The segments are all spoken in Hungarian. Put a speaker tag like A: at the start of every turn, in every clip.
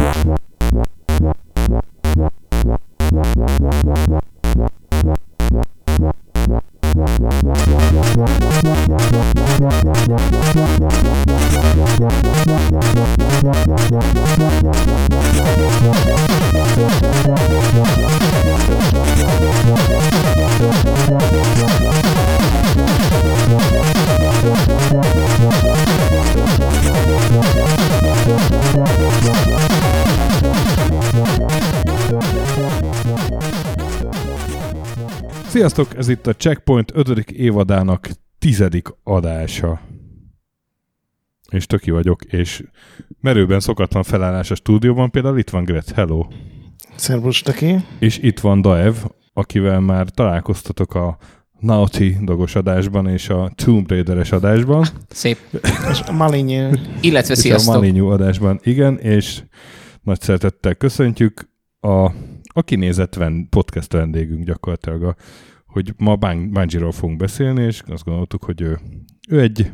A: Sziasztok, ez itt a Checkpoint 5. évadának 10. adása. És Töki vagyok, és merőben szokatlan felállás a stúdióban, például itt van Gret, hello.
B: Szervusz, Töki.
A: És itt van Daev, akivel már találkoztatok a Naughty Dogos adásban és a Tomb Raider-es adásban.
C: Szép.
B: És a Malinyú.
C: Illetve
A: és
C: sziasztok.
A: a Malinyú adásban, igen, és nagy szeretettel köszöntjük a kinézett podcast vendégünk gyakorlatilag, hogy ma Bungie-ról fogunk beszélni, és azt gondoltuk, hogy ő egy...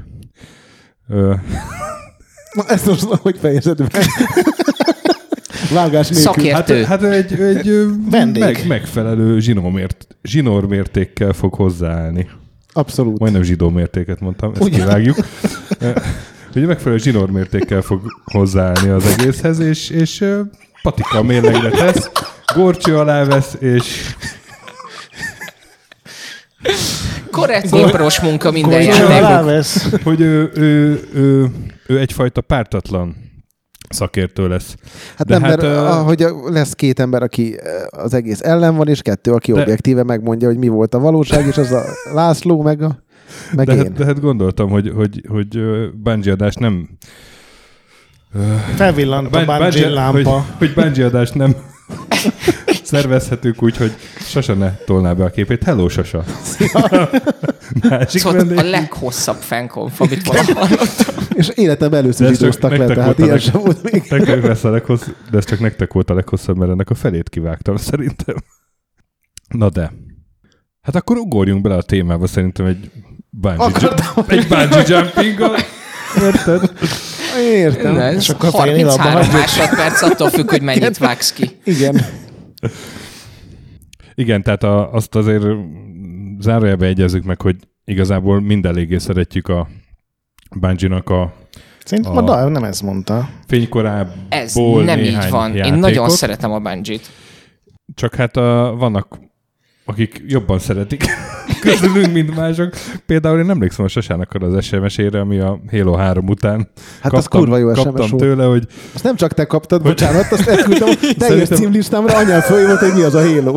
D: Na ezt most hogy fejezed meg? Vágás nélkül.
C: Szakértő.
A: Hát ő egy
B: vendég.
A: megfelelő zsinórmértékkel fog hozzáállni.
D: Abszolút.
A: Majdnem zsidómértéket mondtam, ezt kivágjuk. Hogy megfelelő zsinórmértékkel fog hozzáállni az egészhez, és patika mérlegre tesz, górcső alá vesz, és...
C: Korrekt gyilpros munka minden
B: Górcső alá
C: játékok.
B: vesz.
A: Hogy ő egyfajta pártatlan szakértő lesz.
D: Hát
A: de
D: nem, mert ahogy lesz két ember, aki az egész ellen van, és kettő, aki objektíve megmondja, hogy mi volt a valóság, és az a László, meg én.
A: De hát gondoltam, hogy Bungie adás nem...
B: Felvillant a Bungie lámpa.
A: Hogy Bungie adást nem szervezhetünk úgy, hogy Sasa ne tolná be a képét. Hello, Sasa! Másik
C: Szóval a leghosszabb fankonf, amit valaha hallottam.
D: És életem először zsidóztak le, tehát ilyen sem volt még.
A: De ez csak nektek volt a leghosszabb, mert ennek a felét kivágtam szerintem. Na de. Hát akkor ugorjunk bele a témába, szerintem egy bungee jumpinggal. Érted?
D: Értem.
C: Ez
B: akkor
C: 33 másodperc, attól függ, hogy mennyit vágsz ki.
D: Igen.
A: Igen, tehát azt azért zárójelbe egyezzük meg, hogy igazából mind eléggé szeretjük a Bungie-nak
B: Szerintem a Daev nem ezt mondta.
A: fénykorából
C: Ez nem így van.
A: játékot.
C: Én nagyon szeretem a Bungie-t.
A: Csak hát vannak, akik jobban szeretik közülünk, mint mások. Például én emlékszem a Sasának az SMS-ére, ami a Halo 3 után
D: Hát az kurva jó SMS
A: kaptam
D: volt.
A: tőle, hogy...
D: Azt nem csak te kaptad, bocsánat, azt elküldtem a teljes címlistámra, anyám följövött, hogy mi az a Halo.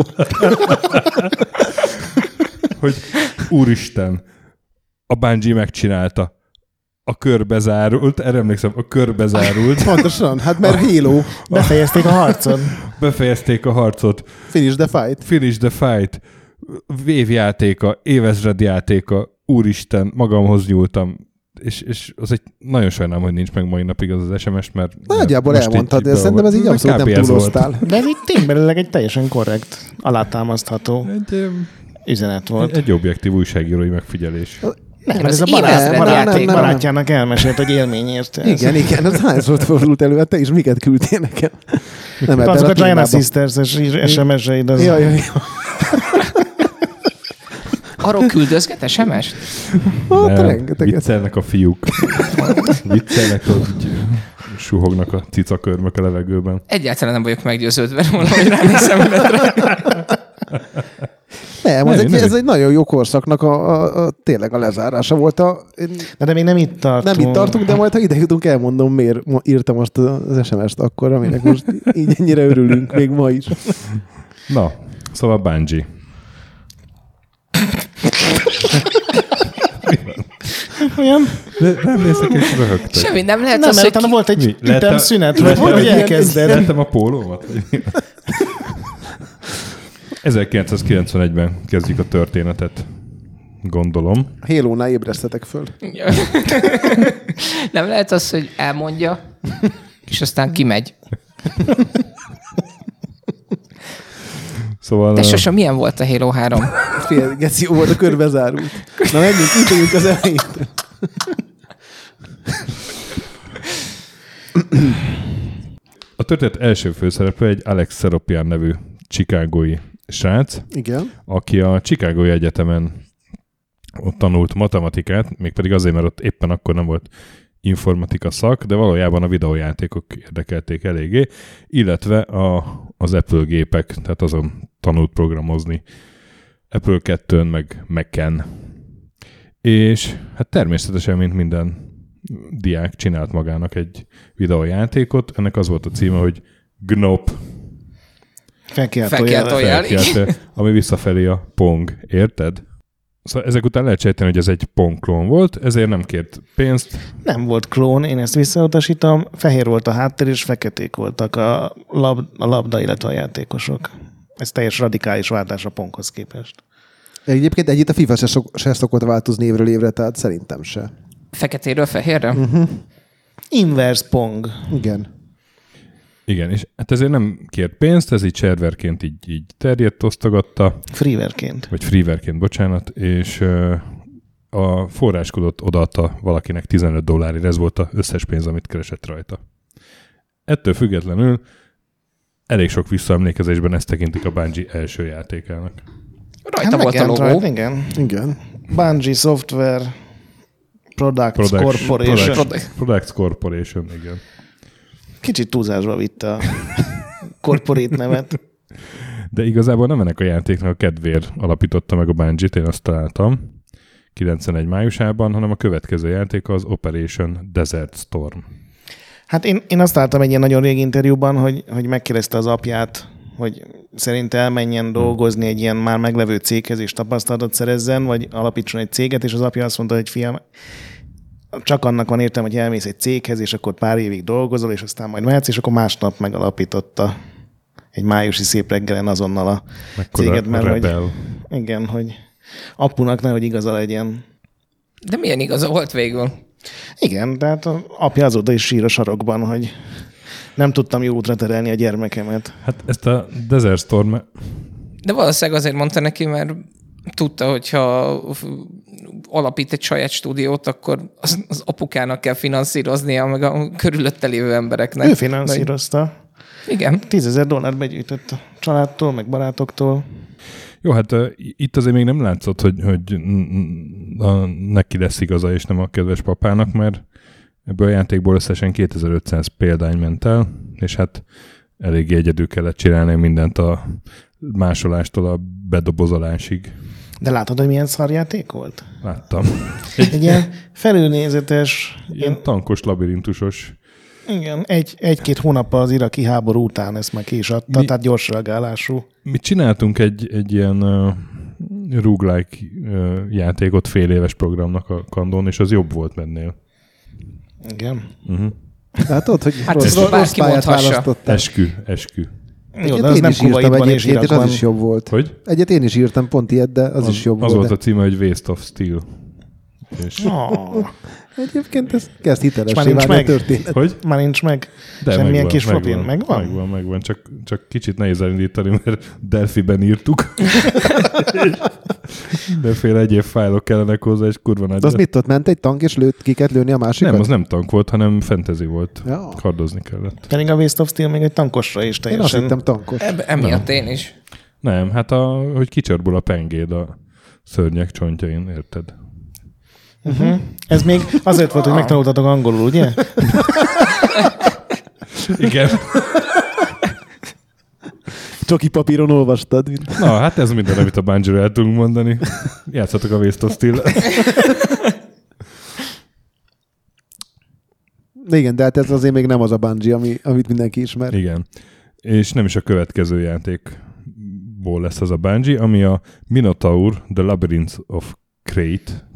A: hogy úristen, a Bungie megcsinálta. A körbe zárult, erre emlékszem, a körbe zárult.
D: Pontosan, hát mert Halo.
B: Befejezték a harcot.
A: Befejezték a harcot.
D: Finish the fight.
A: Finish the fight. Évjátéka, évezred játéka, úristen, magamhoz nyúltam. És az egy nagyon sajnálom, hogy nincs meg mai napig az SMS, mert...
D: Nagyjából elmondtad, de szerintem ez így abszolút nem túloztál.
B: De ez így tényleg egy teljesen korrekt, alátámasztható üzenet volt.
A: Egy objektív újságírói megfigyelés.
B: Nem,
C: az
B: ez a
D: nem.
B: barátjának elmesélt, hogy élményért.
D: Igen, az hányszor fordult elő, hát te is miket küldtél nekem? Nem,
B: Azok a Diana Sisters-es SMS-eid.
D: Jaj.
C: Arról küldözget SMS-t?
D: Hát rengeteget.
A: Viccelnek a fiúk. Viccelnek, hogy suhognak a cicakörmök a levegőben.
C: Egyáltalán nem vagyok meggyőződve róla, hogy ránézemületre.
D: Nem, ez egy nagyon jó korszaknak tényleg a lezárása volt.
B: De még nem itt tartunk.
D: Nem itt tartunk, de majd ha ide jutunk, elmondom, miért írtam azt az SMS-t akkor, aminek most így ennyire örülünk még ma is.
A: Na, szóval Bungie.
B: Olyan?
A: Nem nézek, és röhögtök.
C: Semmi, nem lehet
B: Nem,
C: az,
B: mert
C: hogy
B: utána volt egy
A: Mi?
B: ütemszünet, hogy elkezded.
A: Lettem a pólómat? 1991-ben kezdjük a történetet, gondolom.
D: Halo-nál ébresztetek föl.
C: Nem lehet az, hogy elmondja, és aztán kimegy.
A: Szóval...
C: De Sasa, milyen volt a Halo 3?
D: Fél, geci, jó volt, a körbe zárult. Na menjünk, ütöljünk az elejét.
A: A történet első főszereplő egy Alex Seropian nevű chicagói srác,
D: Igen.
A: aki a Chicagói Egyetemen ott tanult matematikát, mégpedig azért, mert ott éppen akkor nem volt informatika szak, de valójában a videójátékok érdekelték eléggé, illetve az Apple gépek, tehát azon tanult programozni Apple 2-n, meg Mac-en. És hát természetesen, mint minden diák csinált magának egy videójátékot, ennek az volt a címe, hogy GNOP.
C: Felkiáltójel,
A: ami visszafelé a Pong, érted? Szóval ezek után lehet sejteni, hogy ez egy Pong klón volt, ezért nem kért pénzt.
B: Nem volt klón, én ezt visszautasítom. Fehér volt a háttér, és feketék voltak a labda, illetve a játékosok. Ez teljes radikális váltás a Ponghoz képest.
D: Egyébként együtt a FIFA se szokott változni évről évre, tehát szerintem se.
C: Feketéről fehérre?
D: Uh-huh.
B: Inverse Pong.
D: Igen.
A: Igen, és hát ezért nem kért pénzt, ez így serverként így terjedt, osztogatta.
B: Freewareként.
A: Vagy freewareként, bocsánat, és a forráskodót odaadta valakinek $15, ez volt az összes pénz, amit keresett rajta. Ettől függetlenül elég sok visszaemlékezésben ezt tekintik a Bungie első játékának.
C: Rajta volt a logó.
B: Igen. Bungie Software Products Corporation.
A: Products Corporation, igen.
B: Kicsit túlzásba vitte a corporate nevet.
A: De igazából nem ennek a játéknak a kedvéért alapította meg a Bungie-t, én azt találtam 91 májusában, hanem a következő játék az Operation Desert Storm.
B: Hát én azt találtam egy ilyen nagyon régi interjúban, hogy megkérdezte az apját, hogy szerint elmenjen dolgozni egy ilyen már meglevő céghez és tapasztalatot szerezzen, vagy alapítson egy céget, és az apja azt mondta, hogy fiam, csak annak van értelme, hogy elmész egy céghez, és akkor pár évig dolgozol, és aztán majd mehetsz, és akkor másnap megalapította egy májusi szép reggelen azonnal a céget, mert hogy, igen, hogy apunak nehogy igaza legyen.
C: De milyen igaza volt végül?
B: Igen, tehát az apja azóta is sír a sarokban, hogy nem tudtam jó útra terelni a gyermekemet.
A: Hát ezt a Desert Storm...
C: De valószínűleg azért mondta neki, mert tudta, hogyha alapít egy saját stúdiót, akkor az apukának kell finanszíroznia, meg a körülötte lévő embereknek.
B: Ő finanszírozta.
C: Igen.
B: $10,000 begyűjtött a családtól, meg barátoktól.
A: Jó, hát itt azért még nem látszott, hogy neki lesz igaza, és nem a kedves papának, mert ebből a játékból összesen 2500 példány ment el, és hát eléggé egyedül kellett csinálni mindent a másolástól a bedobozolásig.
B: De látod, hogy milyen szarjáték volt?
A: Láttam.
B: Egy ilyen felülnézetes...
A: Ilyen tankos, labirintusos.
B: Igen, egy-két hónappal az iraki háború után ezt már ki is adta, tehát gyors reagálású.
A: Mi csináltunk egy ilyen roguelike játékot fél éves programnak a Kandon, és az jobb volt mennél.
B: Igen.
A: Uh-huh.
D: Látod, hogy
C: hát
D: rossz pályát választottál.
A: Eskü.
B: Jó, de az nem Kuwaitban és Irakban.
D: Az is jobb volt.
A: Hogy?
D: Egyet én is írtam pont ilyet, de az is jobb volt.
A: Az volt a címe, hogy Waste of Steel. És...
D: Egyébként ez kezd hitelessé válni a történet.
A: Hogy?
B: Már nincs meg?
A: De
B: semmilyen kis flopin? Megvan?
A: Megvan. Csak kicsit nehéz elindítani, mert Delphi-ben írtuk. Mindenféle egyéb fájlok kellenek hozzá, és kurva nagy.
D: De az mit ott ment? Egy tank, és kiket lőni a másikat?
A: Nem, az nem tank volt, hanem fantasy volt.
D: Ja.
A: Kardozni kellett.
B: Pedig a Waste of Steel még egy tankosra is teljesen.
D: Én azt hittem tankos.
C: Emiatt én is.
A: Nem, hát hogy kicsarbul a pengéd a szörnyek csontjain, érted?
B: Uh-huh. Ez még azért volt, hogy megtanultatok angolul, ugye?
A: Igen.
D: Csoki papíron olvastad.
A: Na, hát ez minden, amit a Bungie-ről el tudunk mondani. Játszatok a Waste of Steel.
D: Igen, de hát ez azért még nem az a Bungie, amit mindenki ismer.
A: Igen. És nem is a következő játékból lesz az a Bungie, ami a Minotaur, The Labyrinth of Crate.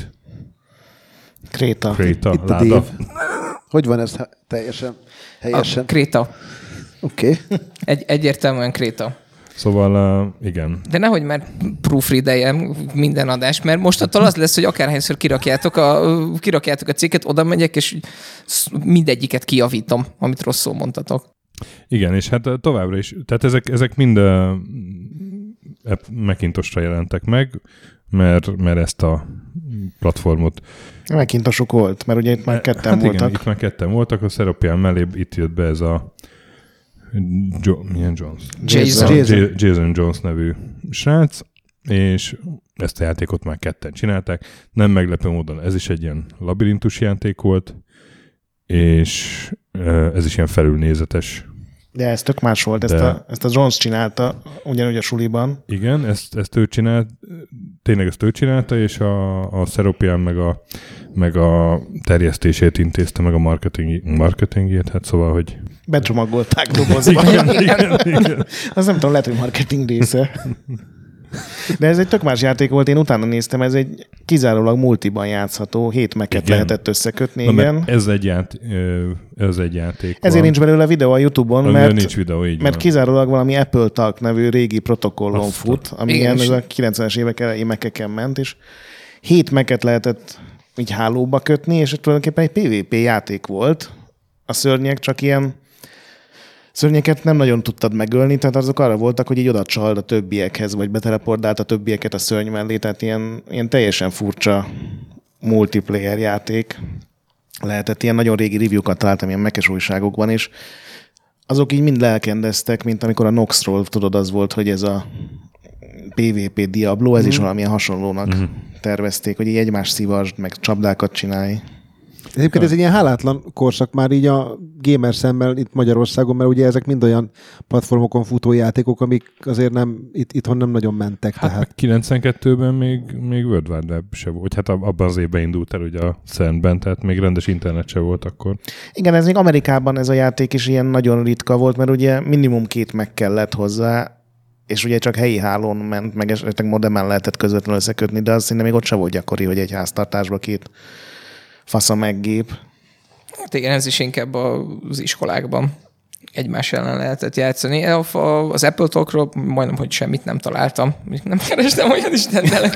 B: Kréta.
D: Itt a Dave. Hogy van ez teljesen helyesen?
C: Kréta.
D: Oké.
C: Egyértelműen Kréta.
A: Szóval igen.
C: De nehogy már proofreadeljen minden adás, mert mostanában az lesz, hogy akárhányszor kirakjátok a cikket, oda megyek, és mindegyiket kijavítom, amit rosszul mondtatok.
A: Igen, és hát továbbra is, tehát ezek mind Macintosra jelentek meg, mert ezt a platformot...
B: Macintosok volt, mert ugye itt már ketten voltak.
A: Igen, itt már ketten voltak, a Seropian mellé itt jött be ez a Milyen Jones?
C: Jason
A: Jones nevű srác, és ezt a játékot már ketten csinálták. Nem meglepő módon ez is egy ilyen labirintus játék volt, és ez is ilyen felülnézetes.
B: De ez tök más volt, ezt a Jones csinálta ugyanúgy a suliban.
A: Igen, ezt ő csinált, tényleg ezt ő csinálta, és a Seropian meg a terjesztését intézte, meg a marketingjét, hát szóval, hogy...
B: Becsomagolták dobozba.
A: igen.
B: Az nem tudom, lehet, hogy marketing része. De ez egy tök más játék volt, én utána néztem, ez egy kizárólag multiban játszható, 7 meket lehetett összekötni, igen.
A: Ez egy játék.
B: Ezért nincs belőle videó a YouTube-on,
A: nincs videó,
B: mert kizárólag valami Apple Talk nevű régi protokollon fut, ami ilyen ez a 90-es évek elején mekeken ment, és 7 meket lehetett így hálóba kötni, és tulajdonképpen egy PvP játék volt. A szörnyek csak ilyen szörnyeket nem nagyon tudtad megölni, tehát azok arra voltak, hogy így oda csald a többiekhez, vagy beteleportált a többieket a szörny mellé, tehát ilyen teljesen furcsa multiplayer játék lehetett. Ilyen nagyon régi review-kat találtam ilyen mekes újságokban, és azok így mind lelkendeztek, mint amikor a Noxról, tudod, az volt, hogy ez a PvP Diablo, ez is valamilyen hasonlónak tervezték, hogy így egymást szívasd, meg csapdákat csinálj.
D: Egyébként ez egy ilyen hálátlan korszak már így a gamer szemmel itt Magyarországon, mert ugye ezek mind olyan platformokon futó játékok, amik azért itthon nem nagyon mentek.
A: Hát
D: tehát.
A: 92-ben még World Wide Web se volt. Hát abban az évben indult el ugye a CERN-ben, tehát még rendes internet se volt akkor.
B: Igen, ez még Amerikában ez a játék is ilyen nagyon ritka volt, mert ugye minimum 2 meg kellett hozzá, és ugye csak helyi hálón ment, meg esetleg modemen lehetett közvetlenül összekötni, de az szinte még ott se volt gyakori, hogy egy háztartásba 2 fasza meggép.
C: Hát igen, ez is inkább az iskolákban egymás ellen lehetett játszani. Az Apple Talkról majdnem, hogy semmit nem találtam. Nem kerestem olyan is tendelek.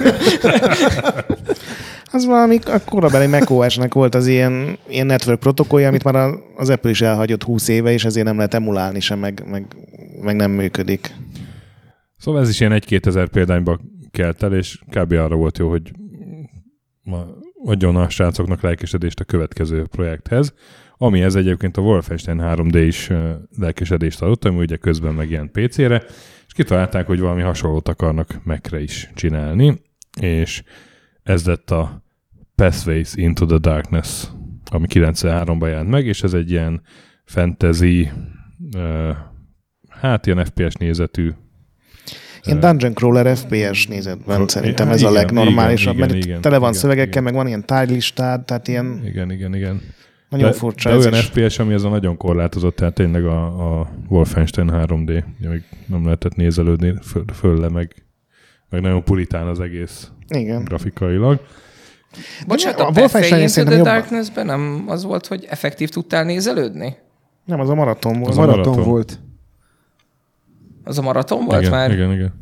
B: Az valami a korabeli macOS-nek volt az ilyen network protokollja, amit már az Apple is elhagyott 20 éve, és ezért nem lehet emulálni sem, meg nem működik.
A: Szóval ez is ilyen 1-2 ezer példányba kelt el, és kb. Arra volt jó, hogy adjon a srácoknak lelkesedést a következő projekthez, amihez egyébként a Wolfenstein 3D is lelkesedést adott, ami ugye közben megjelent PC-re, és kitalálták, hogy valami hasonlót akarnak Mac-re is csinálni, és ez lett a Pathways into the Darkness, ami 93-ban jelent meg, és ez egy ilyen fantasy, ilyen FPS nézetű,
B: ilyen Dungeon Crawler FPS nézetben szerintem ez a legnormálisabb, mert tele van szövegekkel, meg van ilyen tárgylistád, tehát ilyen...
A: Igen.
B: Nagyon furcsa
A: de
B: ez
A: olyan
B: is.
A: FPS, ami ez a nagyon korlátozott, tehát tényleg a Wolfenstein 3D, még nem lehetett nézelődni fölle, meg nagyon puritán az egész grafikailag.
C: Bocsánat, a Pathway into the Darkness-ben nem az volt, hogy effektív tudtál nézelődni?
B: Nem, az a maraton volt.
D: Az a maraton volt.
C: Az a maraton volt
A: igen,
C: már?
A: Igen.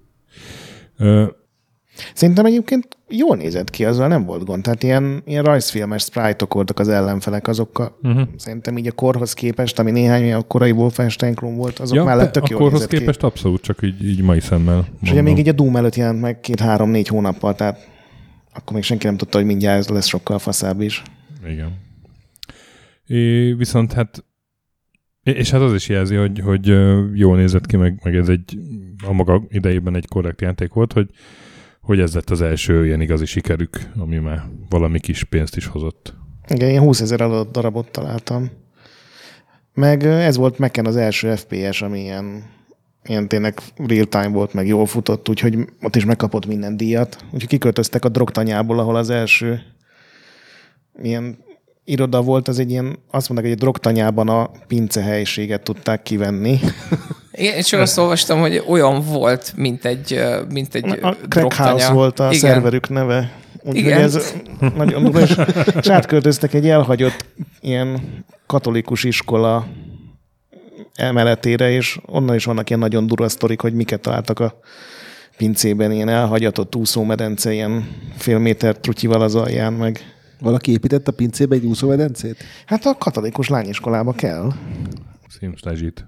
B: Szerintem egyébként jól nézett ki, azzal nem volt gond. Tehát ilyen rajzfilmes sprite-ok voltak az ellenfelek, azokkal szerintem így a korhoz képest, ami néhány a korai Wolfenstein klón volt, azok mellett tök jól nézett ki.
A: A korhoz képest abszolút, csak így mai szemmel.
B: És ugye még így a Doom előtt jelent meg 2-3-4 hónappal, tehát akkor még senki nem tudta, hogy mindjárt ez lesz sokkal faszább is.
A: Igen. Viszont hát és hát az is jelzi, hogy jól nézett ki, meg ez egy a maga idejében egy korrekt játék volt, hogy ez lett az első ilyen igazi sikerük, ami már valami kis pénzt is hozott.
B: Igen, én 20 000 adott darabot találtam. Meg ez volt Mac-en az első FPS, ami ilyen tényleg real-time volt, meg jól futott, úgyhogy ott is megkapott minden díjat. Úgyhogy kiköltöztek a drogtanyából, ahol az első ilyen iroda volt, az egy ilyen, azt mondták, hogy a drogtanyában a pincehelyiséget tudták kivenni.
C: Igen, csak azt olvastam, hogy olyan volt, mint egy
B: a Crack House volt a szerverük neve. Úgyhogy ez nagyon durva, és átköltöztek egy elhagyott ilyen katolikus iskola emeletére, és onnan is vannak ilyen nagyon durva sztorik, hogy miket találtak a pincében, ilyen elhagyatott úszómedence, ilyen fél méter trutyival az alján, meg...
D: Valaki épített a pincébe egy úszómedencét?
B: Hát a katolikus lányiskolába kell.
A: Seems legit.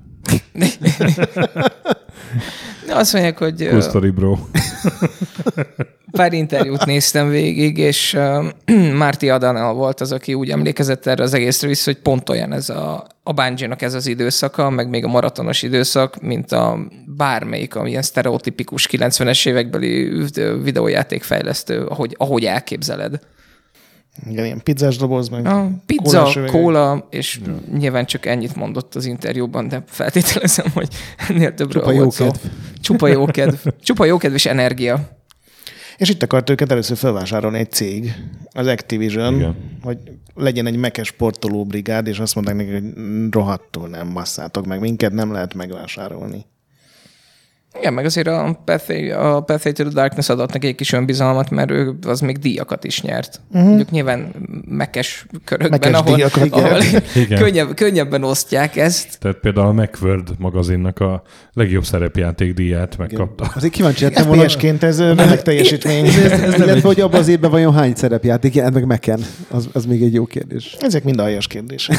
C: De azt mondják, hogy...
A: Cool story, bro.
C: pár interjút néztem végig, és Marty Adanel volt az, aki úgy emlékezett erre az egészre vissza, hogy pont olyan ez a Bungie-nak ez az időszaka, meg még a maratonos időszak, mint a bármelyik, amilyen sztereotipikus 90-es évekbeli videójátékfejlesztő, ahogy elképzeled.
B: Igen, ilyen pizzás doboz, meg
C: pizza, kóla, és nyilván csak ennyit mondott az interjúban, de feltételezem, hogy ennél többről volt szó. Csupa jókedv és energia.
B: És itt akart őket először felvásárolni egy cég, az Activision, igen, hogy legyen egy mekes sportoló brigád, és azt mondták neki, hogy rohadtul nem basszátok meg, minket nem lehet megvásárolni.
C: Igen, meg azért a Path to the Darkness adott neki egy kis önbizalmat, mert ő az még díjakat is nyert. Mondjuk nyilván mekes körökben, ahol könnyebben osztják ezt.
A: Tehát például a Macworld magazinnak a legjobb szerepjáték díját megkapta.
D: Azért kíváncsi lettem volna.
B: FPS-ként ez remek teljesítmény.
D: Illetve, hogy abban az évben vajon hány szerepjáték jelent meg Mac-en? Az még egy jó kérdés.
B: Ezek mind aljas kérdések.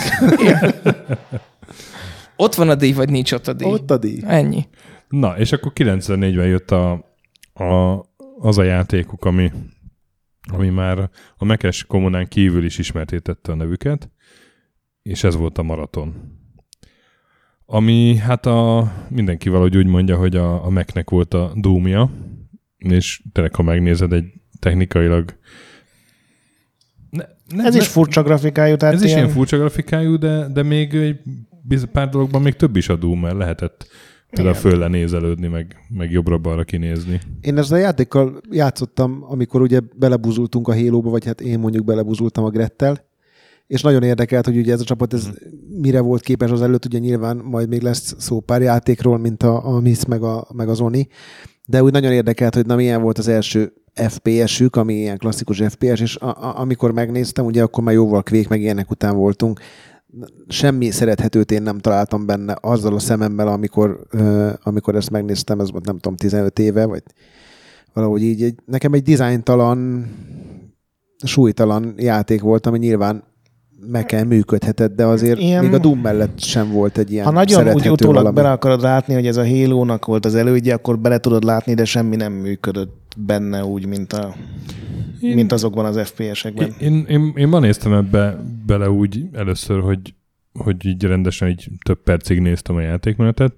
C: Ott van a díj, vagy nincs ott a díj?
D: Ott a díj.
C: Ennyi.
A: Na, és akkor 94-ben jött az a játékuk, ami már a Mac-es kommunán kívül is ismertétette a nevüket, és ez volt a Maraton. Ami hát mindenki valahogy úgy mondja, hogy a Mac-nek volt a Doom-ja, és tényleg, ha megnézed, egy technikailag
B: ez is furcsa grafikájú. Tehát
A: ez is ilyen furcsa grafikájú, de még pár dologban még több is a Doom, mert lehetett például fölle nézelődni, meg jobbra-balra kinézni.
D: Én ezzel a játékkal játszottam, amikor ugye belebuzultunk a Halo-ba, vagy hát én mondjuk belebuzultam a Grettel, és nagyon érdekelt, hogy ugye ez a csapat mire volt képes az előtt, ugye nyilván majd még lesz szó pár játékról, mint a Miss meg az Oni, de úgy nagyon érdekelt, hogy milyen volt az első FPS-ük, ami ilyen klasszikus FPS, és amikor megnéztem, ugye akkor már jóval Quake meg ilyenek után voltunk, semmi szerethetőt én nem találtam benne azzal a szememmel, amikor ezt megnéztem, ez volt nem tudom, 15 éve, vagy valahogy így. Nekem egy dizájntalan, súlytalan játék volt, ami nyilván Mac-en működhetett, de azért ilyen, még a Doom mellett sem volt egy ilyen szerethető valami. Ha nagyon úgy utólag
B: bele akarod látni, hogy ez a Halo-nak volt az elődje, akkor bele tudod látni, de semmi nem működött benne úgy, mint azokban az FPS-ekben.
A: Én ma néztem ebbe bele úgy először, hogy így rendesen így több percig néztem a játékmenetet,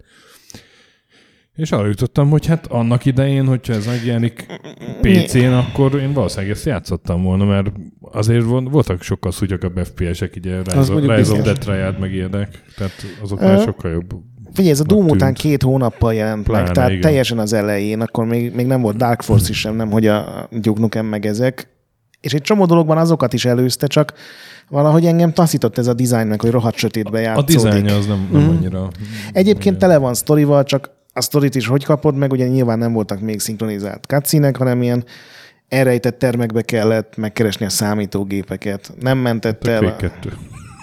A: és arra jutottam, hogy hát annak idején, hogyha ez megjelenik PC-n, akkor én valószínűleg ezt játszottam volna, mert azért voltak sokkal szúgyokabb FPS-ek, ugye Rise of the Triad meg ilyenek, tehát azok már sokkal jobb.
B: Figyelj, ez a Doom után 2 hónappal jelent meg, tehát igen, teljesen az elején, akkor még nem volt Dark Force is sem, nem, hogy a Duke Nukem meg ezek. És egy csomó dologban azokat is előzte, csak valahogy engem taszított ez a design meg, hogy rohadt sötétbe játszódik.
A: A dizájnja az nem annyira...
B: Egyébként tele van sztorival, csak a sztorit is hogy kapod meg, ugye nyilván nem voltak még szinkronizált cutscene-ek, hanem ilyen elrejtett termekbe kellett megkeresni a számítógépeket. Nem mentett el...
A: Quake 2.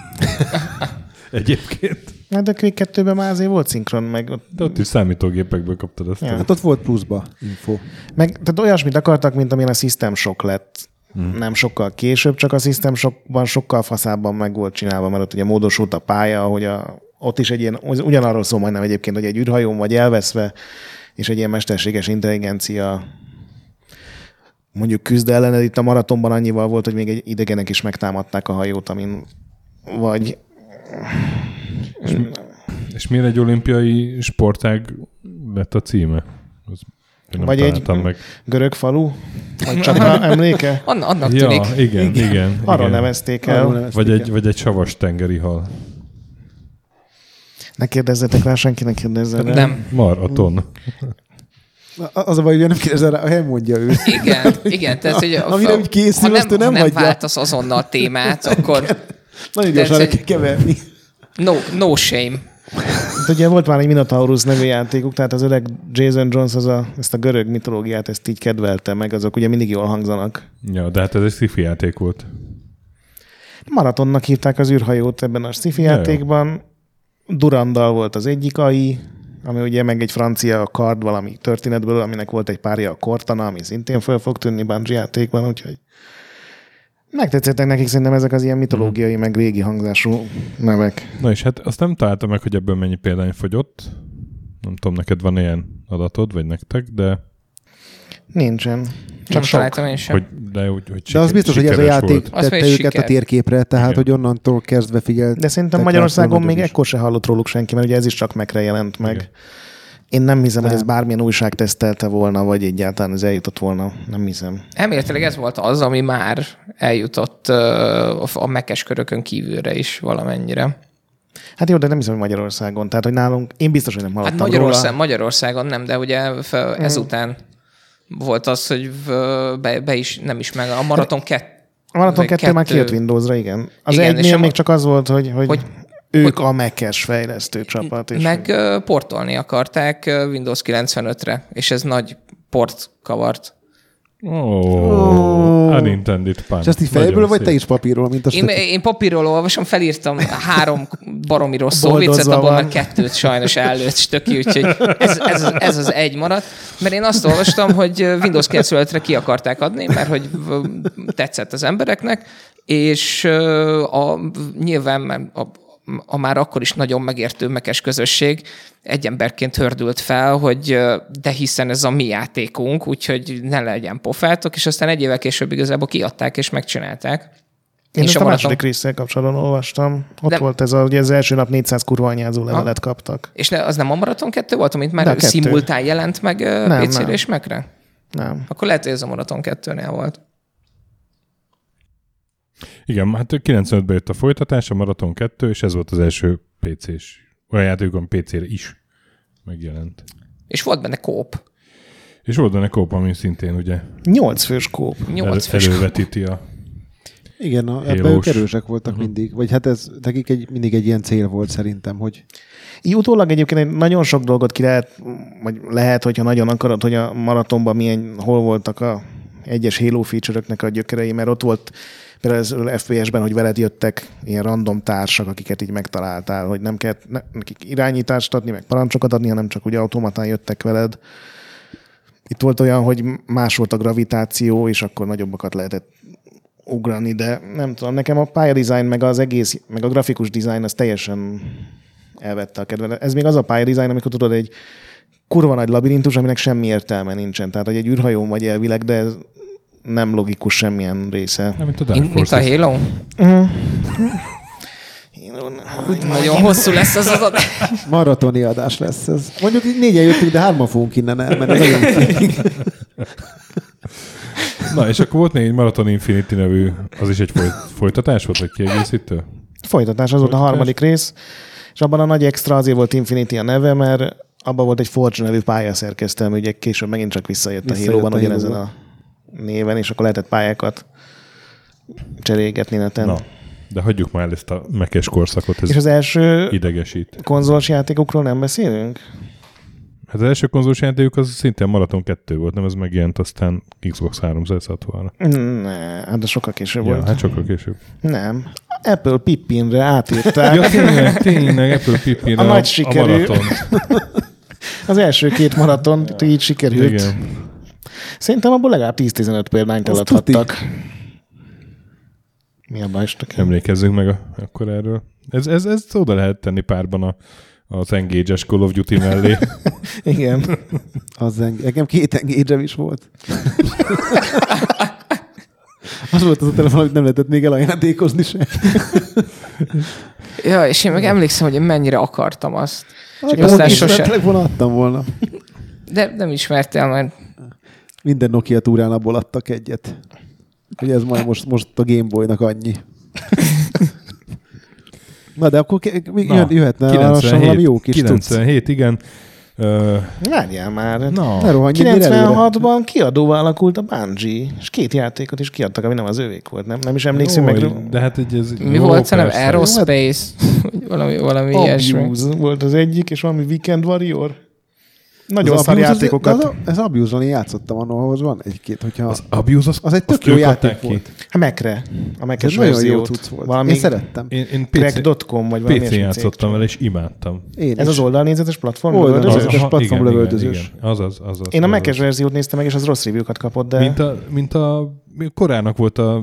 A: Egyébként.
B: Hát de Quake 2-ben már azért volt szinkron, meg...
A: De ott is számítógépekből kaptad azt.
D: Ja. Hát ott volt pluszba info.
B: Meg, tehát olyasmit akartak, mint amilyen a System Shock lett. Nem sokkal később, csak a System Shockban sokkal faszábban meg volt csinálva, mert ott ugye módosult a pálya, hogy ott is egy ilyen, ugyanarról szól majdnem egyébként, hogy egy űrhajón vagy elveszve, és egy ilyen mesterséges intelligencia mondjuk küzd ellened. Itt a Maratonban annyival volt, hogy még egy idegenek is megtámadták a hajót, amin vagy...
A: És miért egy olimpiai sportág lett a címe?
B: Vagy egy meg. Görög falu? Vagy csak emléke?
C: Annak tűnik.
A: Ja, igen.
B: Arra nevezték el.
A: Vagy egy savas tengeri hal.
B: Ne kérdezzetek rá, senki ne kérdezzen rá.
C: Nem.
A: Maraton.
D: Az a baj, hogy nem kérdezzen rá, elmondja ő.
C: Igen. Tehát, hogy
D: amire úgy készül, azt ő nem hagyja.
C: Ha nem váltasz azonnal a témát, akkor...
D: Nagyon gyorsan le kell keverni.
C: No shame.
B: Hát ugye volt már egy Minotaurus nevű játékuk, tehát az öreg Jason Jones ezt a görög mitológiát ezt így kedvelte meg, azok ugye mindig jól hangzanak.
A: Ja, de hát ez egy sci-fi játék volt.
B: Maratonnak hívták az űrhajót ebben a sci-fi játékban. Durandal volt az egyik AI, ami ugye meg egy francia kard valami történetből, aminek volt egy párja a Cortana, ami szintén föl fog tűnni Bungie játékban, úgyhogy megtetszettek nekik szerintem ezek az ilyen mitológiai, meg régi hangzású nevek.
A: Na és hát azt nem találtam meg, hogy ebből mennyi példány fogyott. Nem tudom, neked van ilyen adatod, vagy nektek, de...
B: Nincsen.
C: Nem találtam én sem.
D: De az biztos, hogy ez a játék tette őket a térképre, tehát
A: igen.
D: hogy onnantól kezdve figyelt.
B: De szerintem Magyarországon még ekkor se hallott róluk senki, mert ugye ez is csak Mac-re jelent meg. Igen. Én nem hiszem, hogy ez bármilyen újság tesztelte volna, vagy egyáltalán ez eljutott volna. Nem hiszem.
C: Elméletileg ez volt az, ami már eljutott a Mac-es körökön kívülre is valamennyire.
B: Hát jó, de nem hiszem, hogy Magyarországon. Tehát, hogy nálunk, én biztos, hogy nem hallottam róla.
C: Magyarországon nem, de ugye ezután volt az, hogy be is, nem is meg a Marathon 2.
B: A Marathon 2 már kijött Windowsra, igen. Az
C: igen,
B: egynél még csak az volt, hogy ők a Mac-es fejlesztő csapat. És
C: meg portolni akarták Windows 95-re, és ez nagy port kavart.
A: Unintended pun.
D: És ezt így fejből, vagy te is papírról, mint a
C: Én papírról olvasom, felírtam 3 baromi rossz szóviccet, abban már 2 sajnos előtt stöki, úgyhogy ez az egy maradt. Mert én azt olvastam, hogy Windows 95-re ki akarták adni, mert hogy tetszett az embereknek, és nyilván a már akkor is nagyon megértő Mac-es közösség egy emberként hördült fel, hogy de hiszen ez a mi játékunk, úgyhogy ne legyen pofátok, és aztán egy évvel később igazából kiadták és megcsinálták.
B: Én és a második résszel kapcsolatban olvastam. Ott volt ez ugye az első nap 400 kurva anyázó levelet kaptak.
C: És az nem a Marathon 2 volt, amit már szimultán jelent meg PC-re és Mac-re?
B: Nem.
C: Akkor lehet, hogy ez a Marathon 2-nél volt.
A: Igen, hát 95-ben jött a folytatás, a Marathon 2, és ez volt az első PC-s. Olyan játékon PC-re is megjelent.
C: És volt benne kóp.
A: És volt benne kóp, ami szintén ugye
B: 8 fős kóp.
A: Elővetíti a
D: igen, ebben ők erősek voltak mindig. Vagy hát ez nekik mindig egy ilyen cél volt szerintem, hogy...
B: Így utólag egyébként nagyon sok dolgot ki lehet, hogyha nagyon akarod, hogy a Marathonban hol voltak a egyes Halo feature-öknek a gyökerei, mert ott volt például az FPS-ben, hogy veled jöttek ilyen random társak, akiket így megtaláltál, hogy nem kellett nekik irányítást adni, meg parancsokat adni, hanem csak ugye automatán jöttek veled. Itt volt olyan, hogy más volt a gravitáció, és akkor nagyobbakat lehetett ugrani, de nem tudom, nekem a pályadizájn, meg az egész, meg a grafikus dizájn, az teljesen elvette a kedvemet. Ez még az a pályadizájn, amikor tudod, egy kurva nagy labirintus, aminek semmi értelme nincsen. Tehát, hogy egy űrhajón vagy elvileg, de ez nem logikus semmilyen része.
C: Mint a Halo? Nagyon hosszú lesz az adat.
D: Maratoni adás lesz ez. Mondjuk 4-en jöttünk, de 3-an fogunk innen elmenni.
A: Na, és akkor volt még egy Marathon Infinity nevű, az is egy folytatás volt, vagy kiegészítő?
B: Folytatás, az volt a harmadik rész, és abban a nagy extra azért volt Infinity a neve, mert abban volt egy Forge nevű pályaszerkesztő, ami ugye később megint csak visszajött a Halo-ban ugyanezen a néven, és akkor lehetett pályákat cserélgetni neten.
A: Na, de hagyjuk már el ezt a Mac-es korszakot, ez
B: és az első
A: idegesít.
B: konzolos játékokról nem beszélünk?
A: Hát az első konzolos játékok az szintén Marathon 2 volt, nem ez megjelent aztán Xbox 360-ra.
B: Ne, hát sokkal később volt.
A: Hát sokkal később.
B: Nem. Apple Pippinre átírták.
A: Ja, tényleg Apple Pippinre
B: a nagy sikerű.
A: A maraton.
B: Az első 2 maraton így sikerült.
A: Igen.
B: Szerintem abból legalább 10-15 példányt eladhattak. Mi a baj?
A: Emlékezzünk meg akkor erről. Ez oda lehet tenni párban az Engage-es Call of Duty mellé.
B: Igen.
D: Nekem 2 Engage-em is volt. Az volt az a telefon, amit nem lehetett még elajándékozni se.
C: Ja, és én meg emlékszem, hogy én mennyire akartam azt.
D: Csak aztán sosem. Adtam volna.
C: De nem ismertél már.
D: Minden Nokia túrán abból adtak egyet. Ugye ez majd most a Game Boy-nak annyi. Na, de akkor jöhetne 97, valami jó kis
A: 97, igen.
B: Várjál már.
A: No.
B: 96-ban kiadóval alakult a Bungie, és 2 játékot is kiadtak, ami nem az övék volt, nem is emlékszünk meg.
A: De hát ez
C: mi volt szerintem? Aerospace? valami ilyesmi.
B: Abuse volt az egyik, és valami Weekend Warrior. Nagyon szar játékokat.
D: Ez Abuse-on én játszottam annól, ahhoz van egy-két, hogyha...
A: Az Abuse
D: az egy tök jó játék volt.
B: A Mac-re. A Mac-es
D: nagyon jó cucc volt.
B: Valami
D: én szerettem.
A: Én
B: crack.com vagy valami
A: PC játszottam vele, és imádtam.
B: Ez az oldalnézetes platform?
D: Oldalnézetes platform lövöldözős.
A: Azaz.
B: Én a Mac-es verziót néztem meg, és az rossz review-kat kapott, de...
A: Mint a korának volt a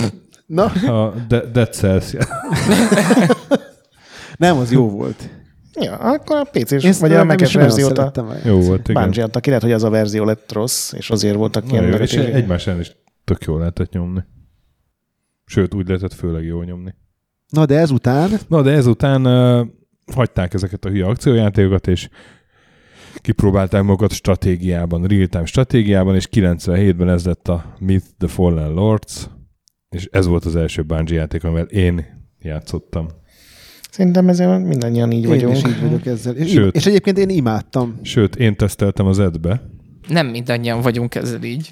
A: Dead Cells.
D: Nem, az jó volt.
B: Ja, akkor a PC-s, vagy a Mac-es verziót a
A: jó volt, igen.
B: Bungie adta ki. Lehet, hogy az a verzió lett rossz, és azért voltak ilyen
A: jó, és egymás ellen is tök jól lehetett nyomni. Sőt, úgy lehetett főleg jól nyomni.
D: Na, de ezután
A: hagyták ezeket a hülye akciójátékokat, és kipróbálták magukat stratégiában, real-time stratégiában, és 97-ben ez lett a Myth the Fallen Lords, és ez volt az első Bungie játék, amivel én játszottam.
B: Szerintem ezzel mindannyian így vagyunk.
D: Én is így vagyok ezzel.
A: Sőt,
D: és egyébként én imádtam.
A: Sőt, én teszteltem az edbe.
C: Nem mindannyian vagyunk ezzel így.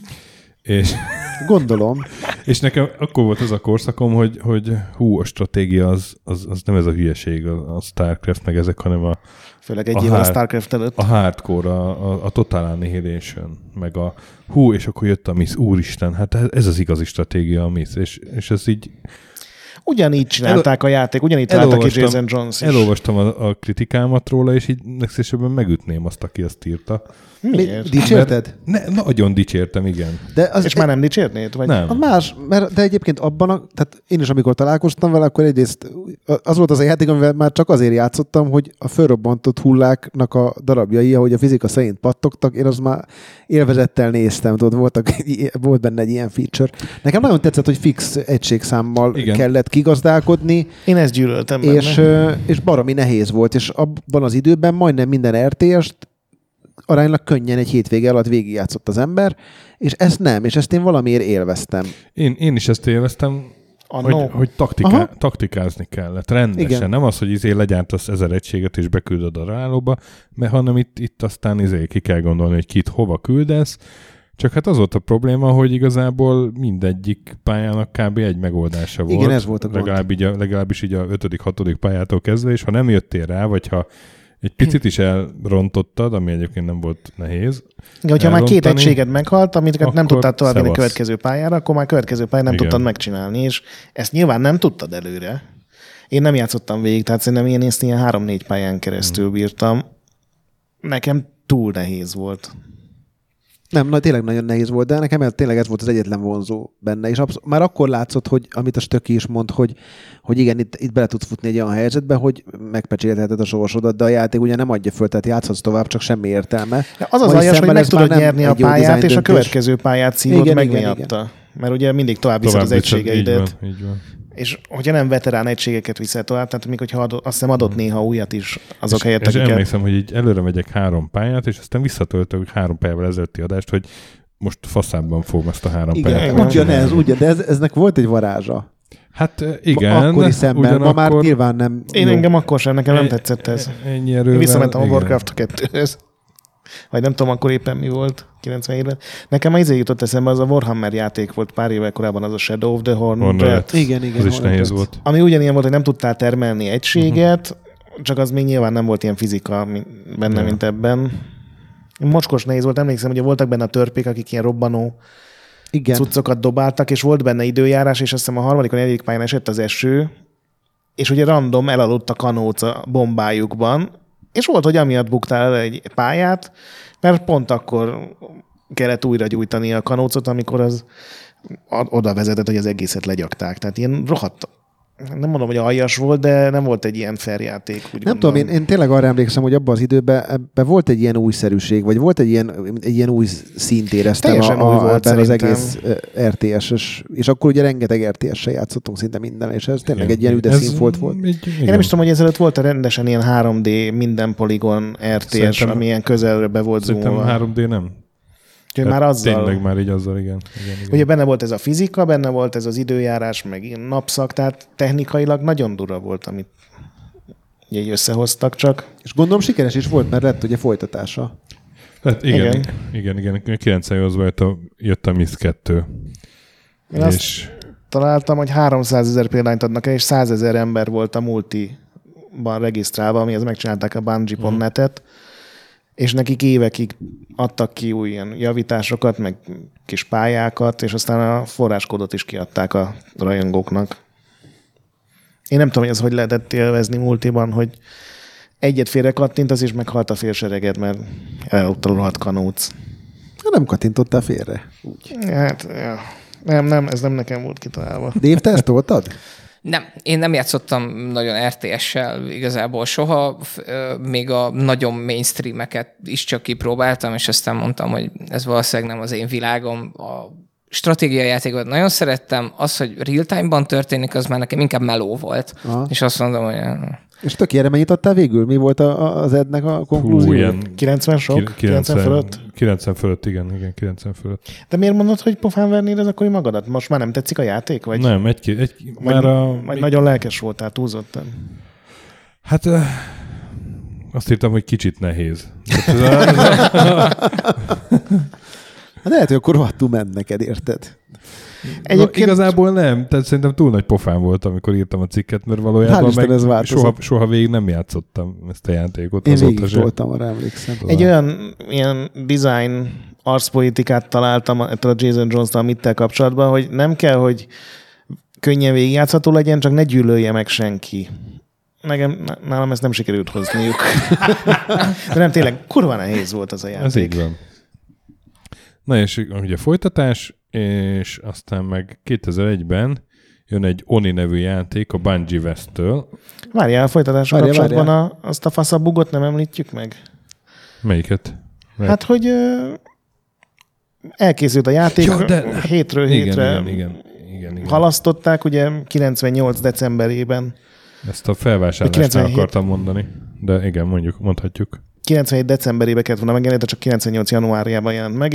A: És
D: gondolom.
A: És nekem akkor volt az a korszakom, hogy a stratégia az nem ez a hülyeség, a StarCraft meg ezek, hanem
B: főleg egy évvel a StarCraft előtt.
A: A hardcore, a Total Annihilation, meg és akkor jött a Myth, úristen, hát ez az igazi stratégia a Myth, és ez így...
B: Ugyanígy csinálták a játék, ugyanígy találtak is Jason Jones is.
A: Elolvastam a kritikámat róla, és így legszívesebben megütném azt, aki azt írta.
B: Miért?
D: Dicsérted?
A: Nagyon dicsértem, igen.
B: De és már nem dicsérnéd? Vagy?
A: Nem.
D: Más, de egyébként tehát én is amikor találkoztam vele, akkor egyrészt az volt az a játék, amivel már csak azért játszottam, hogy a fölrobbantott hulláknak a darabjai, ahogy a fizika szerint pattogtak, én az már élvezettel néztem, tudod, volt benne egy ilyen feature. Nekem nagyon tetszett, hogy fix egységszámmal kellett kigazdálkodni.
B: Én ezt gyűlöltem
D: benne. És baromi nehéz volt, és abban az időben majdnem minden RTS-t aránylag könnyen egy hétvége alatt végigjátszott az ember, és ezt nem, és ezt én valamiért élveztem.
A: Én is ezt élveztem, hogy taktikázni kellett rendesen. Igen. Nem az, hogy legyártasz 1000 egységet és beküldöd a rállóba, hanem itt aztán ki kell gondolni, hogy kit hova küldesz. Csak hát az volt a probléma, hogy igazából mindegyik pályának kb. Egy megoldása volt.
D: Igen, ez volt a gond.
A: Legalábbis így a 5.-6. pályától kezdve, és ha nem jöttél rá, vagy ha egy picit is elrontottad, ami egyébként nem volt nehéz.
B: Igen, hogyha már 2 egységed meghalt, amit nem tudtad továbbvinni a következő pályára, akkor már a következő pályán nem tudtad megcsinálni, és ezt nyilván nem tudtad előre. Én nem játszottam végig, tehát szerintem én ezt ilyen 3-4 pályán keresztül bírtam. Nekem túl nehéz volt.
D: Nem, tényleg nagyon nehéz volt, de nekem tényleg ez volt az egyetlen vonzó benne, és már akkor látszott, hogy amit a Stöki is mond, hogy igen, itt bele tudsz futni egy olyan helyzetbe, hogy megpecsételheted a sorsodat, de a játék ugye nem adja föl, tehát játszhatsz tovább, csak semmi értelme.
B: Az aljas, hogy meg tudod nyerni a pályát, és a következő pályát szívod meg miatta. Mert ugye mindig tovább viszed az egységeidet.
A: Így van.
B: És hogyha nem veterán egységeket viszel tovább, tehát még hogyha azt hiszem adott néha újat is azok helyett,
A: akiket... És emlékszem, hogy így előre megyek 3 pályát, és aztán visszatöltök 3 pályával ezelőtti adást, hogy most faszában fogom ezt a 3 pályát.
D: Ugyanez, de eznek volt egy varázsa.
A: Hát igen.
D: Akkori szemben, ma már nyilván nem...
B: Én engem akkor sem, nekem nem tetszett ez.
A: Ennyi erővel.
B: Visszamentem a Warcraft 2-höz. Vagy nem tudom, akkor éppen mi volt 97-ben. Nekem az jutott eszembe, az a Warhammer játék volt pár évvel korábban, az a Shadow of the Horned.
D: Igen.
A: Az is nehéz volt.
B: Ami ugyanilyen volt, hogy nem tudtál termelni egységet, csak az még nyilván nem volt ilyen fizika benne, mint ebben. Mocskos nehéz volt, emlékszem, hogy voltak benne a törpék, akik ilyen robbanó cuccokat dobáltak, és volt benne időjárás, és azt hiszem a 3. vagy 4. pályán esett az eső, és ugye random elaludt a kanóc a bombájukban, és volt, hogy amiatt buktál el egy pályát, mert pont akkor kellett újra gyújtani a kanócot, amikor az oda vezetett, hogy az egészet legyakták. Tehát ilyen rohadt, nem mondom, hogy aljas volt, de nem volt egy ilyen fair játék.
D: Nem tudom, én tényleg arra emlékszem, hogy abban az időben ebben volt egy ilyen újszerűség, vagy volt egy ilyen új szint éreztem ebben az egész RTS-es, és akkor ugye rengeteg RTS-sel játszottunk szinte minden, és ez tényleg egy ilyen üde színfolt volt.
B: Én nem is tudom, hogy ezelőtt volt rendesen ilyen 3D, minden poligon RTS, ami ilyen közelre be volt zoomolva.
A: Szerintem 3D nem.
B: Már azzal,
A: tényleg már így azzal, igen.
B: Ugye benne volt ez a fizika, benne volt ez az időjárás, meg napszak, tehát technikailag nagyon durva volt, amit így összehoztak csak.
D: És gondolom sikeres is volt, mert lett ugye folytatása.
A: Hát igen. 98-ban jött a Myth 2.
B: Én azt találtam, hogy 300 000 példányt adnak el, és 100 000 ember volt a multiban regisztrálva, amihez megcsinálták a Bungie.net-et, és nekik évekig adtak ki új ilyen javításokat, meg kis pályákat, és aztán a forráskódot is kiadták a rajongóknak. Én nem tudom, hogy ez hogy lehetett élvezni multiban, hogy egyet félre kattintasz, és meghalt a félsereged, mert elaludt a rohadt kanóc.
D: Nem kattintottál félre. Úgy.
B: Hát, ja. Nem, ez nem nekem volt kitalálva.
D: Dave, te ezt toltad?
C: Nem, én nem játszottam nagyon RTS-sel igazából soha, még a nagyon mainstreameket is csak kipróbáltam, és aztán mondtam, hogy ez valószínűleg nem az én világom. A stratégiai játékot nagyon szerettem, az, hogy real-time-ban történik, az már nekem inkább meló volt. Aha. És azt mondom, hogy...
D: És tök ilyenre mennyit adtál végül? Mi volt az Ednek a konklúzió?
A: Ilyen
B: 90 sok? 90 fölött?
A: 90 fölött, igen, 90 fölött.
B: De miért mondod, hogy pofán vernéd az akkori magadat? Most már nem tetszik a játék? Vagy
A: nem,
B: vagy nagyon lelkes voltál, túlzottan?
A: Hát azt írtam, hogy kicsit nehéz.
D: Hát lehet, hogy akkor rohadtul ment neked, érted?
A: Egyébként... Igazából nem, tehát szerintem túl nagy pofán volt, amikor írtam a cikket, mert valójában meg soha végig nem játszottam ezt a játékot.
D: Én végig voltam, arra emlékszem.
B: Egy olyan ilyen design arszpolitikát találtam ettől a Jason Jones-tal mittel kapcsolatban, hogy nem kell, hogy könnyen végigjátszható legyen, csak ne gyűlölje meg senki. Nálam ezt nem sikerült hozniuk. De nem, tényleg kurva nehéz volt az a játék.
A: Ez így van. Na és ugye folytatás, és aztán meg 2001-ben jön egy Oni nevű játék a Bungie West-től.
B: Várjál, folytatással kapcsolatban azt a faszabugot nem említjük meg?
A: Melyiket?
B: Hát, hogy elkészült a játék, hétről hétre
A: igen.
B: halasztották, ugye 98 decemberében.
A: Ezt a felvásárlásnál akartam mondani, de igen, mondhatjuk. 97
B: decemberében kellett volna megjelenni, de csak 98 januárjában jelent meg,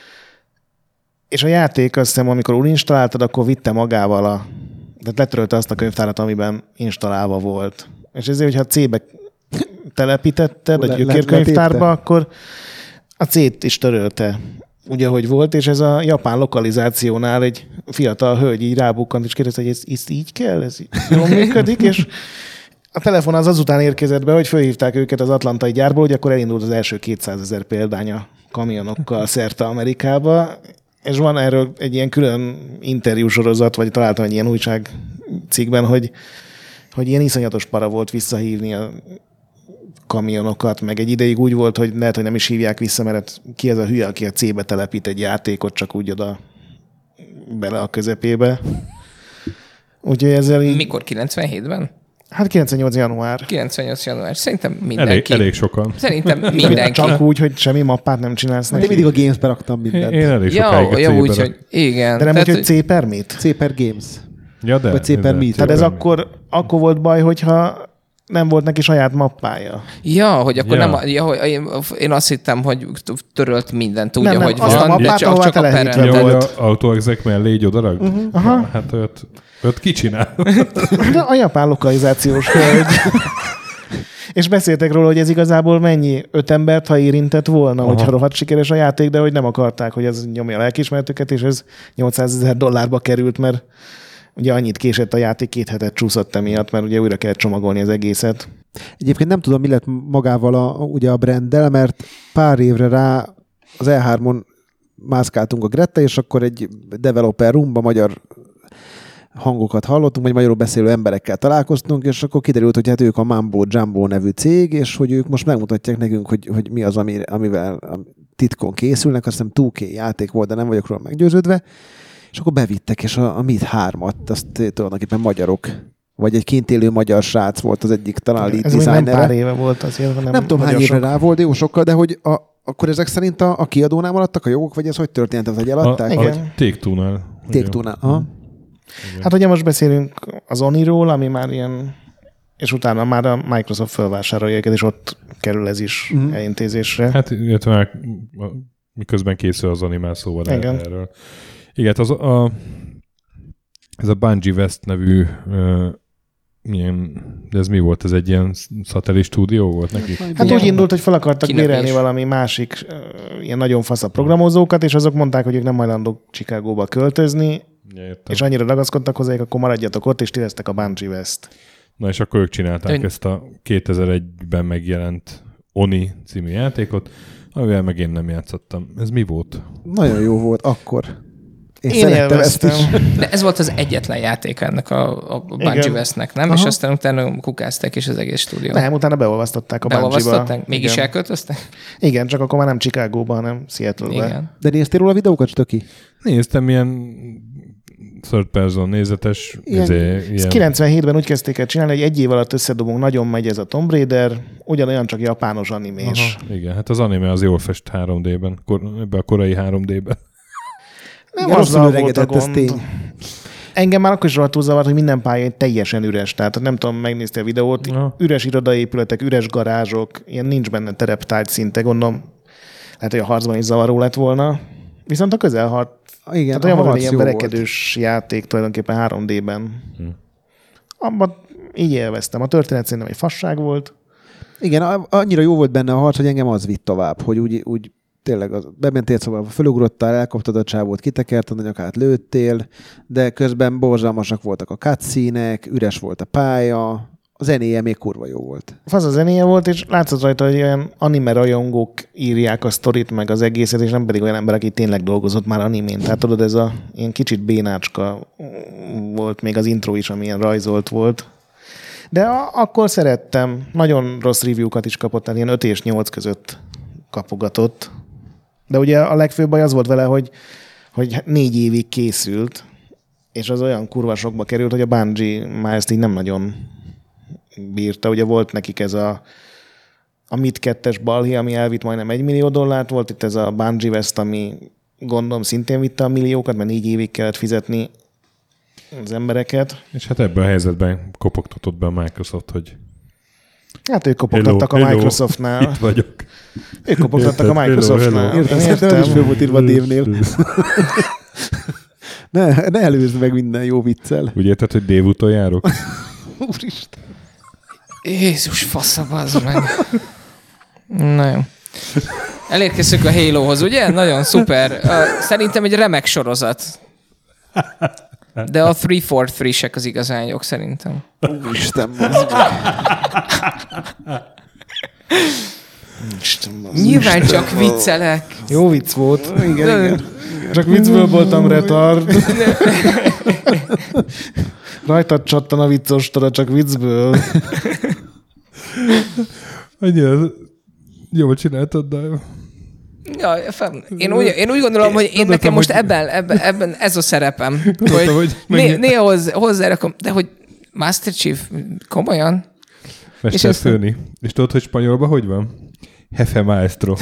B: és a játék, azt hiszem, amikor uninstaláltad, akkor vitte magával tehát letörölte azt a könyvtárat, amiben installálva volt. És ezért, hogyha C-be telepítetted a gyökérkönyvtárba, akkor a C-t is törölte, ugye, hogy volt, és ez a japán lokalizációnál egy fiatal hölgy így rábukkant, és kérdezte, hogy ez így kell, ez jól működik, és a telefon azután érkezett be, hogy fölhívták őket az atlantai gyárból, hogy akkor elindult az első 200 000 példánya kamionokkal szerte Amerikába, és van erről egy ilyen külön interjúsorozat, vagy találtam egy ilyen újságcikkben, hogy ilyen iszonyatos para volt visszahívni a kamionokat, meg egy ideig úgy volt, hogy lehet, hogy nem is hívják vissza, mert ki ez a hülye, aki a C-be telepít egy játékot, csak úgy oda bele a közepébe. Úgyhogy ezzel így...
C: Mikor? 97-ben?
B: Hát 98 január.
C: 98 január. Szerintem mindenki.
A: Elég sokan.
C: Szerintem mindenki.
B: Csak úgy, hogy semmi mappát nem csinálsz neki.
D: Én mindig a Games-be raktam mindent.
A: Én elég sokáig
C: ja, úgy, hogy igen.
B: De nem úgy, hogy C per mit?
D: C per Games.
A: Ja, de.
D: Vagy C per mit.
B: Tehát ez akkor volt baj, hogyha nem volt neki saját mappája.
C: Ja, hogy akkor nem... én azt hittem, hogy törölt mindent, ugye, hogy
B: van. Nem, mappát, csak a
A: peren. Ja, hogy a auto-exec mellé így odarag?
B: Aha.
A: Hát olyat kicsinál.
B: De a japán lokalizációs hölgy. És beszéltek róla, hogy ez igazából mennyi 5 embert, ha érintett volna, hogyha rohadt sikeres a játék, de hogy nem akarták, hogy ez nyomja a lelkiismeretüket, és ez $800 000 került, mert ugye annyit késett a játék, 2 hetet csúszott emiatt, mert ugye újra kell csomagolni az egészet.
D: Egyébként nem tudom, mi lett magával ugye a branddel, mert pár évre rá az E3-on mászkáltunk a Gretta, és akkor egy developer roomba magyar hangokat hallottunk, vagy magyarul beszélő emberekkel találkoztunk, és akkor kiderült, hogy hát ők a Mambo Jumbo nevű cég, és hogy ők most megmutatják nekünk, hogy mi az, amivel titkon készülnek. Azt hiszem 2K játék volt, de nem vagyok róla meggyőződve. És akkor bevittek, és a Meat 3-at, azt tulajdonképpen magyarok, vagy egy kint élő magyar srác volt az egyik talán lead designer.
B: Ez nem pár éve volt azért,
D: nem tudom, hány évre rá volt, jó sokkal, de hogy akkor ezek szerint a kiadónál maradtak a jogok, vagy ez hogy történt? Ez, hogy eladták?
A: A Take-Two-nál.
D: Take-Two-nál, aha.
B: Hát ugye most beszélünk az Oniról, ami már ilyen, és utána már a Microsoft felvásárolja őket, és ott kerül ez is elintézésre.
A: Hát illetve már miközben készül az animál szóval erről. Igen, ez a Bungie West nevű de ez mi volt? Ez egy ilyen szatellit stúdió volt neki?
B: Hát úgy indult, hogy fel akartak bérelni valami másik ilyen nagyon fasz a programozókat, és azok mondták, hogy ők nem hajlandók Chicagóba költözni, és annyira ragaszkodtak hozzájuk, akkor maradjatok ott, és ti lesztek a Bungie West.
A: Na és akkor ők csinálták ezt a 2001-ben megjelent Oni című játékot, amivel meg én nem játszottam. Ez mi volt?
D: Nagyon jó volt akkor. Én szerettem ezt is.
C: De ez volt az egyetlen játék ennek a Bungie Westnek, nem? Aha. És aztán utána kukázták is az egész stúdiót.
B: Nem, utána beolvasztották a Bungie-ba.
C: Mégis elköltöztek?
B: Igen, csak akkor már nem Chicagóba, hanem Seattle-be.
D: De néztél róla videókat, Stöki?
A: Néztem ilyen third person nézetes.
B: Ilyen. 97-ben úgy kezdték el csinálni, hogy egy év alatt összedobunk, nagyon megy ez a Tomb Raider, ugyanolyan csak japános animés.
A: Aha, igen, hát az anime az jól fest 3D-ben, ebben a korai 3D-ben.
B: Nem azzal volt a gond. Engem már akkor is rohadtul zavart, hogy minden pálya teljesen üres. Tehát nem tudom, megnézte a videót, üres irodaépületek, üres garázsok, ilyen nincs benne tereptájt szinte, gondolom. Lehet, hogy a harcban is zavaró lett volna. Viszont a közelharc, igen, tehát olyan volt, ilyen verekedős játék tulajdonképpen 3D-ben. Abban így élveztem. A történet szerintem egy fasság volt.
D: Igen, annyira jó volt benne a harc, hogy engem az vitt tovább, hogy úgy tényleg bementél szobába, fölugrottál, elkaptad a csávót, kitekerted a nyakát, lőttél, de közben borzalmasak voltak a cutscene-ek, üres volt a pálya, a zenéje még kurva jó volt.
B: Az a zenéje volt, és látszott rajta, hogy olyan anime rajongók írják a sztorit, meg az egészet, és nem pedig olyan ember, aki tényleg dolgozott már animén. Tehát tudod, ez a ilyen kicsit bénácska volt, még az intro is, amilyen rajzolt volt. De akkor szerettem. Nagyon rossz review-kat is kapott, tehát ilyen 5 és 8 között kapogatott. De ugye a legfőbb baj az volt vele, hogy 4 évig készült, és az olyan kurva sokba került, hogy a Bungie már ezt így nem nagyon bírta. Ugye volt nekik ez a MIT 2-es balhé, ami elvitt majdnem $1 millió, volt itt ez a Bungie West, ami gondolom szintén vitte a milliókat, mert 4 évig kellett fizetni az embereket.
A: És hát ebben a helyzetben kopogtatott be a Microsoft, hogy
B: hát ők kopogtattak a Microsoftnál.
A: Itt vagyok.
B: Ők kopogtattak a Microsoftnál.
D: Értem, is föl volt írva a Dave-nél. Ne előzd meg minden jó viccel.
A: Úgy érted, hogy Dave úton járok?
D: Úristen.
C: Jézus fasza, az meg. Na jó. Elérkeztünk a Halohoz, ugye? Nagyon szuper. Szerintem egy remek sorozat. De a 343-sek az igazán jók szerintem.
D: Úristen,
C: Nyilván csak viccelek.
B: Jó vicc volt. Igen. Csak viccből voltam retard. Rajtad csattan a viccostora, csak viccből.
A: Annyira jól csináltad, de...
C: Ja, én úgy gondolom, hogy nekem most ebben ez a szerepem. Hogy néha hozzárakom, de hogy Master Chief, komolyan?
A: Mesterfőni. És tudod, hogy spanyolban hogy van? Jefe maestro.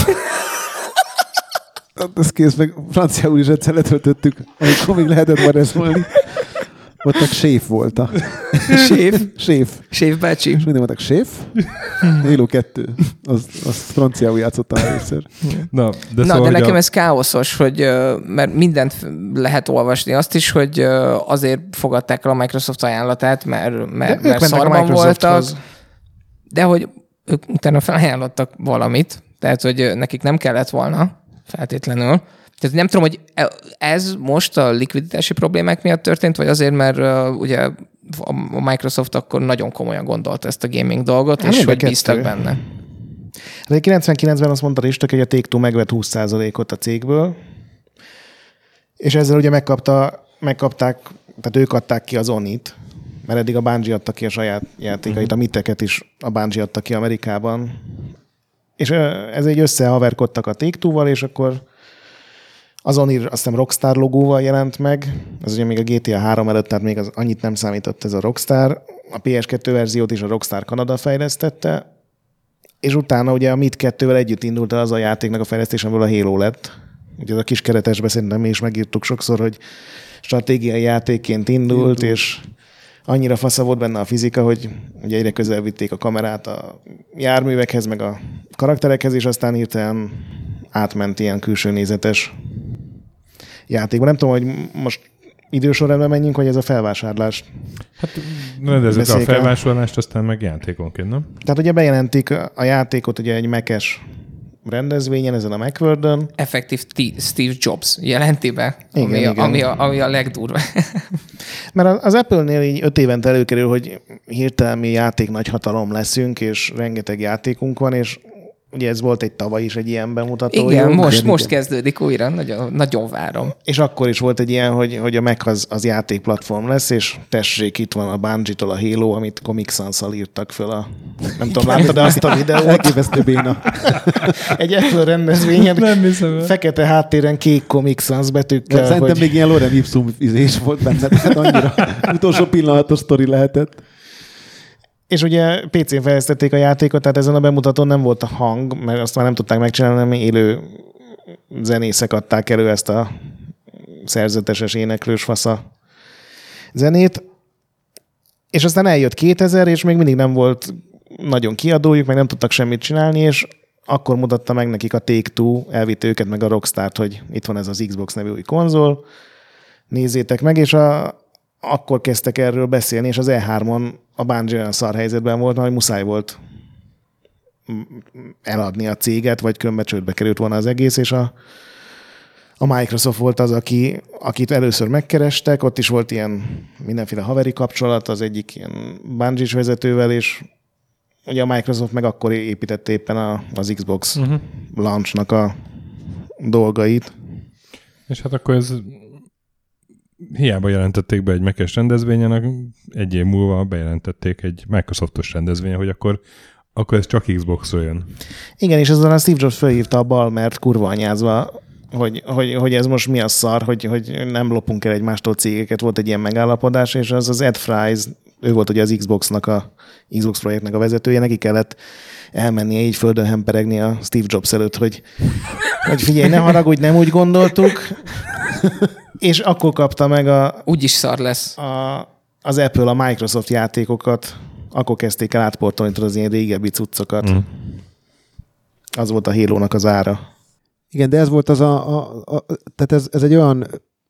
D: Ez kész, meg franciául is egyszer letöltöttük, amikor még lehetett már ezt volni. Ott meg séf volt a... Séf
C: bácsi.
D: És minden mondták, séf? Halo 2. Azt franciául játszottam először.
A: Na, de
C: nekem ez káoszos, hogy, mert mindent lehet olvasni. Azt is, hogy azért fogadták el a Microsoft ajánlatát, mert szarban voltak. De hogy ők utána felajánlottak valamit, tehát, hogy nekik nem kellett volna feltétlenül. Tehát nem tudom, hogy ez most a likviditási problémák miatt történt, vagy azért, mert ugye a Microsoft akkor nagyon komolyan gondolta ezt a gaming dolgot, és hogy bíztak benne.
B: De 99-ben azt mondta Ristek, hogy a Take-Two megvett 20%-ot a cégből, és ezzel ugye megkapták, tehát ők adták ki az Onit, mert eddig a Bungie adta ki a saját játékait, a Miteket is a Bungie adta ki Amerikában. És ez így összehaverkodtak a Take-Two-val, és akkor azon azt hiszem Rockstar logóval jelent meg, ez ugye még a GTA 3 előtt, tehát még annyit nem számított ez a Rockstar. A PS2 verziót is a Rockstar Kanada fejlesztette, és utána ugye a MIT 2-vel együtt indult az a játéknak a fejlesztése, amiből a Halo lett. Ugye ez a kis keretesben szerintem mi is megírtuk sokszor, hogy stratégiai játékként indult, és annyira fasza volt benne a fizika, hogy ugye egyre közel vitték a kamerát a járművekhez, meg a karakterekhez, és aztán hirtelen átment ilyen külső nézetes játékban. Nem tudom, hogy most idősorrendben menjünk, hogy ez a felvásárlás.
A: Hát rendezzük a felvásárlást, aztán meg játékonként, nem?
B: Tehát ugye bejelentik a játékot ugye egy Mac-es rendezvényen, ezen a Macworld-ön.
C: Effektív Steve Jobs jelenti be, ami a legdurva.
B: Mert az Apple-nél így 5 évente előkerül, hogy hirtelen mi játék nagyhatalom leszünk, és rengeteg játékunk van, és ugye ez volt egy tavaly is egy ilyen bemutató.
C: Igen, most kezdődik újra, nagyon, nagyon várom.
B: És akkor is volt egy ilyen, hogy a Mac az játékplatform lesz, és tessék, itt van a Bungie-tól a Halo, amit Comic Sans-szal írtak föl a... Nem tudom, láttad azt a videót?
D: Elképesztő béna.
B: Egy Apple rendezvényen, fekete háttéren kék Comic Sans betűkkel.
D: Szerintem még ilyen Lorem Ipsum is volt benne, tehát annyira utolsó pillanatos sztori lehetett.
B: És ugye PC-n fejlesztették a játékot, tehát ezen a bemutatón nem volt a hang, mert azt már nem tudták megcsinálni, hanem élő zenészek adták elő ezt a szerzeteses, éneklős fasza zenét. És aztán eljött 2000, és még mindig nem volt nagyon kiadójuk, meg nem tudtak semmit csinálni, és akkor mutatta meg nekik a Take-Two, elvitte őket meg a Rockstart, hogy itt van ez az Xbox nevű új konzol, nézzétek meg, és akkor kezdtek erről beszélni, és az E3-on a Bungie olyan szar helyzetben volt, hogy muszáj volt eladni a céget, vagy különbe csődbe került volna az egész, és a Microsoft volt az, akit először megkerestek, ott is volt ilyen mindenféle haveri kapcsolat az egyik ilyen Bungie-s vezetővel, és ugye a Microsoft meg akkor építette éppen az Xbox launchnak a dolgait.
A: És hát akkor ez hiába jelentették be egy Mac-es rendezvényen, egy év múlva bejelentették egy Microsoftos rendezvényen, hogy akkor ez csak Xbox-ról jön.
B: Igen, és ezzel a Steve Jobs felhívta a Ballmert kurva anyázva, hogy ez most mi a szar, hogy nem lopunk el egymástól cégeket, volt egy ilyen megállapodás, és az Ed Fries, ő volt ugye az Xbox projektnek a vezetője, neki kellett elmennie így földön hemperegni a Steve Jobs előtt, hogy figyelj, ne haragudj, nem úgy gondoltuk, és akkor kapta meg
C: úgyis szar lesz.
B: Az Apple a Microsoft játékokat, akkor kezdték el átportolni az ilyen régebbi cuccokat. Az volt a Halo-nak az ára.
D: Igen, de ez volt tehát ez egy olyan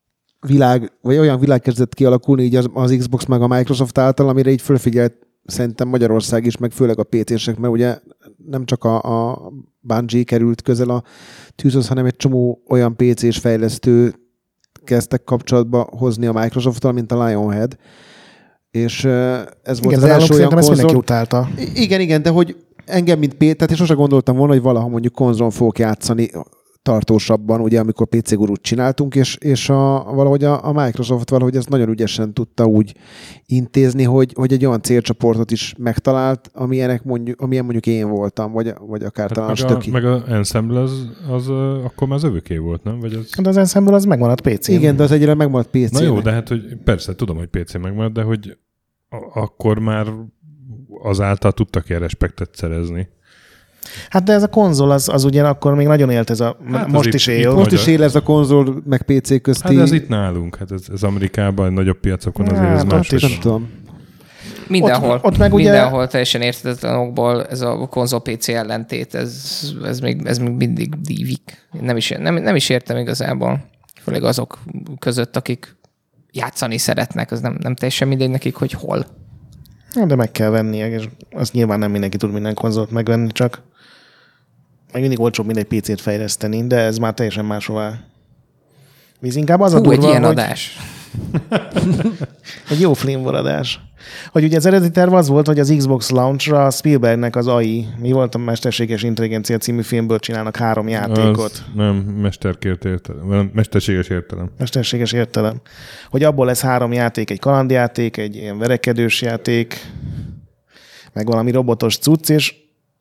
D: világ kezdett kialakulni így az Xbox meg a Microsoft által, amire így fölfigyelt szerintem Magyarország is, meg főleg a PC-sek, mert ugye nem csak a Bungie került közel a tűzhöz, hanem egy csomó olyan PC-s fejlesztő kezdtek kapcsolatba hozni a Microsofttal, mint a Lionhead. És ez volt
B: igen,
D: az első olyan konzol.
B: Ezt mindenki utálta.
D: Igen, de hogy engem, mint PC, tehát én sosem gondoltam volna, hogy valaha mondjuk konzolon fogok játszani tartósabban, ugye, amikor PC Gurút csináltunk, és valahogy a Microsoft valahogy ezt nagyon ügyesen tudta úgy intézni, hogy egy olyan célcsoportot is megtalált, amilyen mondjuk én voltam, vagy akár talán a Stöki.
A: Meg az Ensemble az akkor már az övöké volt, nem? Vagy az...
B: De az Ensemble az megmaradt PC-n.
D: Igen, de az egyre megmaradt PC-n.
A: Na jó, de hát, hogy persze, tudom, hogy PC megmaradt, de hogy akkor már azáltal tudtak ilyen respektet szerezni.
B: Hát de ez a konzol, az ugyanakkor még nagyon élt ez
A: hát
B: most is él.
D: Most is él ez a konzol, meg PC közti.
A: Hát ez itt nálunk, hát ez Amerikában, nagyobb piacokon azért ez más.
D: Nem tudom.
C: Mindenhol.
B: Ott meg ugye...
C: Mindenhol teljesen érthetetlen okból ez a konzol PC ellentét, ez még mindig dívik. Nem is értem igazából. Főleg azok között, akik játszani szeretnek, az nem teljesen mindegy nekik, hogy hol.
B: De meg kell vennie, és azt nyilván nem mindenki tud minden konzolt megvenni, csak meg mindig olcsóbb mindegy PC-t fejleszteni, de ez már teljesen máshová. Víz inkább az a durva,
C: egy ilyen adás.
B: Egy jó flémvoradás. Hogy ugye az eredeti terv az volt, hogy az Xbox launchra Spielbergnek az AI, mi volt a Mesterséges Intelligencia című filmből csinálnak 3 játékot.
A: Az nem, mesterséges értelem.
B: Mesterséges értelem. Hogy abból lesz 3 játék, egy kalandjáték, egy ilyen verekedős játék, meg valami robotos cucc, és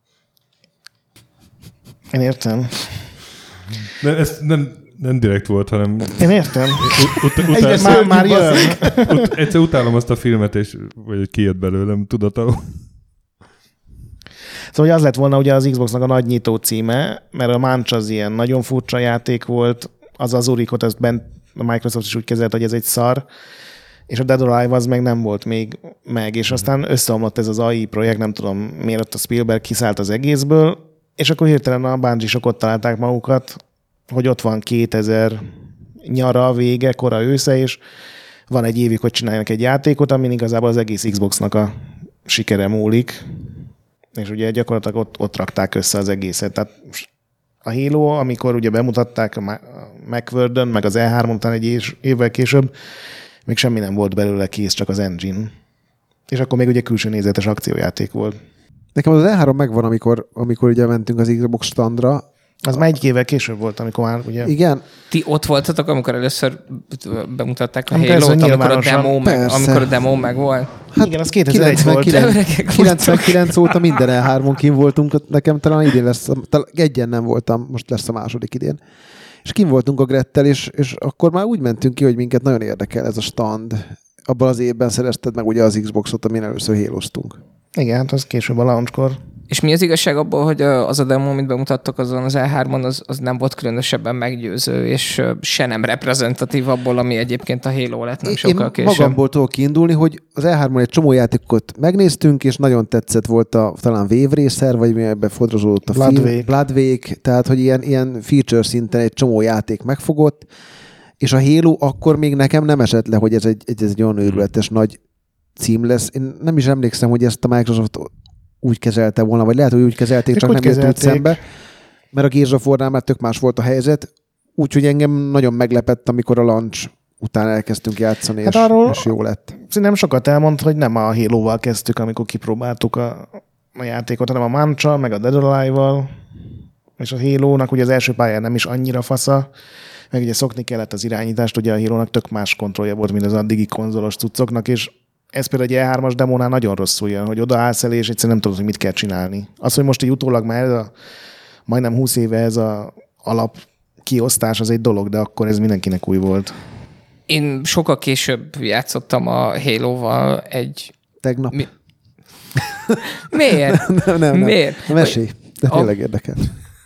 B: én értem.
A: De ez nem direkt volt, hanem...
B: Én értem.
A: Már jön. Egyszer utálom azt a filmet, és vagy kijött belőlem tudatalul.
B: Szóval az lett volna ugye az Xboxnak a nagy nyitó címe, mert a Munch az ilyen nagyon furcsa játék volt, az Urikot, ezt bent a Microsoft is úgy kezelt, hogy ez egy szar, és a Dead or Alive az meg nem volt még meg, és aztán összeomlott ez az AI projekt, nem tudom miért ott a Spielberg kiszállt az egészből, és akkor hirtelen a Bungie-sok ott találták magukat, hogy ott van 2000 nyara, vége, kora ősze, és van egy évig, hogy csináljanak egy játékot, amin igazából az egész Xboxnak a sikere múlik, és ugye gyakorlatilag ott rakták össze az egészet. Tehát a Halo, amikor ugye bemutatták a Macworld-ön, meg az E3 után egy évvel később, még semmi nem volt belőle kész, csak az engine. És akkor még ugye külső nézetes akciójáték volt.
D: Nekem az E3 megvan, amikor ugye mentünk az Xbox standra.
B: Az már egy évvel később volt, amikor már ugye...
D: Igen.
C: Ti ott voltatok, amikor először bemutatták a
B: Nem
C: Halo-t,
B: persze,
C: amikor a demo meg volt?
B: Hát igen, az 2001 volt.
D: 99 óta minden E3-on kim voltunk, nekem talán idén lesz, egyen nem voltam, most lesz a második idén. És kim voltunk a Grettel, és akkor már úgy mentünk ki, hogy minket nagyon érdekel ez a stand. Abban az évben szerezted meg ugye az Xboxot, amin először héloztunk.
B: Igen, hát az később a launchkor.
C: És mi az igazság abból, hogy az a demo, amit bemutattak azon az E3-on, az nem volt különösebben meggyőző, és se nem reprezentatív abból, ami egyébként a Halo lett nem sokkal később.
D: Én magamból tudok kiindulni, hogy az E3-on egy csomó játékot megnéztünk, és nagyon tetszett volt talán Wave Racer, vagy mi ebben fodrozódott a Bloodwake, tehát hogy ilyen feature szinten egy csomó játék megfogott, és a Halo akkor még nekem nem esett le, hogy ez egy olyan őrületes nagy cím lesz. Én nem is emlékszem, hogy ezt a Microsoft úgy kezelte volna, vagy lehet, hogy úgy kezelték, csak nem jött úgy szembe, mert a Gears of War-nál már tök más volt a helyzet, úgyhogy engem nagyon meglepett, amikor a launch után elkezdtünk játszani, hát és jó lett.
B: Nem sokat elmond, hogy nem a Halo-val kezdtük, amikor kipróbáltuk a játékot, hanem a Mancha, meg a Dead or Alive-val, és a Halo-nak ugye az első pályán nem is annyira fasza, meg ugye szokni kellett az irányítást, ugye a Halo-nak tök más kontrollja volt, mint az addigi konzolos cuccoknak, és ez például egy E3-as demónál nagyon rosszul jön, hogy odaállsz elé, és egyszerűen nem tudod, hogy mit kell csinálni. Az, hogy most így utólag már ez a majdnem 20 éve ez a alap kiosztás, az egy dolog, de akkor ez mindenkinek új volt.
C: Én sokkal később játszottam a Halo-val egy...
D: Tegnap?
C: Miért?
D: Nem.
C: Miért?
D: Mesélj, de tényleg érdekel.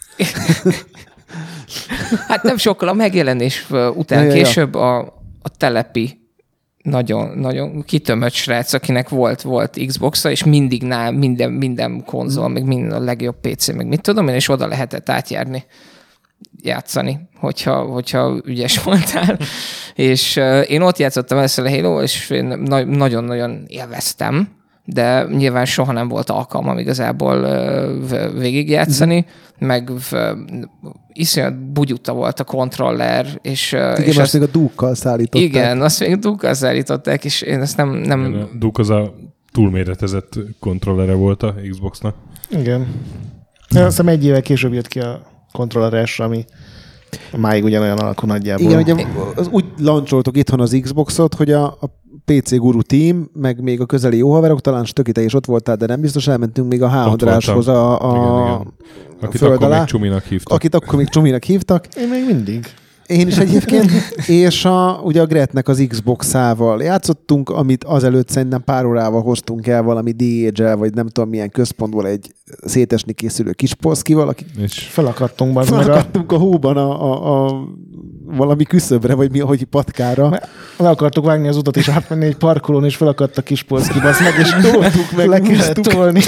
C: Hát nem sokkal a megjelenés után később a telepi nagyon kitömött srác, akinek volt Xbox-a, és mindig minden konzol, meg minden a legjobb PC, meg mit tudom én, és oda lehetett játszani, hogyha ügyes voltál. És én ott játszottam először a Halo, és én nagyon-nagyon élveztem, de nyilván soha nem volt alkalmam igazából végigjátszani, meg iszonyat bugyuta volt a kontroller, és...
D: Igen,
C: és
D: azt még a Duke-kal szállították.
C: Igen, azt még a Duke-kal szállították, és én ezt nem...
A: Igen, a Duke az a túlméretezett kontrollere volt a Xboxnak.
B: Igen. Azt hiszem egy évvel később jött ki a Controller S, ami máig ugyanolyan alakú nagyjából.
D: Igen, ugye úgy launcholtuk itthon az Xboxot, hogy a PC Guru Team, meg még a közeli jó haverok, talán Stöki, te is ott voltál, de nem biztos, elmentünk még a H. Andráshoz a
A: akit
D: föld
A: akkor
D: alá.
A: Még Csuminak hívtak.
D: Akit akkor még Csuminak hívtak.
B: Én még mindig.
D: Én is egyébként. És ugye a Gretnek az Xbox-ával játszottunk, amit azelőtt szerintem pár órával hoztunk el valami DH-el, vagy nem tudom milyen központból egy szétesni készülő kis polszkival, akik
B: felakadtunk
D: a hóban a valami küszöbre, vagy mi, hogy patkára.
B: Le akartuk vágni az utat, és átmenni egy parkolón, és felakadt a kis polszki, basz meg, és toltuk meg, le kellett tolni.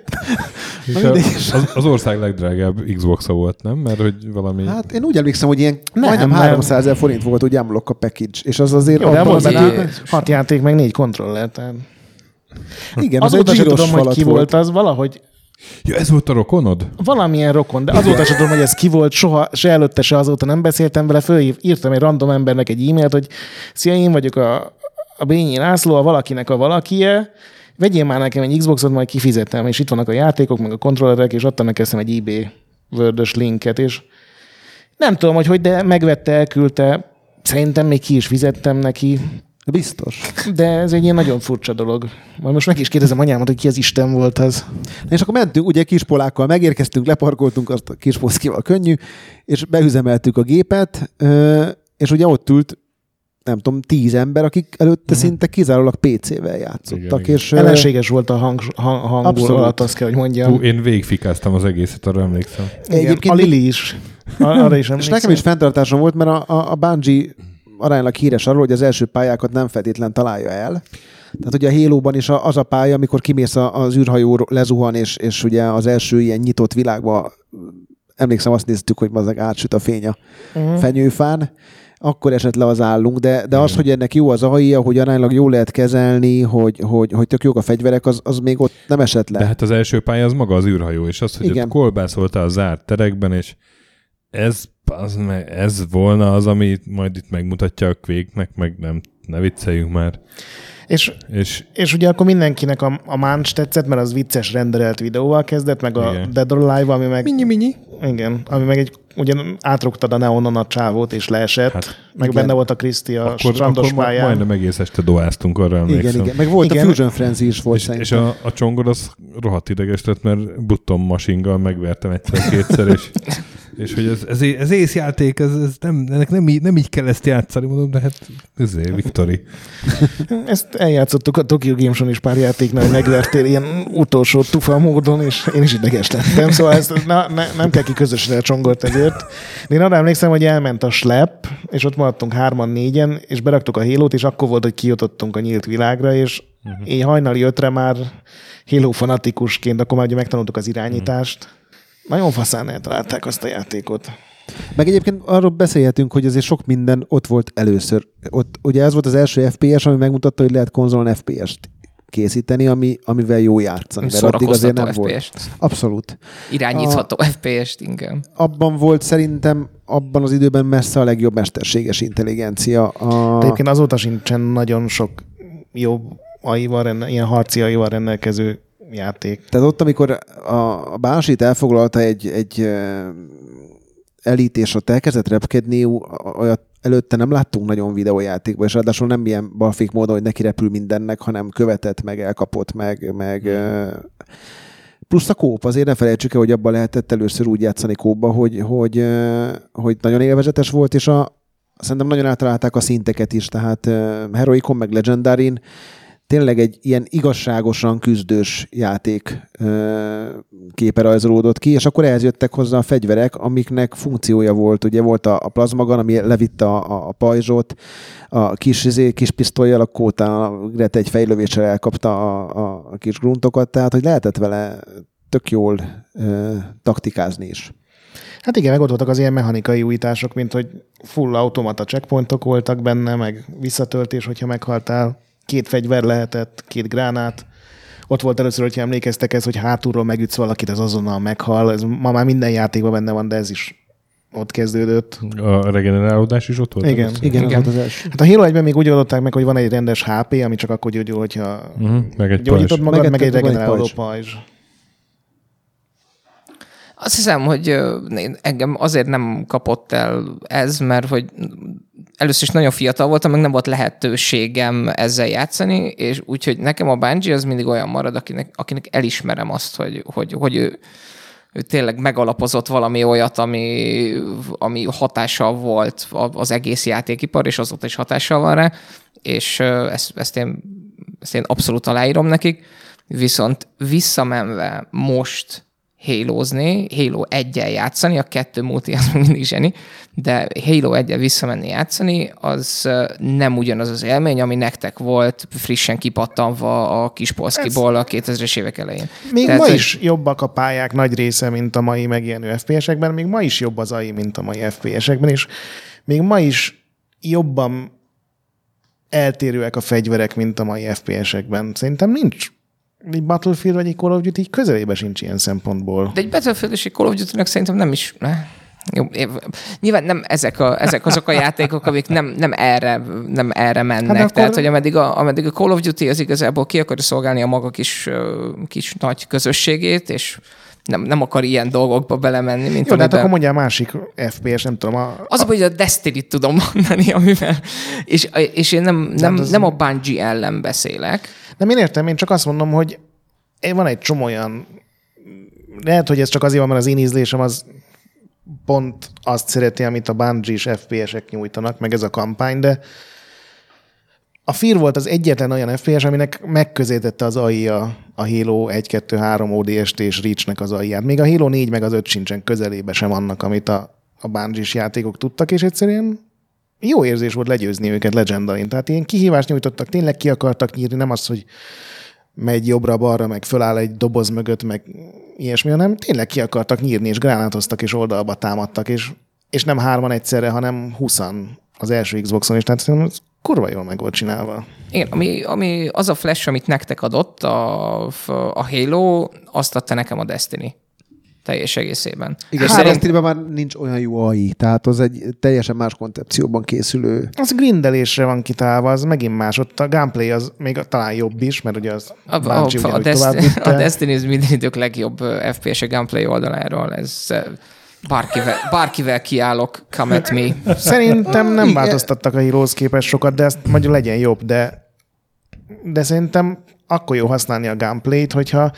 A: Az ország legdrágább Xbox-a volt, nem? Mert hogy valami...
D: Hát én úgy emlékszem, hogy ilyen majdnem 300 000 forint volt, hogy unlock a package, és az azért...
B: Jó, de volt benne 6 játék, meg 4 kontroller, tehát...
D: Igen,
B: azóta sem tudom, hogy ki volt az, valahogy...
A: Ja, ez volt a rokonod?
B: Valamilyen rokon, de azóta sem tudom, hogy ez ki volt, soha, se előtte, se azóta nem beszéltem vele, fölírtam egy random embernek egy e-mailt, hogy szia, én vagyok a Bényi László, a valakinek a valakije, vegyél már nekem egy Xboxot, majd kifizetem, és itt vannak a játékok, meg a kontrollerek, és adtam nekem egy eBay Word-ös linket, és nem tudom, hogy de megvette, elküldte, szerintem még ki is fizettem neki.
D: Biztos.
B: De ez egy ilyen nagyon furcsa dolog. Majd most meg is kérdezem anyámat, hogy ki az Isten volt az.
D: És akkor mentünk, ugye kispolákkal megérkeztünk, leparkoltunk azt a kisposzkival könnyű, és beüzemeltük a gépet, és ugye ott ült, nem tudom, 10 ember, akik előtte szinte kizárólag PC-vel játszottak.
A: Igen,
D: és
B: ellenséges volt a hangulat, azt kell, hogy mondjam.
A: Én végigfikáztam az egészet, arra emlékszem.
B: A Lili is. Arra is
D: és nekem is fenntartásom volt, mert a Bungie aránylag híres arról, hogy az első pályákat nem feltétlen találja el. Tehát ugye a Halo-ban is az a pálya, amikor kimész az űrhajó, lezuhan, és ugye az első ilyen nyitott világban, emlékszem, azt néztük, hogy mazag átsüt a fény a fenyőfán, akkor esett le az állunk, de az, hogy ennek jó az AI-ja, hogy aránylag jól lehet kezelni, hogy tök jók a fegyverek, az még ott nem esett le.
A: De hát az első pálya az maga az űrhajó, és az, hogy igen, ott kolbászoltál a zárt terekben, és ez volna az, ami majd itt megmutatja a Quake-nek, meg ne vicceljünk már.
B: És ugye akkor mindenkinek a Munch tetszett, mert az vicces renderelt videóval kezdett, meg a Dead or Alive, ami meg...
C: Mini.
B: Igen, ami meg ugyan átrugtad a neonon a csávót, és leesett, meg igen. Benne volt a Kriszti a strandos pályán.
A: Majdnem egész este doáztunk, arra emlékszem.
D: Igen. Meg volt a Fusion Frenzy is volt
A: és a csongor az rohadt ideges lett, mert Button Machine-gal megvertem egyszer-kétszer, és hogy ez észjáték, ennek nem így kell ezt játszani, mondom, de hát Victory.
B: Ezt eljátszottuk a Tokyo Game Show-n is pár játéknál, hogy megvertél ilyen utolsó tufa módon, és én is ideges lettem, szóval ezt nem kell ki közösre a csongort ezért. De én arra emlékszem, hogy elment a slap, és ott maradtunk 3-4-en, és beraktuk a Halo-t, és akkor volt, hogy kijutottunk a nyílt világra, és én hajnali 5-re már Halo fanatikusként, akkor már ugye megtanultuk az irányítást. Nagyon faszán eltalálták azt a játékot.
D: Meg egyébként arról beszélhetünk, hogy azért sok minden ott volt először. Ott ugye ez volt az első FPS, ami megmutatta, hogy lehet konzolon FPS-t készíteni, amivel jó játszani. Mert addig azért nem volt. Abszolút.
C: Irányítható FPS-t inkább.
D: Abban volt szerintem abban az időben messze a legjobb mesterséges intelligencia.
B: De egyébként azóta sincsen nagyon sok jobb ilyen harci AI-val rendelkező játék.
D: Tehát ott, amikor a Banshee-t elfoglalta egy elit, és ott elkezdett repkedni, olyat előtte nem láttunk nagyon videójátékban, és ráadásul nem ilyen balfék módon, hogy neki repül mindennek, hanem követett, meg elkapott, meg plusz a kóp, azért ne felejtsük el, hogy abban lehetett először úgy játszani kópba, hogy nagyon élvezetes volt, és szerintem nagyon eltalálták a szinteket is, tehát Heroicon, meg Legendarin tényleg egy ilyen igazságosan küzdős játék képe rajzolódott ki, és akkor ehhez jöttek hozzá a fegyverek, amiknek funkciója volt. Ugye volt a plazmagan, ami levitte a pajzsot, a kis pisztollyal, akkor utána Grete egy fejlövéssel elkapta a kis gruntokat, tehát hogy lehetett vele tök jól taktikázni is.
B: Hát igen, meg ott voltak az ilyen mechanikai újítások, mint hogy full automata checkpointok voltak benne, meg visszatöltés, hogyha meghaltál. 2 fegyver lehetett, 2 gránát. Ott volt először, hogyha emlékeztek ez, hogy hátulról megütsz valakit, az azonnal meghal. Ez ma már minden játékban benne van, de ez is ott kezdődött.
A: A regenerálódás is ott volt?
B: Igen.
D: Az volt az első.
B: Hát a Halo 1-ben még úgy oldották meg, hogy van egy rendes HP, ami csak akkor gyógyul, hogyha gyógyítod magad, meg egy regeneráló pajzs.
C: Azt hiszem, hogy engem azért nem kapott el ez, mert hogy először is nagyon fiatal voltam, meg nem volt lehetőségem ezzel játszani, és úgyhogy nekem a Bungie az mindig olyan marad, akinek elismerem azt, hogy ő tényleg megalapozott valami olyat, ami hatással volt az egész játékipar, és azóta is hatással van rá, és ezt én abszolút aláírom nekik, viszont visszamenve most Halo-zni, Halo 1-jel játszani, a 2 multi az mindig zseni, de Halo 1-jel visszamenni játszani, az nem ugyanaz az élmény, ami nektek volt frissen kipattanva a Kispolszkiból a 2000-es évek elején.
B: Még tehát, ma is jobbak a pályák nagy része, mint a mai megjelenő FPS-ekben, még ma is jobb az AI, mint a mai FPS-ekben, és még ma is jobban eltérőek a fegyverek, mint a mai FPS-ekben. Szerintem nincs egy Battlefield vagy egy Call of Duty közelébe sincs ilyen szempontból.
C: De egy Battlefield és egy Call of Duty-nek szerintem nem is... Jó, nyilván nem ezek azok a játékok, amik nem erre mennek. Hát tehát, hogy ameddig a Call of Duty az igazából ki akarja szolgálni a maga kis nagy közösségét, és nem akar ilyen dolgokba belemenni, mint
B: jó, de hát akkor mondjál másik FPS, nem tudom.
C: Az, hogy a Destiny-t tudom mondani, amivel... És én nem a Bungie ellen beszélek.
B: Nem, én értem, én csak azt mondom, hogy van egy csomó olyan... Lehet, hogy ez csak azért van, mert az én ízlésem az pont azt szereti, amit a Bungie-s FPS-ek nyújtanak, meg ez a kampány, de a Fear volt az egyetlen olyan FPS, aminek megközelítette az AI a Halo 1, 2, 3, ODST és Reach-nek az AI-ját. Még a Halo 4 meg az 5 sincsen közelébe sem annak, amit a Bungie-s játékok tudtak, és egyszerűen jó érzés volt legyőzni őket Legendarin. Tehát ilyen kihívást nyújtottak, tényleg ki akartak nyírni, nem az, hogy megy jobbra-balra, meg föláll egy doboz mögött, meg ilyesmi, hanem tényleg ki akartak nyírni, és gránátoztak, és oldalba támadtak, és nem 3-an egyszerre, hanem 20-an az első Xboxon is. Tehát szerintem ez kurva jól meg volt csinálva.
C: Igen, ami az a flash, amit nektek adott a Halo, azt adta nekem a Destiny. teljes egészében.
D: Igen, a Destiny-ben már nincs olyan jó AI, tehát az egy teljesen más koncepcióban készülő.
B: Az grindelésre van kitálva, az megint más. Ott a gameplay az még talán jobb is, mert ugye az
C: a Destiny az minden idők legjobb FPS-e gameplay oldaláról. Ez bárkivel kiállok, come at me.
B: Szerintem nem változtattak a Heroes képest sokat, de ezt mondjuk legyen jobb, de szerintem akkor jó használni a gameplayt, hogyha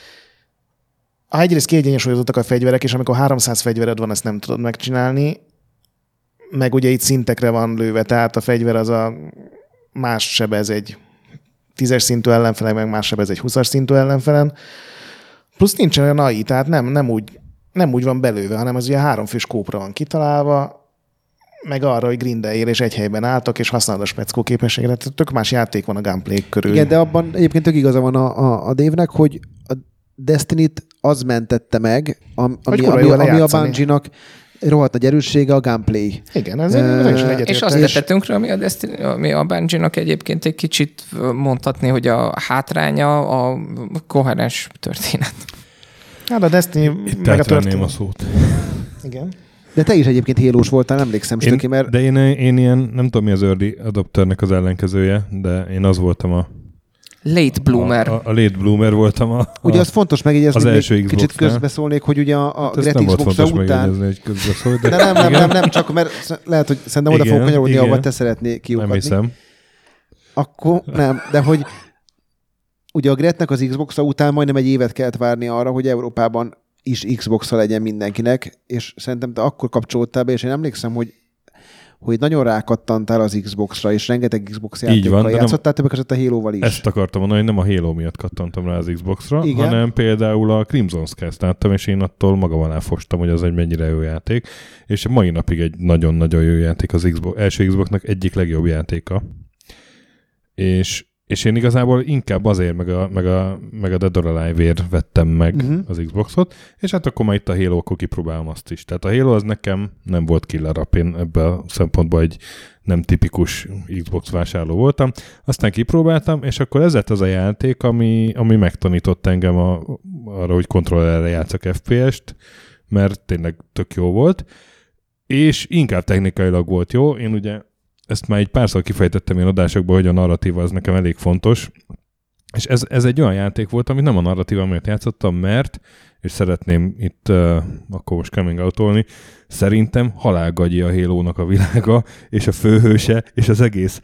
B: egyrészt kiegyensúlyozottak a fegyverek, és amikor 300 fegyvered van, ezt nem tudod megcsinálni, meg ugye itt szintekre van lőve, tehát a fegyver az a más sebez egy 10-es szintű ellenfelen, meg más sebez egy 20-as szintű ellenfelen. Plusz nincsen olyan AI, tehát nem úgy van belőve, hanem az ugye 3 fős kópra van kitalálva, meg arra, hogy grindeljél, és egy helyben álltok, és használod a speckó képességet. Tök más játék van a gameplay körül.
D: Igen, de abban egyébként tök igaza van a Dave-nek, hogy a Destiny-t az mentette meg, ami a Bungie-nak rohadt nagy erőssége a gameplay.
B: Igen, ez egyetértek.
C: És azt tette tönkre, ami a Bungie-nak egyébként egy kicsit mondhatni, hogy a hátránya a koherens történet.
B: Hát a Destiny
A: itt meg a történet. A szót.
B: Igen.
D: De te is egyébként Halo-s voltál, emlékszem, Stöki, mert...
A: De én ilyen, nem tudom mi az early adopternek az ellenkezője, de én az voltam a
C: late bloomer.
A: A late bloomer voltam
D: ugye az fontos megjegyezni,
A: az első
D: még kicsit közbeszólnék, hogy ugye a Great Xbox-a után...
A: hogy közbeszólj,
D: de nem, csak mert lehet, hogy szerintem oda fogok kanyarodni, ahol te szeretnél kiukadni.
A: Nem hiszem.
D: Akkor nem, de hogy ugye a Gretnek az Xbox-a után majdnem egy évet kellett várni arra, hogy Európában is Xbox-a legyen mindenkinek, és szerintem te akkor kapcsolódtál be, és én emlékszem, hogy nagyon rákattantál az Xbox-ra, és rengeteg Xbox játékkal játszottál, többek között a Halo-val is.
A: Ezt akartam mondani, hogy nem a Halo miatt kattantam rá az Xbox-ra, igen, hanem például a Crimson Skies láttam, és én attól magam alá fostam, hogy az egy mennyire jó játék, és mai napig egy nagyon-nagyon jó játék az első Xbox-nak egyik legjobb játéka. És én igazából inkább azért, meg a Dead or Alive-ért vettem meg az Xboxot, és hát akkor már itt a Halo, akkor kipróbálom azt is. Tehát a Halo az nekem nem volt killer app, én ebben a szempontból egy nem tipikus Xbox vásárló voltam. Aztán kipróbáltam, és akkor ez lett az a játék, ami megtanított engem arra, hogy kontrollerre játszak FPS-t, mert tényleg tök jó volt, és inkább technikailag volt jó. Én ugye ezt már egy párszor kifejtettem én adásokban, hogy a narratíva az nekem elég fontos, és ez egy olyan játék volt, amit nem a narratíva miatt játszottam, mert, és szeretném itt akkor most coming out-olni, szerintem halálgagyi a Halo-nak a világa, és a főhőse, és az egész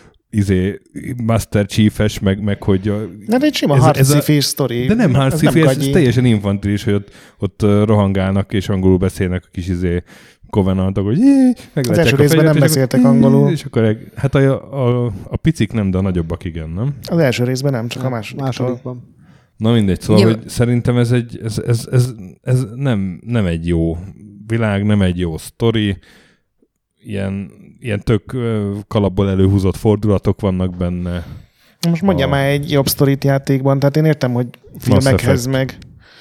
A: Master Chief-es, meg hogy...
B: De egy sima harci sztori.
A: De nem harci ez teljesen infantilis, hogy ott rohangálnak, és angolul beszélnek a kis Covenantok, hogy
B: az első részben nem beszéltek angolul.
A: És akkor hát a picik nem, de a nagyobbak igen, nem?
B: Az első részben nem, csak a másodikban.
A: Na mindegy, szóval, hogy szerintem ez nem egy jó világ, nem egy jó sztori, ilyen tök kalapból előhúzott fordulatok vannak benne.
B: Most mondja már egy jobb sztorit játékban, tehát én értem, hogy filmekhez meg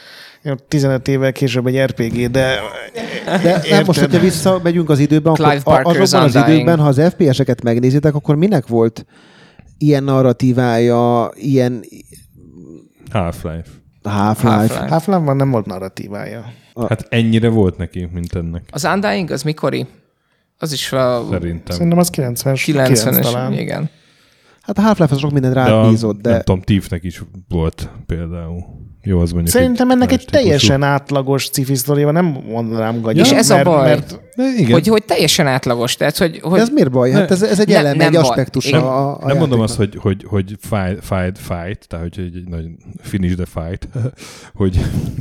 B: 15 évvel később egy RPG, de
D: nem, most, hogyha visszamegyünk az időben, akkor azokban az időkben, ha az FPS-eket megnézitek, akkor minek volt ilyen narratívája, ilyen...
A: Half-Life.
B: Half-Life-ban nem volt narratívája.
A: Hát ennyire volt neki, mint ennek.
C: Az Undying az mikori? Az is
B: Szerintem az 90-es talán.
C: Igen.
D: Hát a Half-Life az sok mindent rábízott, de...
A: Nem tudom, Thiefnek is volt például. Jó, az mondjuk.
B: Szerintem ennek egy teljesen átlagos sci-fi sztorival, nem mondanám gagyi.
C: És ez a baj, hogy teljesen átlagos. Tehát, hogy...
D: De ez miért baj? Hát ez egy elem, egy aspektus a
A: nem mondom azt, hogy fight, tehát hogy egy nagy finish the fight, hogy...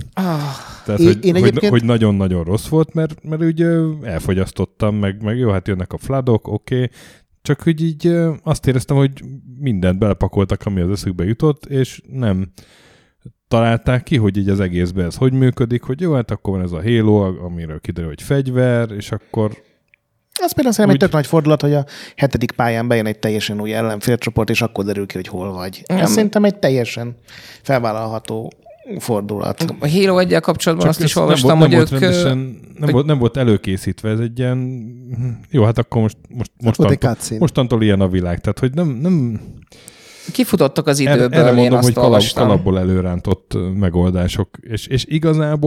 A: Tehát, hogy nagyon-nagyon rossz volt, mert úgy elfogyasztottam, meg jó, hát jönnek a floodok, oké. Csak hogy így azt éreztem, hogy mindent belepakoltak, ami az eszükbe jutott, és nem találták ki, hogy így az egészben ez hogy működik, hogy jó, hát akkor van ez a Halo, amiről kiderül, hogy fegyver, és akkor...
B: Az például szerintem egy tök nagy fordulat, hogy a 7. pályán bejön egy teljesen új ellenfélcsoport, és akkor derül ki, hogy hol vagy. Ez szerintem egy teljesen felvállalható fordulat.
C: A Halo 1-jel kapcsolatban csak azt is olvastam, hogy ők...
A: Nem volt előkészítve, ez egy ilyen... Jó, hát akkor mostantól ilyen a világ. Tehát, hogy nem...
C: Kifutottak az időből,
A: erre mondom,
C: én azt
A: hogy
C: olvastam.
A: kalapból előrántott megoldások. És igazából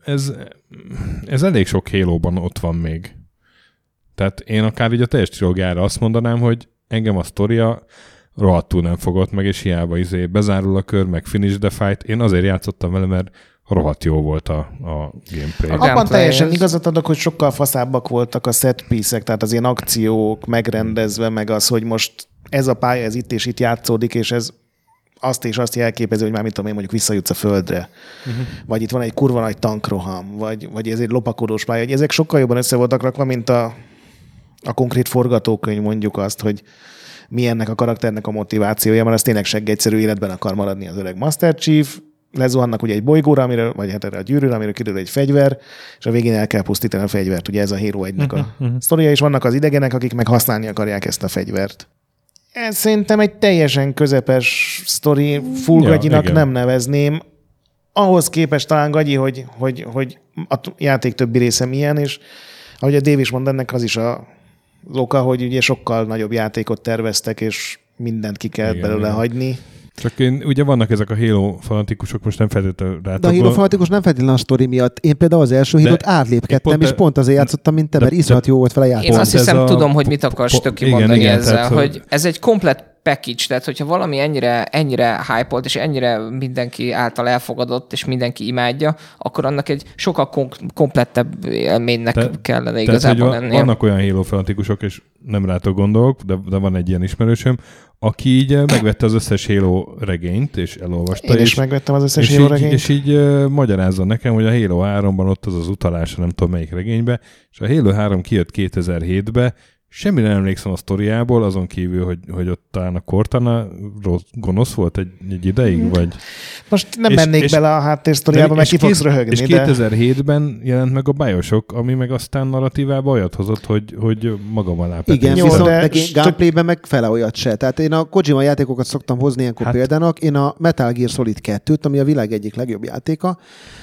A: ez elég sok Halo-ban ott van még. Tehát én akár így a teljes trilógiára azt mondanám, hogy engem a sztoria rohadtul nem fogott meg, és hiába bezárul a kör, meg finish the fight. Én azért játszottam vele, mert rohadt jó volt a gameplay.
B: Abban teljesen igazat adok, hogy sokkal faszábbak voltak a set piece-ek, tehát az ilyen akciók megrendezve, meg az, hogy most ez a pálya, ez itt és itt játszódik, és ez azt és azt jelképezi, hogy már mit tudom én, mondjuk visszajutsz a földre. Vagy itt van egy kurva nagy tankroham, vagy ez egy lopakodós pálya. Ezek sokkal jobban össze voltak rakva, mint a konkrét forgatókönyv, mondjuk azt, hogy mi ennek a karakternek a motivációja, mert az tényleg seggegyszerű életben akar maradni az öreg Master Chief, lezuhannak ugye egy bolygóra, amiről, vagy hát erre a gyűrűre, amiről kiderül egy fegyver, és a végén el kell pusztítani a fegyvert. Ugye ez a Halo 1-nek a sztoria, és vannak az idegenek, akik meg használni akarják ezt a fegyvert. Ez szerintem egy teljesen közepes sztori, full gagyinak nem nevezném. Ahhoz képest talán gagyi, hogy a játék többi része milyen, és ahogy a Dave is mond, ennek az is az oka, hogy ugye sokkal nagyobb játékot terveztek, és mindent ki kell belőle hagyni.
A: Csak ugye vannak ezek a Halo fanatikusok, most nem feltétlenül rátok.
D: De a Halo fanatikus nem feltétlenül a sztori miatt. Én például az első Halo-t átlépkedtem, és pont azért játszottam, mint te, mert iszonyat jó volt vele játszani.
C: Én azt hiszem, tudom, hogy mit akarsz Töki mondani ezzel, tehát, hogy ez egy komplett package, tehát hogyha valami ennyire hype-olt, és ennyire mindenki által elfogadott, és mindenki imádja, akkor annak egy sokkal komplettebb élménynek kellene igazából lennie.
A: Vannak olyan Halo fanatikusok, és nem rátok gondolok, de van egy ilyen ismerősöm, aki így megvette az összes Halo regényt, és elolvasta.
B: Én is megvettem az összes Halo regényt.
A: És így magyarázza nekem, hogy a Halo 3-ban ott az utalása, nem tudom melyik regénybe, és a Halo 3 kijött 2007-be, semmire nem emlékszem a sztoriából, azon kívül, hogy ott talán a Cortana gonosz volt egy ideig, vagy...
B: Most nem mennék bele a háttérsztoriába, mert ki fogsz röhögni.
A: És 2007-ben jelent meg a BioShock, ami meg aztán narratívába olyat hozott, hogy magam alá petett.
D: Igen, viszont gameplayben meg fele olyat se. Tehát én a Kojima játékokat szoktam hozni ilyenkor példának. Én a Metal Gear Solid 2-t, ami a világ egyik legjobb játéka,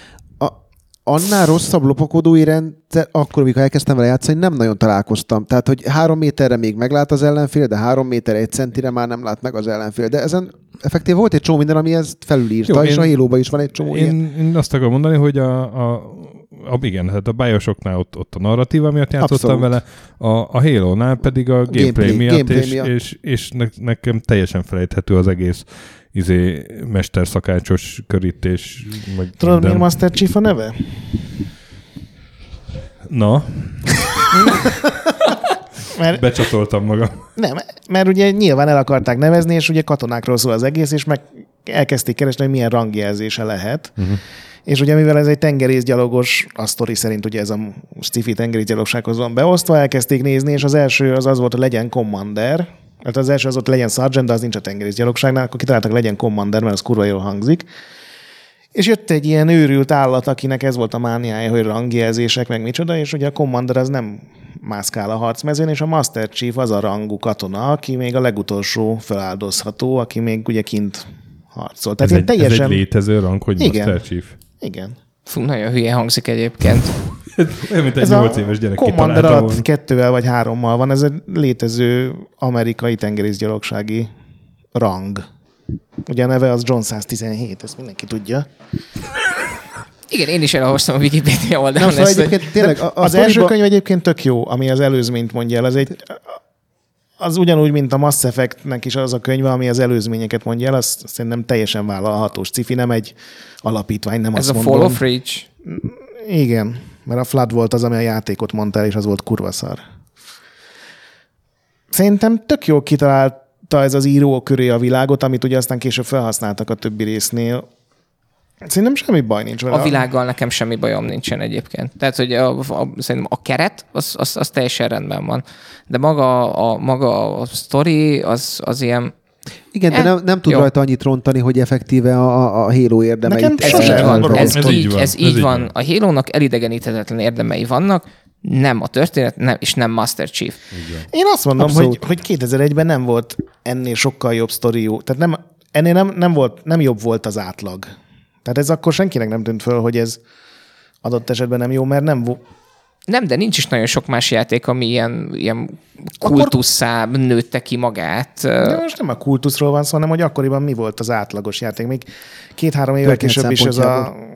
D: annál rosszabb lopakodói rendszer, akkor, amikor elkezdtem vele játszani, nem nagyon találkoztam. Tehát, hogy 3 méterre még meglát az ellenfél, de 3 méter 1 centire már nem lát meg az ellenfél. De ezen effektív volt egy csomó minden, ami ezt felülírta, és a Halo-ban is van egy csomó ilyen.
A: Én azt akarom mondani, hogy igen, tehát a BioShocknál ott a narratíva miatt játszottam vele, a Halo-nál pedig a gameplay miatt, és nekem teljesen felejthető az egész mesterszakácsos körítés.
B: Tudod, mi a Master Chief a neve?
A: Na? Becsatoltam magam.
B: Nem, mert ugye nyilván el akarták nevezni, és ugye katonákról szól az egész, és meg elkezdték keresni, hogy milyen rangjelzése lehet. És ugye mivel ez egy tengerészgyalogos, a sztori szerint ugye ez a sci-fi tengerészgyalogsághoz van beosztva, elkezdték nézni, és az első az volt, hogy legyen Commander. Hát az első az ott legyen Sergeant, de az nincs a tengerészgyalogságnál, akkor kitaláltak, legyen Commander, mert az kurva jól hangzik. És jött egy ilyen őrült állat, akinek ez volt a mániája, hogy rangjelzések, meg micsoda, és ugye a Commander az nem mászkál a harcmezőn, és a Master Chief az a rangú katona, aki még a legutolsó feláldozható, aki még ugye kint harcol. Tehát
A: ez egy létező rang, hogy Master Chief?
B: Igen.
C: Fú, nagyon hülye hangzik egyébként.
A: Olyan, mint egy 8 éves gyerek
B: Commander alatt 2-vel vagy 3-mal van, ez egy létező amerikai tengerészgyalogsági rang. Ugye a neve az John 117, ezt mindenki tudja.
C: Igen, én is elolvastam a Wikipedia oldalon.
B: Szóval egyébként tényleg az első könyv egyébként tök jó, ami az előzményt mondja el. Az ugyanúgy, mint a Mass Effectnek is az a könyve, ami az előzményeket mondja el, az szerintem teljesen vállalható. Sci-fi, nem egy alapítvány, nem azt mondom.
C: Ez a Fall of Reach?
B: Igen, mert a Flood volt az, ami a játékot mondta el, és az volt kurva szar. Szerintem tök jól kitalálta ez az író köré a világot, amit ugye aztán később felhasználtak a többi résznél. Szerintem semmi baj nincs vele.
C: A világgal nekem semmi bajom nincsen egyébként. Tehát, hogy szerintem a keret, az teljesen rendben van. De maga a sztori, az ilyen...
D: Igen, de nem tud rajta annyit rontani, hogy effektíve a Halo érdemeit.
C: Ez így van. A Halo-nak elidegeníthetetlen érdemei vannak, nem a történet, és nem Master Chief.
B: Én azt mondom, hogy 2001-ben nem volt ennél sokkal jobb sztoriú. Tehát ennél nem jobb volt az átlag. Tehát ez akkor senkinek nem tűnt föl, hogy ez adott esetben nem jó, mert nem volt.
C: Nem, de nincs is nagyon sok más játék, ami ilyen kultusszá nőtte ki magát.
B: De most nem a kultuszról van szó, hanem hogy akkoriban mi volt az átlagos játék. Még 2-3 évvel később is ez a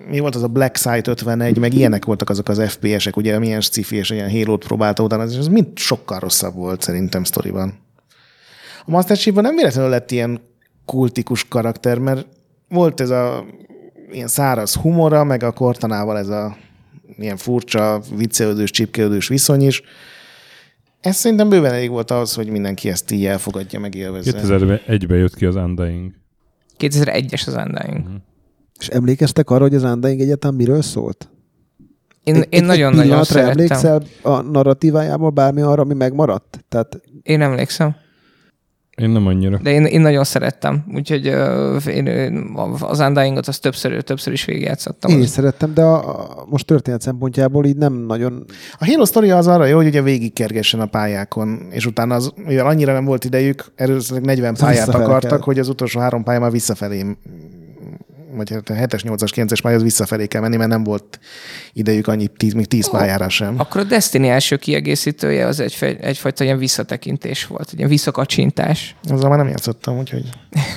B: mi volt az a Black Site 51, meg ilyenek voltak azok az FPS-ek, ugye milyen sci-fi és ilyen Halo-t próbálta utána, és ez mind sokkal rosszabb volt szerintem sztoriban. A Master Chiefben nem véletlenül lett ilyen kultikus karakter, mert volt ez a ilyen száraz humora, meg a Cortanával ez a ilyen furcsa, viccelődős, csipkelődős viszony is. Ez szerintem bőven elég volt ahhoz, hogy mindenki ezt így elfogadja, meg élvezze.
A: 2001-ben jött ki az Undying.
C: 2001-es az Undying.
D: És emlékeztek arra, hogy az Undying egyetem miről szólt?
C: Én nagyon-nagyon szerettem.
D: Emlékszel a narratívájából bármi arra, ami megmaradt? Tehát...
C: Én emlékszem.
A: Én nem annyira.
C: De én nagyon szerettem, úgyhogy én az Undyingot azt többször is végigjátszottam.
D: Én is szerettem, de most történet szempontjából így nem nagyon...
B: A Halo sztoria az arra jó, hogy ugye végigkergessen a pályákon, és utána mivel annyira nem volt idejük, először 40 pályát akartak, hogy az utolsó 3 pálya már visszafelé, vagy a 7-es, 8-as, 9-es pályához visszafelé kell menni, mert nem volt idejük annyi, még 10 pályára sem.
C: Akkor a Destiny első kiegészítője az egyfajta ilyen visszatekintés volt, egy ilyen visszakacsintás.
B: Azzal már nem játszottam, úgyhogy...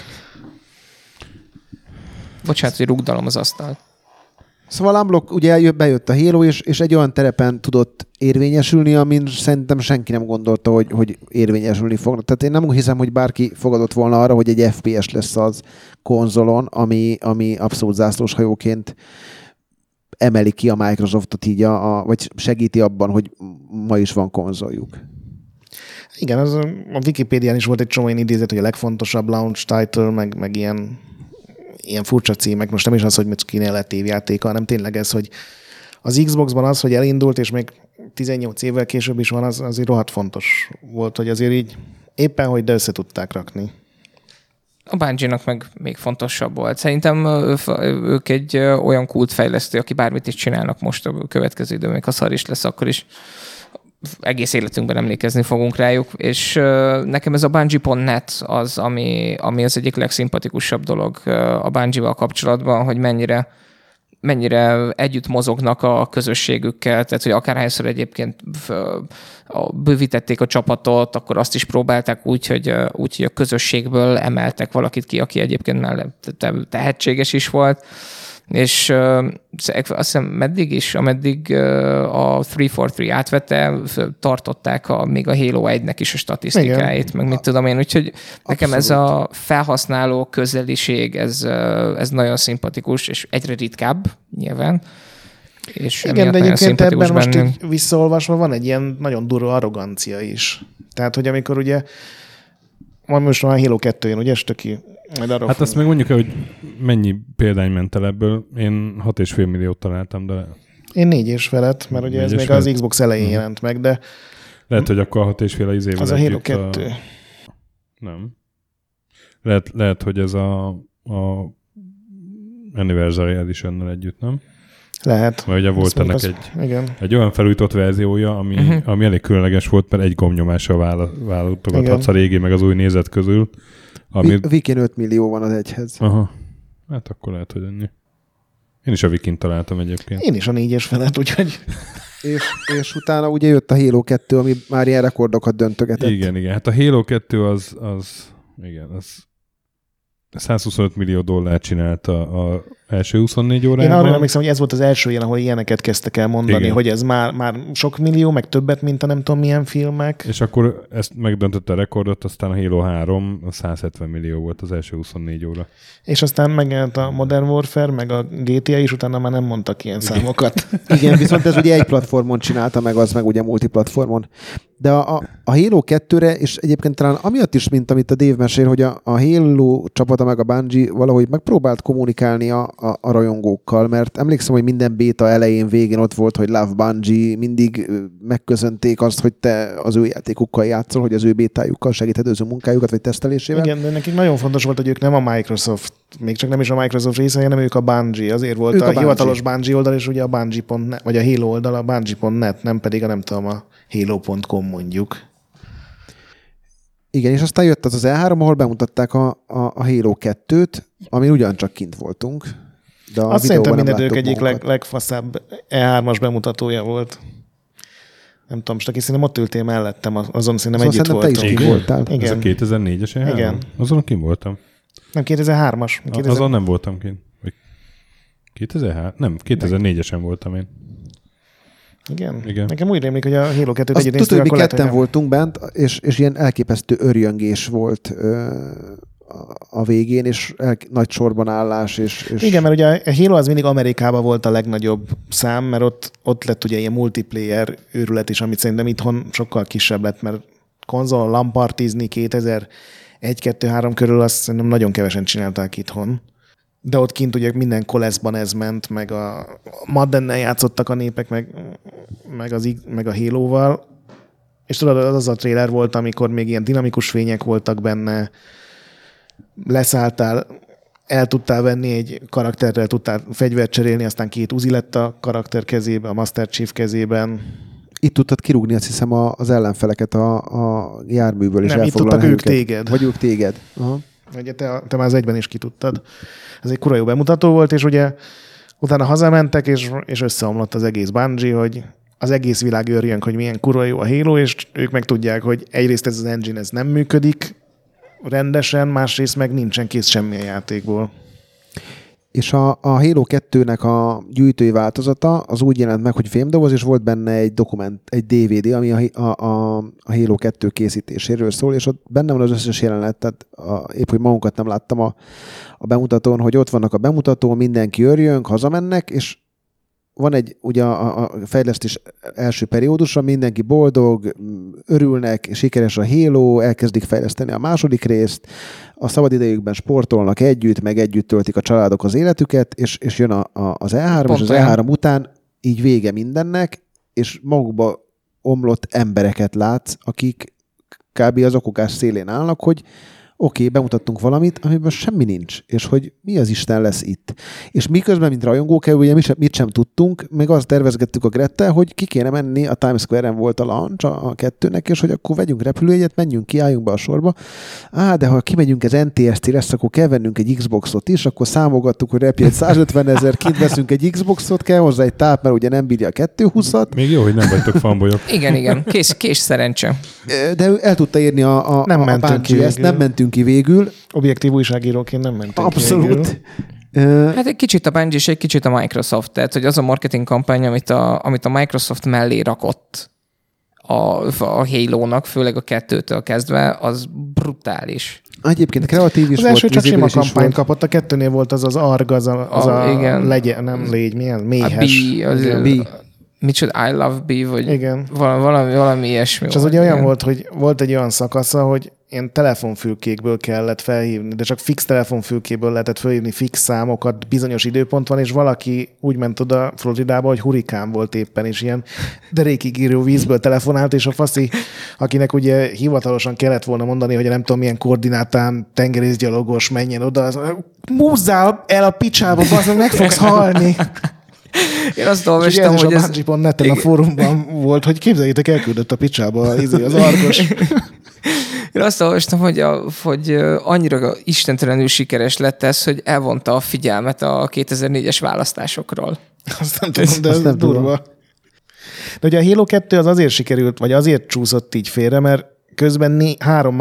C: Bocsánat, hogy rúgdalom az asztalt.
D: Szóval Unblock ugye bejött a Halo, és egy olyan terepen tudott érvényesülni, amin szerintem senki nem gondolta, hogy érvényesülni fog. Tehát én nem hiszem, hogy bárki fogadott volna arra, hogy egy FPS lesz az konzolon, ami abszolút zászlós hajóként emeli ki a Microsoftot így, vagy segíti abban, hogy ma is van konzoljuk.
B: Igen, az a Wikipédián is volt egy csomó idézet, hogy a legfontosabb launch title, meg ilyen furcsa címek. Most nem is az, hogy kinél lett évjátéka, hanem tényleg ez, hogy az Xboxban az, hogy elindult, és még 18 évvel később is van, az azért rohadt fontos volt, hogy azért így éppen, hogy de össze tudták rakni.
C: A Bungie-nak meg még fontosabb volt. Szerintem ők egy olyan kultfejlesztő, aki bármit is csinálnak most a következő időben, még ha szar is lesz, akkor is egész életünkben emlékezni fogunk rájuk, és nekem ez a Bungie.net az, ami az egyik legszimpatikusabb dolog a Bungie-val kapcsolatban, hogy mennyire együtt mozognak a közösségükkel, tehát hogy akárhányszor egyébként bővítették a csapatot, akkor azt is próbálták úgy, hogy a közösségből emeltek valakit ki, aki egyébként tehetséges is volt. És azt hiszem ameddig a 343 átvette, tartották még a Halo 1-nek is a statisztikáit, igen. Meg mit tudom én, úgyhogy nekem ez a felhasználó közeliség, ez nagyon szimpatikus, és egyre ritkább nyilván. És
B: igen, de egyébként ebben most így visszaolvasva van egy ilyen nagyon durva arrogancia is. Tehát, hogy amikor ugye most már Halo 2 jön, ugye, Stöki?
A: Hát azt meg mondjuk el, hogy mennyi példány ment el ebből. Én 6,5 milliót találtam, de...
B: Én 4,5, mert ugye ez még az Xbox elején jelent meg, de...
A: Lehet, hogy akkor a 6,5 izével
B: az a Halo 2.
A: Nem. Lehet, hogy ez a Anniversary Edition-nel együtt, nem?
B: Lehet.
A: Mert ugye volt ennek egy olyan felújított verziója, ami elég különleges volt, mert egy gombnyomással válogathatsz a régi meg az új nézet közül.
D: Wikin 5 millió van az egyhez.
A: Aha. Hát akkor lehet, hogy ennyi. Én is a Wikin találtam egyébként.
B: Én is a 4,5, úgyhogy...
D: és utána ugye jött a Halo 2, ami már ilyen rekordokat döntögetett.
A: Igen. Hát a Halo 2 az 125 millió dollárt csinálta az első 24 órában.
B: Én arra emlékszem, hogy ez volt az első ilyen, ahol ilyeneket kezdtek el mondani, igen. Hogy ez már sok millió, meg többet, mint a nem tudom milyen filmek.
A: És akkor ezt megdöntötte a rekordot, aztán a Halo 3 170 millió volt az első 24 óra.
B: És aztán megjelent a Modern Warfare, meg a GTA is, utána már nem mondtak ilyen számokat.
D: Igen, viszont ez ugye egy platformon csinálta meg, az meg ugye multiplatformon. De a Halo 2-re, és egyébként talán amiatt is, mint amit a Dave mesél, hogy a Halo csapata meg a Bungie valahogy megpróbált kommunikálni a rajongókkal, mert emlékszem, hogy minden béta elején, végén ott volt, hogy Love Bungie, mindig megköszönték azt, hogy te az ő játékukkal játszol, hogy az ő bétájukkal segíted az ő munkájukat, vagy tesztelésével.
B: Igen, de nekik nagyon fontos volt, hogy ők nem a Microsoft, még csak nem is a Microsoft része, hanem ők a Bungie. Azért volt a hivatalos Bungie oldal, és ugye a Bungie.net, vagy a Halo oldal a Bungie.net, nem pedig a Halo.com mondjuk.
D: Igen, és aztán jött az E3, ahol bemutatták a Halo 2-t, amin ugyancsak kint voltunk. De
B: azt szerintem mindegyik egyik legfaszább E3-as bemutatója volt. Nem tudom, most aki szerintem ott ültél mellettem, azon szerintem együtt voltunk.
D: Te is kint voltál.
A: Igen. Ez a 2004-es E3?
B: Igen.
A: Azon kint voltam.
B: Nem, 2003-as.
A: Azon nem voltam kint. 2003? Nem, 2004-esen voltam én.
B: Igen. Nekem úgy rémlik, hogy a Halo 2-t egyébként
D: tudod, hogy mi ketten voltunk bent, és ilyen elképesztő örjöngés volt a végén, és nagy sorban állás. És...
B: Igen, mert ugye a Halo az mindig Amerikában volt a legnagyobb szám, mert ott lett ugye ilyen multiplayer őrület is, amit szerintem itthon sokkal kisebb lett, mert konzolon lampartizni 2001-2-3 körül azt szerintem nagyon kevesen csinálták itthon. De ott kint ugye minden koleszban ez ment, meg a Maddennel játszottak a népek, meg a Halo-val. És tudod, az a trailer volt, amikor még ilyen dinamikus fények voltak benne, leszálltál, el tudtál venni egy karakterrel, tudtál fegyvert cserélni, aztán 2 Uzi lett a karakter kezébe, a Master Chief kezében. Itt
D: tudtad kirúgni, azt hiszem, az ellenfeleket a járműből, és
B: nem, itt tudtak ők téged.
D: Vagy ők téged. Aha.
B: Ugye te már az egyben is ki tudtad. Ez egy kurva jó bemutató volt, és ugye utána hazamentek, és összeomlott az egész Bungie, hogy az egész világ örjön, hogy milyen kurva jó a Halo, és ők meg tudják, hogy egyrészt ez az engine ez nem működik rendesen, másrészt meg nincsen kész semmilyen játékból.
D: És a Halo 2-nek a gyűjtői változata az úgy jelent meg, hogy fémdoboz, és volt benne egy DVD, ami a Halo 2 készítéséről szól, és ott benne van az összes jelenet, tehát épp, hogy magunkat nem láttam a bemutatón, hogy ott vannak a bemutatón, mindenki örjön, hazamennek, és van egy, ugye a fejlesztés első periódusra, mindenki boldog, örülnek, sikeres a Halo, elkezdik fejleszteni a második részt, a szabadidejükben sportolnak együtt, meg együtt töltik a családok az életüket, és jön az E3, és az E3 után így vége mindennek, és magukba omlott embereket látsz, akik kb. Az okogás szélén állnak, hogy oké, bemutattunk valamit, amiben semmi nincs, és hogy mi az Isten lesz itt. És miközben, mint rajongók, ugye mit sem tudtunk, meg azt tervezgettük a Grettel, hogy ki kéne menni, a Times Square-en volt a launch a 2-nek, és hogy akkor vegyünk repülőjegyet, menjünk ki, álljunk be a sorba. De ha kimegyünk az NTSC lesz, akkor kell vennünk egy Xboxot is, akkor számogattuk, hogy repjegy 150 000, kint veszünk egy Xboxot, kell hozzá egy táp, mert ugye nem bírja a 220-at.
A: Még jó, hogy nem vagytok fanbolyok.
C: Igen, kés szerencse.
D: De el tudta érni a Bungie ezt, nem mentünk ki végül.
B: Objektív újságíróként nem mentünk
D: Abszolút.
C: Hát egy kicsit a Bungie és egy kicsit a Microsoft. Tehát, hogy az a marketing kampány, amit a Microsoft mellé rakott a Halo-nak, főleg a 2-től kezdve, az brutális.
D: Egyébként kreatív is
B: az
D: volt.
B: Az első csak sima kampányt kapott, a 2-nél volt az ARG,
C: igen.
B: nem légy, milyen? Méhes.
C: B. Micsoda, I love B, vagy igen. Valami ilyesmi.
B: És az ugye olyan volt, hogy volt egy olyan szakasza, hogy ilyen telefonfülkékből kellett felhívni, de csak fix telefonfülkéből lehetett felhívni fix számokat, bizonyos időpont van, és valaki úgy ment oda Floridába, hogy hurikán volt éppen, és ilyen derékig író vízből telefonált, és a faszi, akinek ugye hivatalosan kellett volna mondani, hogy nem tudom milyen koordinátán tengerészgyalogos menjen oda, az múzzál el a picsába, bazdmeg, meg fogsz halni.
C: Én azt olvastam, hogy
B: ez... A Bungie.net-en a fórumban volt, hogy képzeljétek, elküldött a picsába az argos.
C: Én azt olvastam, hogy annyira istentelenül sikeres lett ez, hogy elvonta a figyelmet a 2004-es választásokról.
B: Azt nem tudom, de ez durva. De ugye a Halo 2 az azért sikerült, vagy azért csúszott így félre, mert közben 3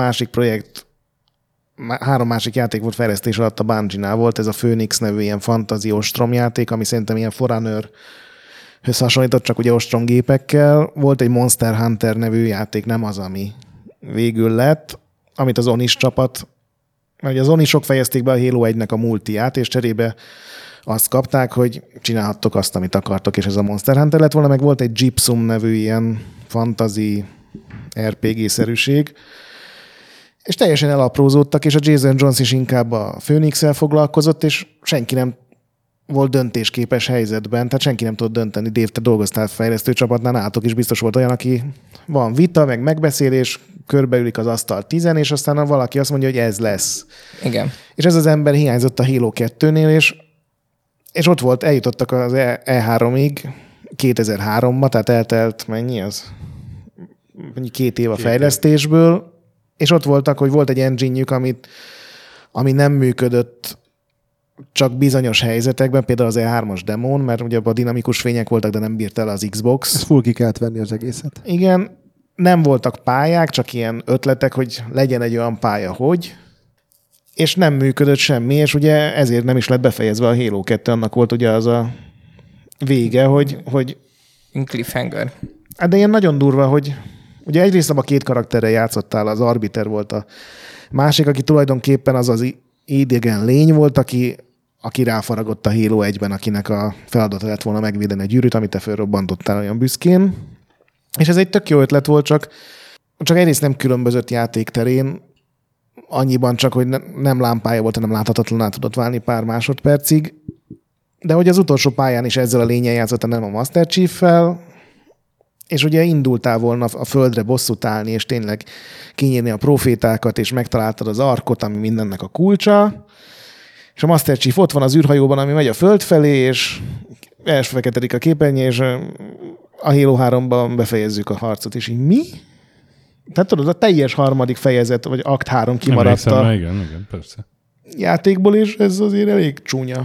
B: másik játék volt fejlesztés alatt a Bungie-nál. Volt ez a Phoenix nevű ilyen fantasy ostrom játék, ami szerintem ilyen Forerunnerhöz hasonlított, csak ugye ostrom gépekkel. Volt egy Monster Hunter nevű játék, nem az, ami végül lett, amit az Onis csapat, mert az Onisok fejezték be a Halo 1-nek a multiát, és cserébe azt kapták, hogy csinálhattok azt, amit akartok, és ez a Monster Hunter lett volna, meg volt egy Gypsum nevű ilyen fantasy RPG-szerűség, és teljesen elaprózódtak, és a Jason Jones is inkább a Phoenix-el foglalkozott, és senki nem volt döntésképes helyzetben, tehát senki nem tudott dönteni. Dave, te dolgoztál fejlesztő csapatnál, nálatok is biztos volt olyan, aki van vita, meg megbeszélés, körbeülik az asztal 10, és aztán valaki azt mondja, hogy ez lesz.
C: Igen.
B: És ez az ember hiányzott a Halo 2-nél, és ott volt, eljutottak az E3-ig 2003-ba, tehát eltelt mennyi az? 2 év a fejlesztésből, és ott voltak, hogy volt egy engine-jük, ami nem működött csak bizonyos helyzetekben, például az E3-as demón, mert ugye abban dinamikus fények voltak, de nem bírt el az Xbox.
D: Ez full ki kellett venni az egészet.
B: Igen, nem voltak pályák, csak ilyen ötletek, hogy legyen egy olyan pálya, hogy, és nem működött semmi, és ugye ezért nem is lett befejezve a Halo 2, annak volt ugye az a vége, hogy
C: Cliffhanger.
B: Hát de ilyen nagyon durva, hogy ugye egyrészt abban 2 karakterrel játszottál, az Arbiter volt a másik, aki tulajdonképpen az idegen lény volt, aki ráfaragott a Halo 1-ben, akinek a feladata lett volna megvédeni a gyűrűt, amit te fölrobbantottál olyan büszkén. És ez egy tök jó ötlet volt, csak egyrészt nem különbözött játékterén, annyiban csak, hogy nem lámpája volt, hanem láthatatlaná tudott válni pár másodpercig. De hogy az utolsó pályán is ezzel a lényen játszott, nem a Master Chief-fel, és ugye indultál volna a földre bosszút állni, és tényleg kinyírni a profétákat, és megtaláltad az arkot, ami mindennek a kulcsa, és a Master Chief ott van az űrhajóban, ami megy a föld felé, és elsfeketedik a képernyő, és a Halo 3-ban befejezzük a harcot, és így mi? Tehát tudod, a teljes harmadik fejezet, vagy akt 3 kimaradt a
A: igen, persze.
B: játékból, és ez azért elég csúnya.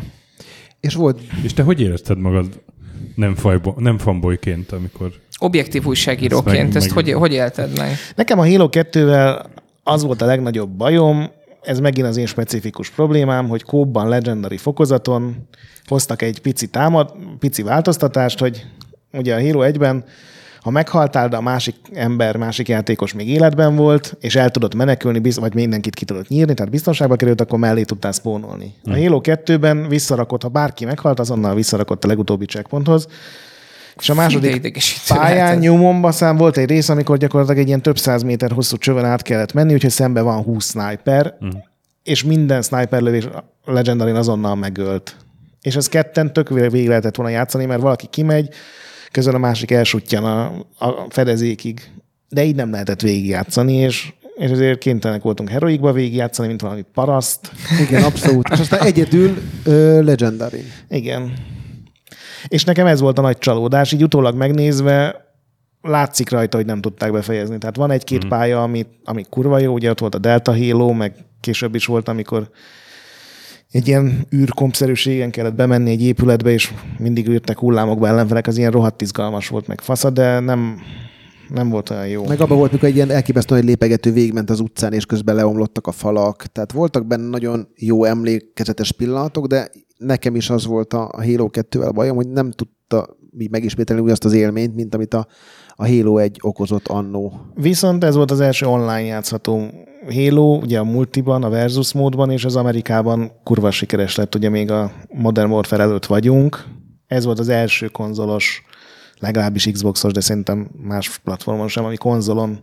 A: És te hogy érezted magad nem fanboyként, amikor...
C: Objektív újságíróként, ezt hogy élted meg?
B: Nekem a Halo 2-vel az volt a legnagyobb bajom, ez megint az én specifikus problémám, hogy kóbban, legendary fokozaton hoztak egy pici változtatást, hogy ugye a Halo 1-ben, ha meghaltál, de a másik játékos még életben volt, és el tudott menekülni, vagy mindenkit ki tudott nyírni, tehát biztonságba került, akkor mellé tudtál spónolni. A Halo 2-ben visszarakott, ha bárki meghalt, azonnal visszarakott a legutóbbi checkponthoz. És a második pályán nyomon volt egy rész, amikor gyakorlatilag egy ilyen több 100 méter hosszú csövön át kellett menni, úgyhogy szembe van 20 sniper, és minden sniper lövés legendarin azonnal megölt. És ez ketten tök végig lehetett volna játszani, mert valaki kimegy, közben a másik elsuttyan a fedezékig. De így nem lehetett végigjátszani, és ezért kénytelenek voltunk heroikba végigjátszani, mint valami paraszt.
D: Igen, abszolút. És aztán egyedül legendary.
B: Igen. És nekem ez volt a nagy csalódás, így utólag megnézve látszik rajta, hogy nem tudták befejezni. Tehát van egy-két pálya, ami kurva jó, ugye ott volt a Delta Halo, meg később is volt, amikor egy ilyen űrkompszerűségen kellett bemenni egy épületbe, és mindig űrtek hullámokba ellenfelek, az ilyen rohadt izgalmas volt meg fasza, de nem volt olyan jó.
D: Meg abban volt, mikor egy ilyen elképesztően egy lépegető végigment az utcán, és közben leomlottak a falak. Tehát voltak benne nagyon jó emlékezetes pillanatok, de nekem is az volt a Halo 2-vel bajom, hogy nem tudta megismételni úgy azt az élményt, mint amit a Halo 1 okozott annó.
B: Viszont ez volt az első online játszható Halo, ugye a multiban, a versus módban, és az Amerikában kurva sikeres lett, ugye még a Modern Warfare előtt vagyunk. Ez volt az első konzolos, legalábbis Xboxos, de szerintem más platformon sem, ami konzolon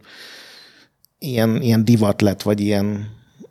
B: ilyen divat lett, vagy ilyen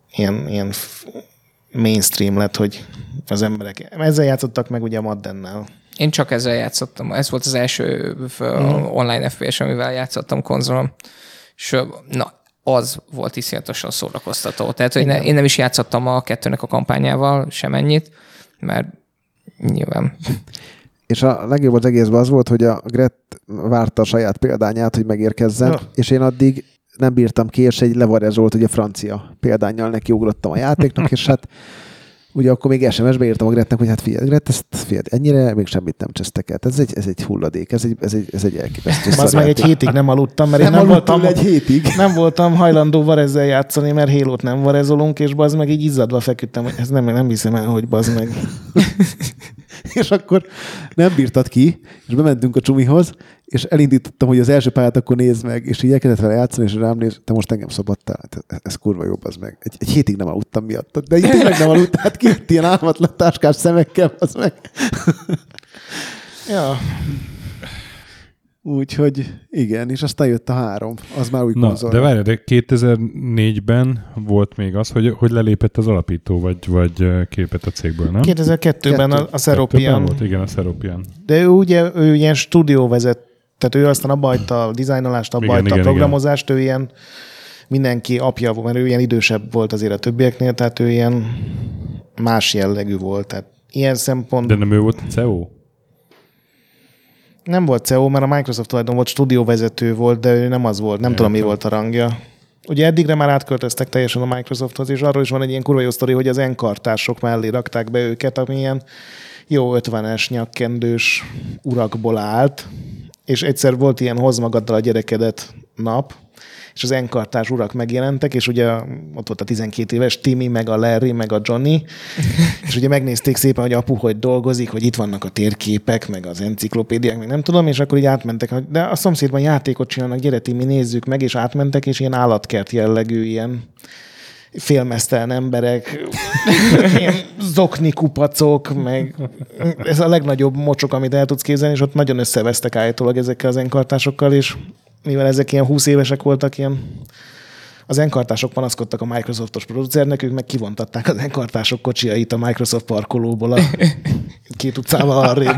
B: mainstream lett, hogy az emberek ezzel játszottak meg ugye a Maddennel.
C: Én csak ezzel játszottam. Ez volt az első online FPS, amivel játszottam konzolon. És az volt iszonyatosan szórakoztató. Tehát, hogy én nem is játszottam a 2-nek a kampányával semennyit, mert nyilván...
D: És a legjobb az egészben az volt, hogy a Gret várta a saját példányát, hogy megérkezzen, és én addig nem bírtam ki, és egy levarezolt, ugye francia példánnyal nekiugrottam a játéknak, és hát ugye akkor még SMS-be írtam a Gretnek, hogy hát figyelj, Gret, ennyire még semmit nem csesztek el. Ez egy hulladék, ez egy elképesztő.
B: Az meg egy hétig nem aludtam, mert nem voltam hajlandó varezzel játszani, mert Halo-t nem varezolunk, és bazd meg így izzadva feküdtem, hogy ez nem hiszem el, hogy bazd meg.
D: És akkor nem bírtad ki, és bementünk a Csumihoz, és elindítottam, hogy az első pályát akkor nézd meg, és így elkezdett vele játszani, és rám néz, te most engem szabadtál, ez kurva jobb, az meg. Egy hétig nem aludtam miatt, de így tényleg nem aludtam, hát kijött ilyen álmatlan táskás szemekkel, az meg.
B: Ja.
D: Úgyhogy igen, és aztán jött a 3, az már új konzol.
A: De várj, de 2004-ben volt még az, hogy lelépett az alapító, vagy kilépett a cégből, nem?
B: 2002-ben a Seropian.
A: Volt, igen, a Seropian.
B: De ő ilyen stúdióvezet, tehát ő aztán abba hagyta a dizájnolást, abba hagyta a programozást, ő ilyen mindenki apja volt, mert ő ilyen idősebb volt azért a többieknél, tehát ő ilyen más jellegű volt. Tehát ilyen szempont...
A: De nem ő volt a CEO?
B: Nem volt CEO, mert a Microsoft tulajdon volt, stúdióvezető volt, de ő nem az volt, nem tudom, mi volt a rangja. Ugye eddigre már átköltöztek teljesen a Microsofthoz, és arról is van egy ilyen kurva jó sztori, hogy az N-kartások mellé rakták be őket, ami ilyen jó 50-es nyakkendős urakból állt, és egyszer volt ilyen hozd magaddal a gyerekedet nap, és az enkartás urak megjelentek, és ugye ott volt a 12 éves Timmy, meg a Larry, meg a Johnny, és ugye megnézték szépen, hogy apu hogy dolgozik, hogy itt vannak a térképek, meg az enciklopédiák, meg nem tudom, és akkor így átmentek, de a szomszédban játékot csinálnak, gyere Timmy, nézzük meg, és átmentek, és ilyen állatkert jellegű, ilyen félmeztelen emberek, ilyen zokni kupacok, meg ez a legnagyobb mocsok, amit el tudsz képzelni, és ott nagyon összevesztek állítólag ezekkel az enkartásokkal, és mivel ezek ilyen 20 évesek voltak, ilyen az enkartások panaszkodtak a Microsoftos producernek, ők meg kivontatták az enkartások kocsiait a Microsoft parkolóból a 2 utcával arrébb.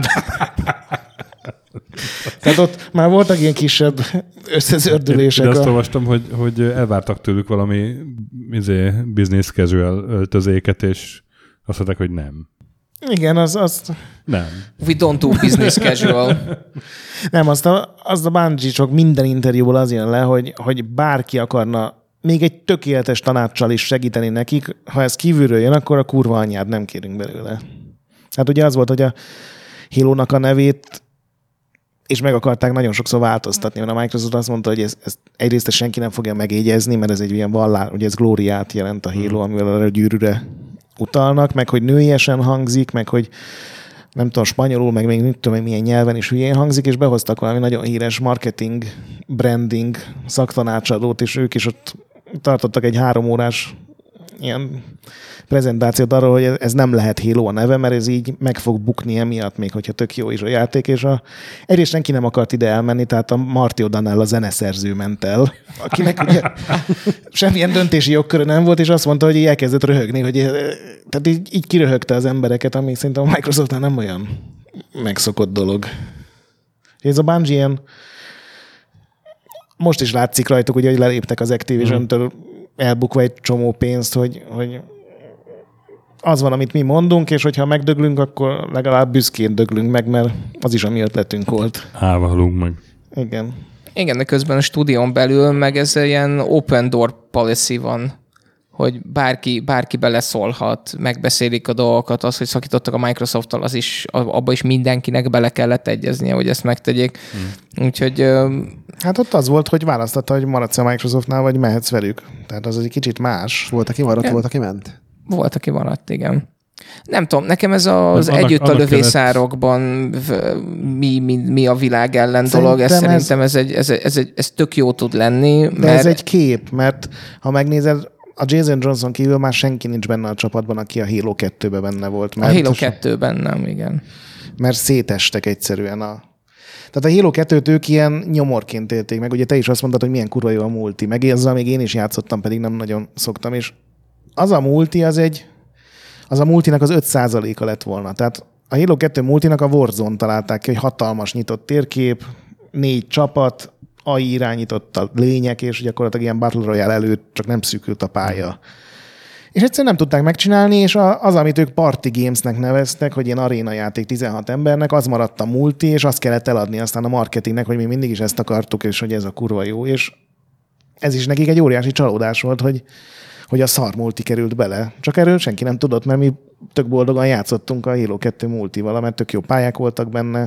B: Tehát ott már voltak ilyen kisebb összezördülések.
A: Én azt olvastam, hogy elvártak tőlük valami business casual öltözéket, és azt mondták, hogy nem.
B: Igen, azt...
A: Nem.
C: We don't do business casual.
B: Nem, azt a Bungie csak minden interjúból az jön le, hogy bárki akarna még egy tökéletes tanáccsal is segíteni nekik, ha ez kívülről jön, akkor a kurva anyád nem kérünk belőle. Hát ugye az volt, hogy a Halo-nak a nevét és meg akarták nagyon sokszor változtatni, mert a Microsoft azt mondta, hogy ez egyrészt senki nem fogja megjegyezni, mert ez egy ilyen vallás, ugye ez glóriát jelent a Halo, amivel a gyűrűre utalnak, meg hogy nőiesen hangzik, meg hogy nem tudom, spanyolul, meg még nem tudom, milyen nyelven is hülyén hangzik, és behoztak valami nagyon híres marketing, branding szaktanácsadót, és ők is ott tartottak egy 3 órás ilyen prezentációt arról, hogy ez nem lehet Halo a neve, mert ez így meg fog bukni emiatt, még hogyha tök jó is a játék, és egyrészt senki nem akart ide elmenni, tehát a Marty O'Donnell a zeneszerző ment el, akinek ugye semmilyen döntési jogköre nem volt, és azt mondta, hogy így elkezdett röhögni, hogy tehát így kiröhögte az embereket, ami szerintem a Microsoftnál nem olyan megszokott dolog. És ez a Bungie ilyen most is látszik rajtuk, ugye, hogy leléptek az Activision-től elbukva egy csomó pénzt, hogy az van, amit mi mondunk, és hogyha megdöglünk, akkor legalább büszkén döglünk meg, mert az is a mi ötletünk volt.
A: Állva halunk meg.
B: Igen.
C: Igen, de közben a stúdión belül meg ez ilyen open door policy van, hogy bárki beleszólhat, megbeszélik a dolgokat, az, hogy szakítottak a Microsofttal, az is, abba is mindenkinek bele kellett egyeznie, hogy ezt megtegyék. Úgyhogy...
B: Hát ott az volt, hogy választotta, hogy maradsz a Microsoftnál, vagy mehetsz velük. Tehát az egy kicsit más.
D: Volt, aki maradt, volt, aki ment?
C: Volt, aki maradt, igen. Nem tudom, nekem ez az együtt a lövészárokban mi a világ ellen dolog, szerintem ez tök jó tud lenni.
B: De ez egy kép, mert ha megnézed, a Jason Johnson kívül már senki nincs benne a csapatban, aki a Halo 2-ben benne volt.
C: Mert a Halo 2-ben nem, igen.
B: Mert szétestek egyszerűen Tehát a Halo 2-t ők ilyen nyomorként élték meg. Ugye te is azt mondtad, hogy milyen kurva jó a multi. Meg azzal még én is játszottam, pedig nem nagyon szoktam. És az a multi, az a multinak az 5%-a lett volna. Tehát a Halo 2 multinak a Warzone találták ki, hogy hatalmas nyitott térkép, 4 csapat, AI irányított a lények, és gyakorlatilag ilyen Battle Royale előtt csak nem szűkült a pálya. És egyszerűen nem tudták megcsinálni, és az, amit ők Party Gamesnek neveztek, hogy ilyen aréna játék 16 embernek, az maradt a multi, és azt kellett eladni aztán a marketingnek, hogy mi mindig is ezt akartuk, és hogy ez a kurva jó. És ez is nekik egy óriási csalódás volt, hogy a szar multi került bele. Csak erről senki nem tudott, mert mi tök boldogan játszottunk a Halo 2 multival, mert tök jó pályák voltak benne,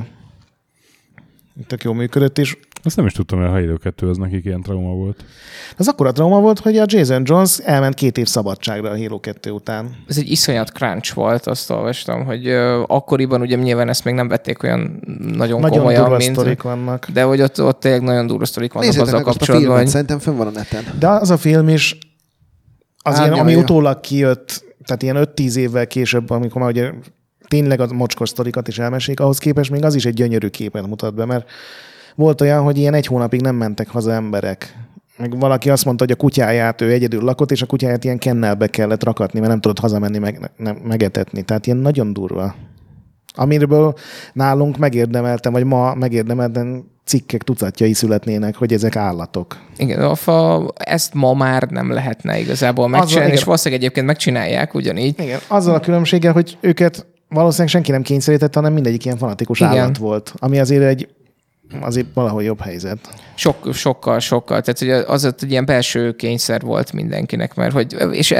B: tök jó működött, és
A: azt nem is tudtam, hogy a Halo 2 az nekik ilyen trauma volt.
B: Az akkora trauma volt, hogy a Jason Jones elment 2 év szabadságra a Halo 2 után.
C: Ez egy iszonyat crunch volt, azt olvastam, hogy akkoriban ugye nyilván ezt még nem vették olyan nagyon komolyan, mint...
B: sztorik vannak.
C: De hogy ott tényleg nagyon durva sztorik vannak
D: azzal
C: kapcsolatban.
D: Nézzétek meg azt a filmet, szerintem fönn van a neten.
B: De az a film is, az ilyen, ami utólag kijött, tehát ilyen 5-10 évvel később, amikor már ugye tényleg a mocskos sztorikat is elmesélik, ahhoz képest még az is egy gyönyörű képet mutat be, mert volt olyan, hogy ilyen 1 hónapig nem mentek haza emberek. Meg valaki azt mondta, hogy a kutyáját ő egyedül lakott, és a kutyáját ilyen kennelbe kellett rakatni, mert nem tudott hazamenni, megetetni. Tehát ilyen nagyon durva. Amiről nálunk megérdemeltem, vagy ma megérdemelten cikkek tucatjai születnének, hogy ezek állatok.
C: Igen, ezt ma már nem lehetne igazából megcsinálni, és valószínűleg egyébként megcsinálják ugyanígy.
B: Igen, azzal a különbséggel, hogy őket valószínűleg senki nem kényszerített, hanem mindegyik ilyen fanatikus állat volt, ami azért valahol jobb helyzet.
C: Sokkal. Tehát ugye az egy ilyen belső kényszer volt mindenkinek, mert hogy, és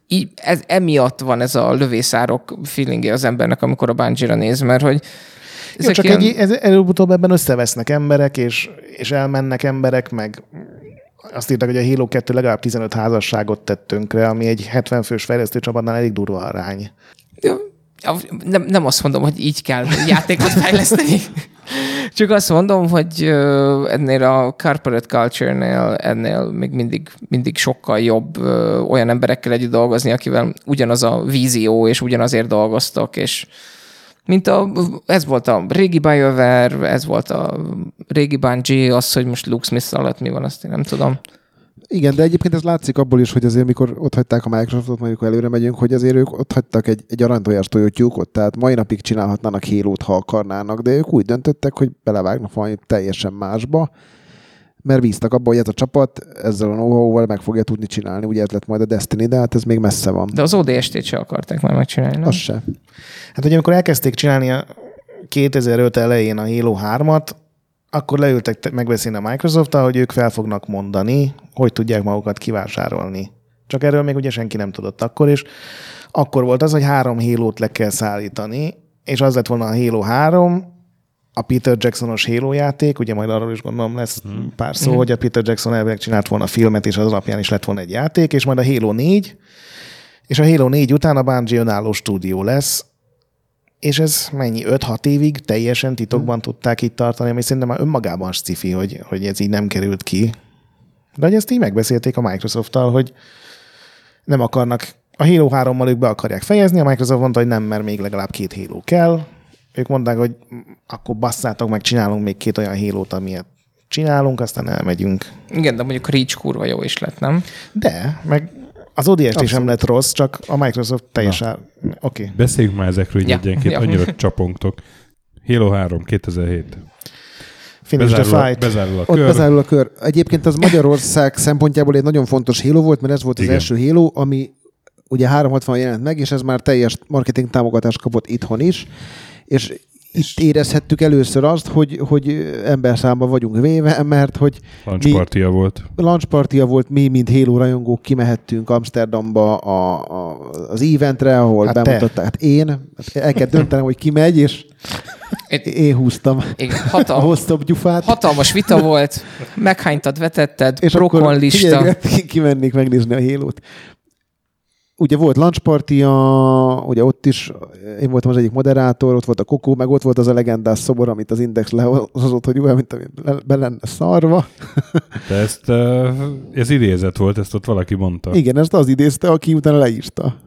C: emiatt van ez a lövészárok feelingje az embernek, amikor a Bungie-ra néz, mert hogy
B: Jó, csak előbb-utóbb ebben összevesznek emberek, és elmennek emberek, meg azt írtak, hogy a Halo 2 legalább 15 házasságot tett tönkre, ami egy 70 fős fejlesztő csapatnál elég durva arány.
C: Nem azt mondom, hogy így kell játékot fejleszteni. Csak azt mondom, hogy ennél a corporate culture-nél ennél még mindig sokkal jobb olyan emberekkel együtt dolgozni, akivel ugyanaz a vízió, és ugyanazért dolgoztok, és ez volt a régi BioWare, ez volt a régi Bungie, az, hogy most Luke Smith alatt mi van, azt én nem tudom.
D: Igen, de egyébként ez látszik abból is, hogy azért mikor ott hagyták a Microsoftot, mondjuk előre megyünk, hogy azért ők ott hagytak egy aranytojás tojótyúkot, tehát mai napig csinálhatnának Halo-t, ha akarnának, de ők úgy döntöttek, hogy belevágnak valami teljesen másba, mert bíztak abban, hogy ez a csapat ezzel a know-how-val meg fogja tudni csinálni. Ugye ez lett majd a Destiny, de hát ez még messze van.
C: De az ODST-t se akarták már megcsinálni, nem?
D: Az se.
B: Hát ugye amikor elkezdték csinálni a 2005 elején a Halo 3-at, akkor leültek megbeszélni a Microsoft-tal, hogy ők fel fognak mondani, hogy tudják magukat kivásárolni. Csak erről még ugye senki nem tudott akkor, és akkor volt az, hogy 3 Halo-t le kell szállítani, és az lett volna a Halo 3, a Peter Jacksonos Halo játék, ugye majd arról is gondolom lesz pár szó, hogy a Peter Jackson elvileg csinált volna a filmet, és az alapján is lett volna egy játék, és majd a Halo 4, és a Halo 4 után a Bungie önálló stúdió lesz, és ez mennyi? 5-6 évig teljesen titokban tudták itt tartani, ami szerintem már önmagában sci-fi, hogy ez így nem került ki. De hogy ezt így megbeszélték a Microsofttal, hogy nem akarnak, a Halo 3-mal ők be akarják fejezni, a Microsoft mondta, hogy nem, mert még legalább 2 Halo kell. Ők mondták, hogy akkor basszátok meg, csinálunk még 2 olyan Halo-t, amilyet csinálunk, aztán elmegyünk.
C: Igen, de mondjuk a Reach kurva jó is lett, nem?
B: De, meg az ODST sem lett rossz, csak a Microsoft teljesen... Oké.
A: Beszéljünk már ezekről, hogy egyenként annyira csapongtok. Halo 3, 2007.
B: Finish the fight.
A: Bezárul a
D: Ott
A: kör.
D: bezárul a kör. Egyébként az Magyarország szempontjából egy nagyon fontos Halo volt, mert ez volt az első Halo, ami ugye 360 jelent meg, és ez már teljes marketing támogatást kapott itthon is, és itt érezhettük először azt, hogy emberszámba vagyunk véve, mert hogy launch party-ja volt, mi, mint Halo rajongók kimehettünk Amsterdamba az eventre, ahol bemutatták. Hát én, el kell döntenem, hogy ki megy, és én húztam a hosszabb gyufát.
C: Hatalmas vita volt, meghánytad, vetetted,
D: és
C: prokon lista.
D: És akkor kimennék megnézni a Halo-t. Ugye volt launch party-ja, ugye ott is én voltam az egyik moderátor, ott volt a Kokó, meg ott volt az a legendás szobor, amit az Index lehozott, hogy olyan, mint be lenne szarva.
A: De ez idézet volt, ezt ott valaki mondta.
D: Igen, ezt az idézte, aki utána leírta.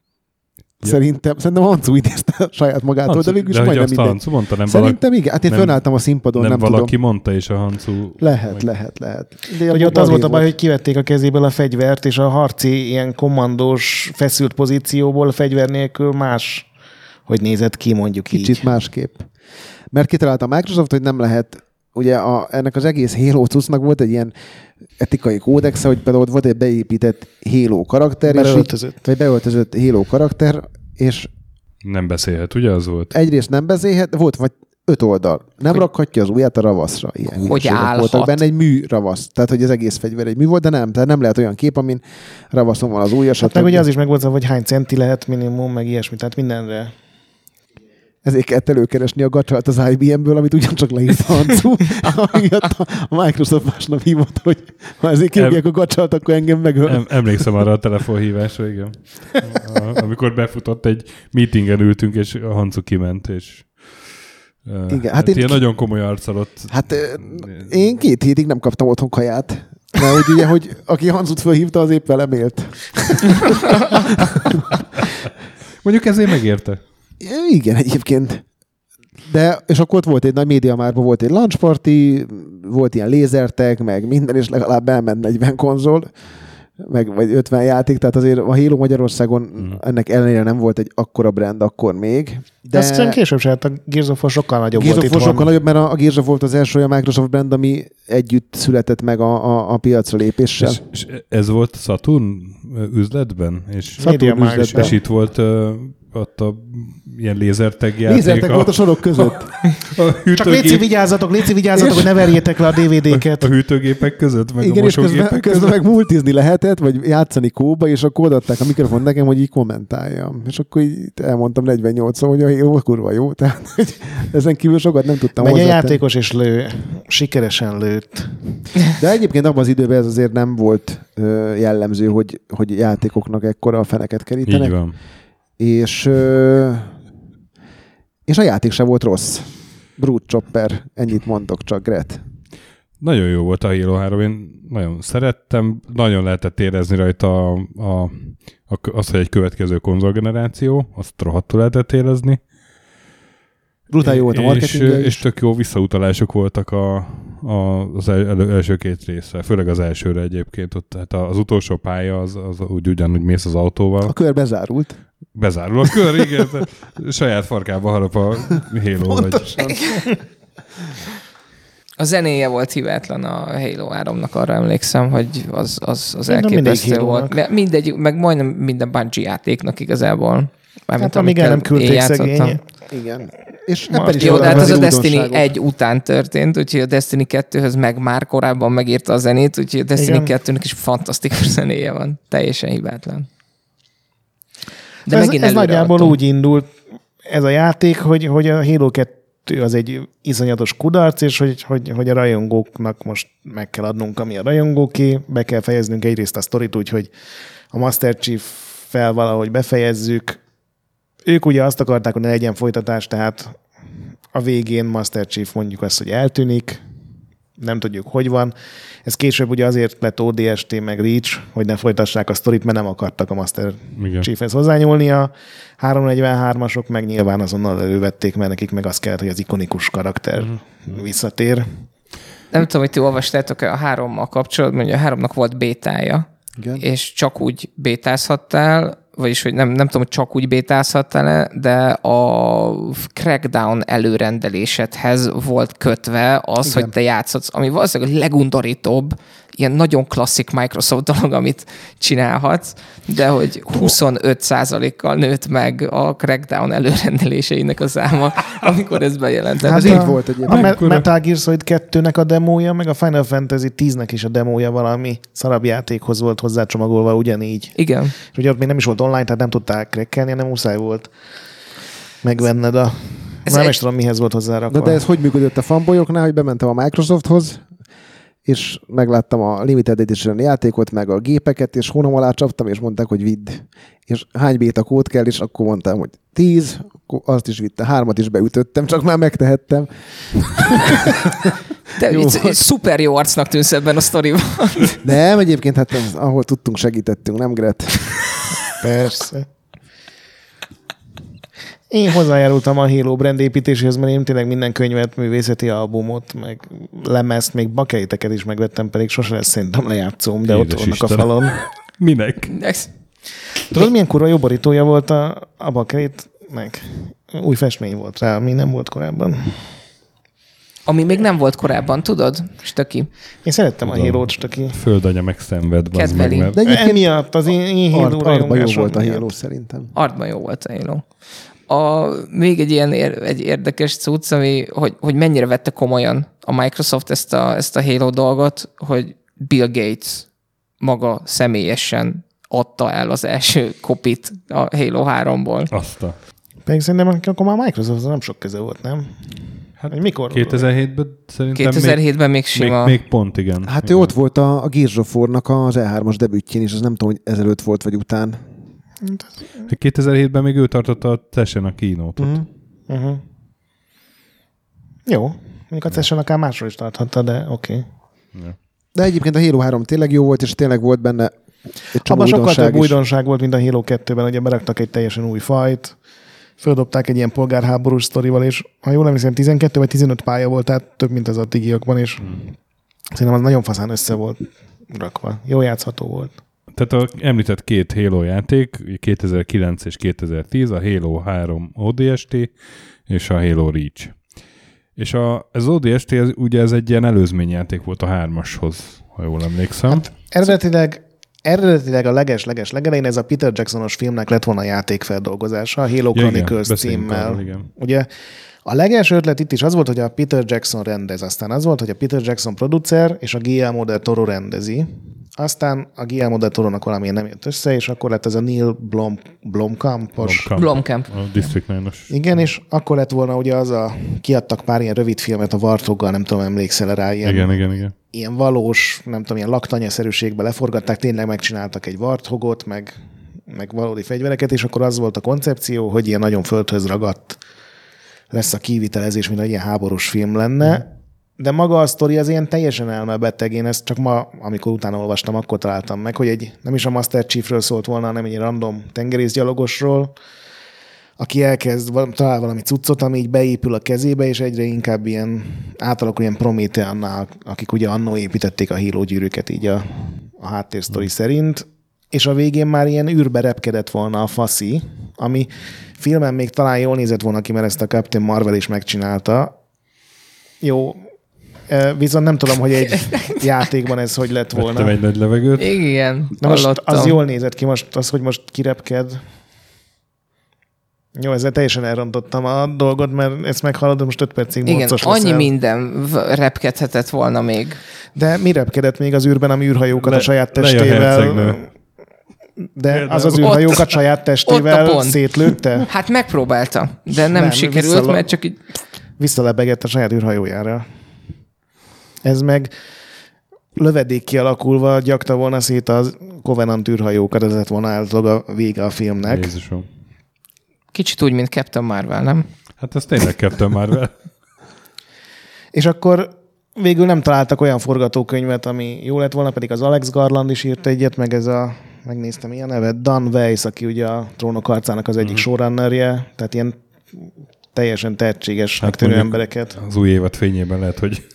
D: Ja. Szerintem Hancu idézte saját magától, de végül is majdnem
A: minden. De Hancu mondta, nem
D: szerintem igen, hát én fönálltam a színpadon, nem
A: valaki
D: tudom.
A: mondta, és a Hancu...
D: Lehet.
B: De hogy ott az volt a baj, hogy kivették a kezéből a fegyvert, és a harci ilyen kommandós feszült pozícióból a fegyver nélkül más, hogy nézett ki, mondjuk
D: kicsit
B: így.
D: Kicsit másképp. Mert kitalálta a Microsoft, hogy nem lehet, ugye ennek az egész Halo cuccnak volt egy ilyen etikai kódexe, hogy például volt egy beépített Halo karakter, beöltözött Halo karakter, és
A: nem beszélhet, ugye az volt?
D: Egyrészt nem beszélhet, volt vagy 5 oldal. Nem rakhatja az ujját a ravaszra. Ilyen
C: hogy állhat.
D: Voltak benne egy műravasz. Tehát, hogy az egész fegyver egy mű volt, de nem lehet olyan kép, amin ravaszon van az ujja.
B: Hát meg ugye az is megvolt, hogy hány centi lehet minimum, meg ilyesmi, tehát mindenre.
D: Ezért kellett előkeresni a gacsalt az IBM-ből, amit ugyancsak leírt Hancu, amiatt a Microsoft másnap hívott, hogy ha ezért kívülják a gacsalt, akkor engem megöl.
A: Emlékszem arra a telefonhívásra, igen. Amikor befutott egy meetingen ültünk, és a Hancu kiment, és
D: igen,
A: hát ilyen nagyon komoly arccal ott.
D: Hát én 2 hétig nem kaptam otthon kaját. Mert úgy ugye, hogy aki Hancut felhívta, az épp velem élt.
A: Mondjuk ezért megérte.
D: Igen, egyébként. De, és akkor ott volt egy nagy MediaMarktban volt egy launch party, volt ilyen lézertek, meg minden, és legalább elment 40 konzol, vagy 50 játék, tehát azért a Halo Magyarországon ennek ellenére nem volt egy akkora brand akkor még.
B: De azt hiszem később se, a Gears of War sokkal nagyobb
D: Gears
B: volt
D: of War sokkal nagyobb, mert a Gears of War az első olyan Microsoft brand, ami együtt született meg a piacra lépéssel.
A: És ez volt Saturn üzletben? És
B: Saturn üzletben.
A: És itt volt ott a ilyen lézertag játék.
D: Lézertag volt a sorok között.
B: Csak léci vigyázzatok, hogy ne verjétek le a DVD-ket.
A: A hűtőgépek között, meg
D: igen,
A: a mosógépek
D: és közben meg multizni lehetett, vagy játszani kóba, és akkor odaadták a mikrofon nekem, hogy így kommentáljam. És akkor így elmondtam 48-szor, hogy a Halo kurva jó. Tehát hogy ezen kívül sokat nem tudtam
B: hozzátenni. Megy a játékos és lő. Sikeresen lőtt.
D: De egyébként abban az időben ez azért nem volt jellemző, hogy játékoknak ekkora a feneket kerítenek.
A: Így van.
D: És a játék se volt rossz. Brute Chopper, ennyit mondok csak, Gret.
A: Nagyon jó volt a Halo 3, én nagyon szerettem, nagyon lehetett érezni rajta azt, hogy egy következő konzolgeneráció, azt rohadtul lehetett érezni.
D: Brutál jó volt a marketingje is.
A: És tök jó visszautalások voltak az első két részre, főleg az elsőre egyébként. Ott, tehát az utolsó pálya az ugyanúgy mész az autóval.
D: A kör bezárult.
A: Bezárul a kör, igen. Saját farkába harap a Halo.
C: A zenéje volt hibátlan a Halo 3-nak, arra emlékszem, hogy az elképesztő volt. Mindegy, meg majdnem minden Bungie játéknak igazából.
B: Hát amíg el nem küldték szegény.
D: Igen. És
C: jó, de hát ez a Destiny 1 után történt, úgyhogy a Destiny 2-höz meg már korábban megírta a zenét, úgyhogy a Destiny 2-nek is fantasztikus zenéje van. Teljesen hibátlan.
B: De ez nagyjából úgy indult ez a játék, hogy a Halo 2 az egy iszonyatos kudarc, és hogy a rajongóknak most meg kell adnunk, ami a rajongóké, be kell fejeznünk egyrészt a sztorit úgy, hogy a Master Chief-fel valahogy befejezzük. Ők ugye azt akarták, hogy ne legyen folytatás, tehát a végén Master Chief mondjuk azt, hogy eltűnik, nem tudjuk, hogy van. Ez később ugye azért lett ODST meg Reach, hogy ne folytassák a sztorit, mert nem akartak a Master Chiefhez hozzányúlni. A 343-asok meg nyilván azonnal elővették, mert nekik meg az kellett, hogy az ikonikus karakter visszatér.
C: Nem tudom, hogy ti olvastátok a 3-mal kapcsolatban, hogy a 3-nak volt bétája, és csak úgy bétázhattál, vagyis, hogy nem tudom, hogy csak úgy bétázhattál, de a Crackdown előrendelésedhez volt kötve az, hogy te játszhatsz, ami valószínűleg a legundorítóbb, ilyen nagyon klasszik Microsoft dolog, amit csinálhatsz, de hogy 25%-kal nőtt meg a Crackdown előrendeléseinek a száma, amikor ez bejelentett.
D: Hát így volt egyébként.
B: A Metal Gear Solid 2-nek a demója, meg a Final Fantasy 10-nek is a demója valami szarabb játékhoz volt hozzácsomagolva ugyanígy.
C: Igen.
B: És ugye ott még nem is volt online, tehát nem tudták crackelni, hanem muszáj volt megvenned nem is tudom, mihez volt hozzárakva.
D: De ez hogy működött a fanboyoknál, hogy bementem a Microsofthoz, és megláttam a Limited Edition játékot, meg a gépeket, és hónom alá csaptam, és mondták, hogy vidd. És hány béta kód kell, és akkor mondtam, hogy 10, akkor azt is vitte, 3-at is beütöttem, csak már megtehettem.
C: De szuper jó arcnak tűnsz ebben a sztoriban.
D: Nem, egyébként hát ahol tudtunk, segítettünk, nem Gret?
B: Persze. Én hozzájárultam a Halo brand építéséhez, mert én tényleg minden könyvet, művészeti albumot, meg lemezt, még bakeiteket is megvettem, pedig sose lesz szerintem lejátszóm, de
A: Édes
B: ott vannak
A: Istenem.
B: a falon.
A: Minek?
B: Tudod, milyen kurva jó borítója volt a bakeitnek? Új festmény volt rá, ami nem volt korábban.
C: Ami még nem volt korábban, tudod, Stöki?
B: Én szerettem a Halo-t, Stöki.
A: Földanya megszenved.
C: Kedveli.
A: Meg,
D: De
B: emiatt az én Halo
D: Artban jó volt a
B: miatt.
D: Halo szerintem.
C: Artban jó volt a Halo. Még egy ilyen egy érdekes cucc, hogy mennyire vette komolyan a Microsoft ezt a Halo dolgot, hogy Bill Gates maga személyesen adta el az első kopit a Halo 3-ból.
A: Azt
B: Pedig szerintem akkor már Microsoft nem sok köze volt, nem? Hát mikor?
A: 2007-ben szerintem
C: 2007-ben még sima.
A: Még pont, igen.
D: Hát ő ott volt a Gears of War-nak az E3-as debütjén, és az nem tudom, hogy ezelőtt volt, vagy után.
A: 2007-ben még ő tartotta a Session a keynote-ot.
B: Jó. Mondjuk a Session akár másról is tarthatta, de oké.
A: Ja.
D: De egyébként a Halo 3 tényleg jó volt, és tényleg volt benne egy csomó
B: abban sokkal
D: újdonság
B: több
D: is.
B: újdonság volt, mint a Halo 2-ben, ugye beraktak egy teljesen új fajt, földobták egy ilyen polgárháborús sztorival, és ha jól emlékszem, 12 vagy 15 pálya volt, tehát több, mint az addigiakban, és szerintem az nagyon faszán össze volt rakva. Jó játszható volt.
A: Tehát a említett két Halo játék, 2009 és 2010, a Halo 3 ODST és a Halo Reach. És az ODST ugye ez egy ilyen előzményjáték volt a 3-ashoz, ha jól emlékszem.
B: Hát eredetileg eredetileg a leges legelején ez a Peter Jacksonos filmnek lett volna a játékfeldolgozása, a Halo Chronicles címmel.
A: Igen.
B: Ugye a legelső ötlet itt is az volt, hogy a Peter Jackson rendez, aztán az volt, hogy a Peter Jackson producer és a Guillermo del Toro rendezi. Aztán a Guillermo del Torónak valamilyen nem jött össze, és akkor lett ez a Neil Blomkamp-os.
C: Blomkamp.
A: A District 9-os.
B: Igen, és akkor lett volna ugye kiadtak pár ilyen rövid filmet a Warthoggal, nem tudom, emlékszel rá,
A: Igen.
B: Ilyen valós, nem tudom, ilyen laktanyaszerűségbe leforgatták, tényleg megcsináltak egy Warthogot, meg valódi fegyvereket, és akkor az volt a koncepció, hogy ilyen nagyon földhöz ragadt lesz a kivitelezés, mint egy ilyen háborús film lenne. De maga a sztori az ilyen teljesen elmebeteg. Én ezt csak ma, amikor utána olvastam, akkor találtam meg, hogy nem is a Master Chiefről szólt volna, hanem egy random tengerészgyalogosról, aki talál valami cuccot, ami így beépül a kezébe, és egyre inkább ilyen átalakul ilyen Prometheannál, akik ugye annó építették a Halo gyűrűket így a háttérsztori szerint, és a végén már ilyen űrbe repkedett volna a faszi, ami filmen még talán jól nézett volna ki, mert ezt a Captain Marvel is megcsinálta. Jó, viszont nem tudom, hogy egy játékban ez hogy lett volna.
A: Vettem egy nagy levegőt.
C: Igen,
B: na most az jól nézett ki, most az, hogy most kirepked. Jó, ezzel teljesen elrontottam a dolgot, mert ezt meghallod, most 5 percig morcos
C: leszel. Igen, annyi
B: leszel.
C: minden repkedhetett volna még.
B: De mi repkedett még az űrben, ami űrhajókat a saját testével... De az űrhajókat saját testével szétlőtte?
C: Hát megpróbálta, de nem sikerült, mert csak így...
B: Visszalebegett a saját űrhajójára. Ez meg lövedék kialakulva gyakta volna szét a Covenant űrhajókat, ez lett volna általában a vége a filmnek.
A: Jézusom.
C: Kicsit úgy, mint Captain Marvel, nem? Hát
A: ez tényleg Captain Marvel.
B: És akkor végül nem találtak olyan forgatókönyvet, ami jó lett volna, pedig az Alex Garland is írt egyet, meg ez megnéztem ilyen nevet, Dan Weiss, aki ugye a Trónok harcának az egyik showrunnerje, tehát ilyen teljesen tehetséges, megtörő embereket.
A: Az új évad fényében lehet, hogy...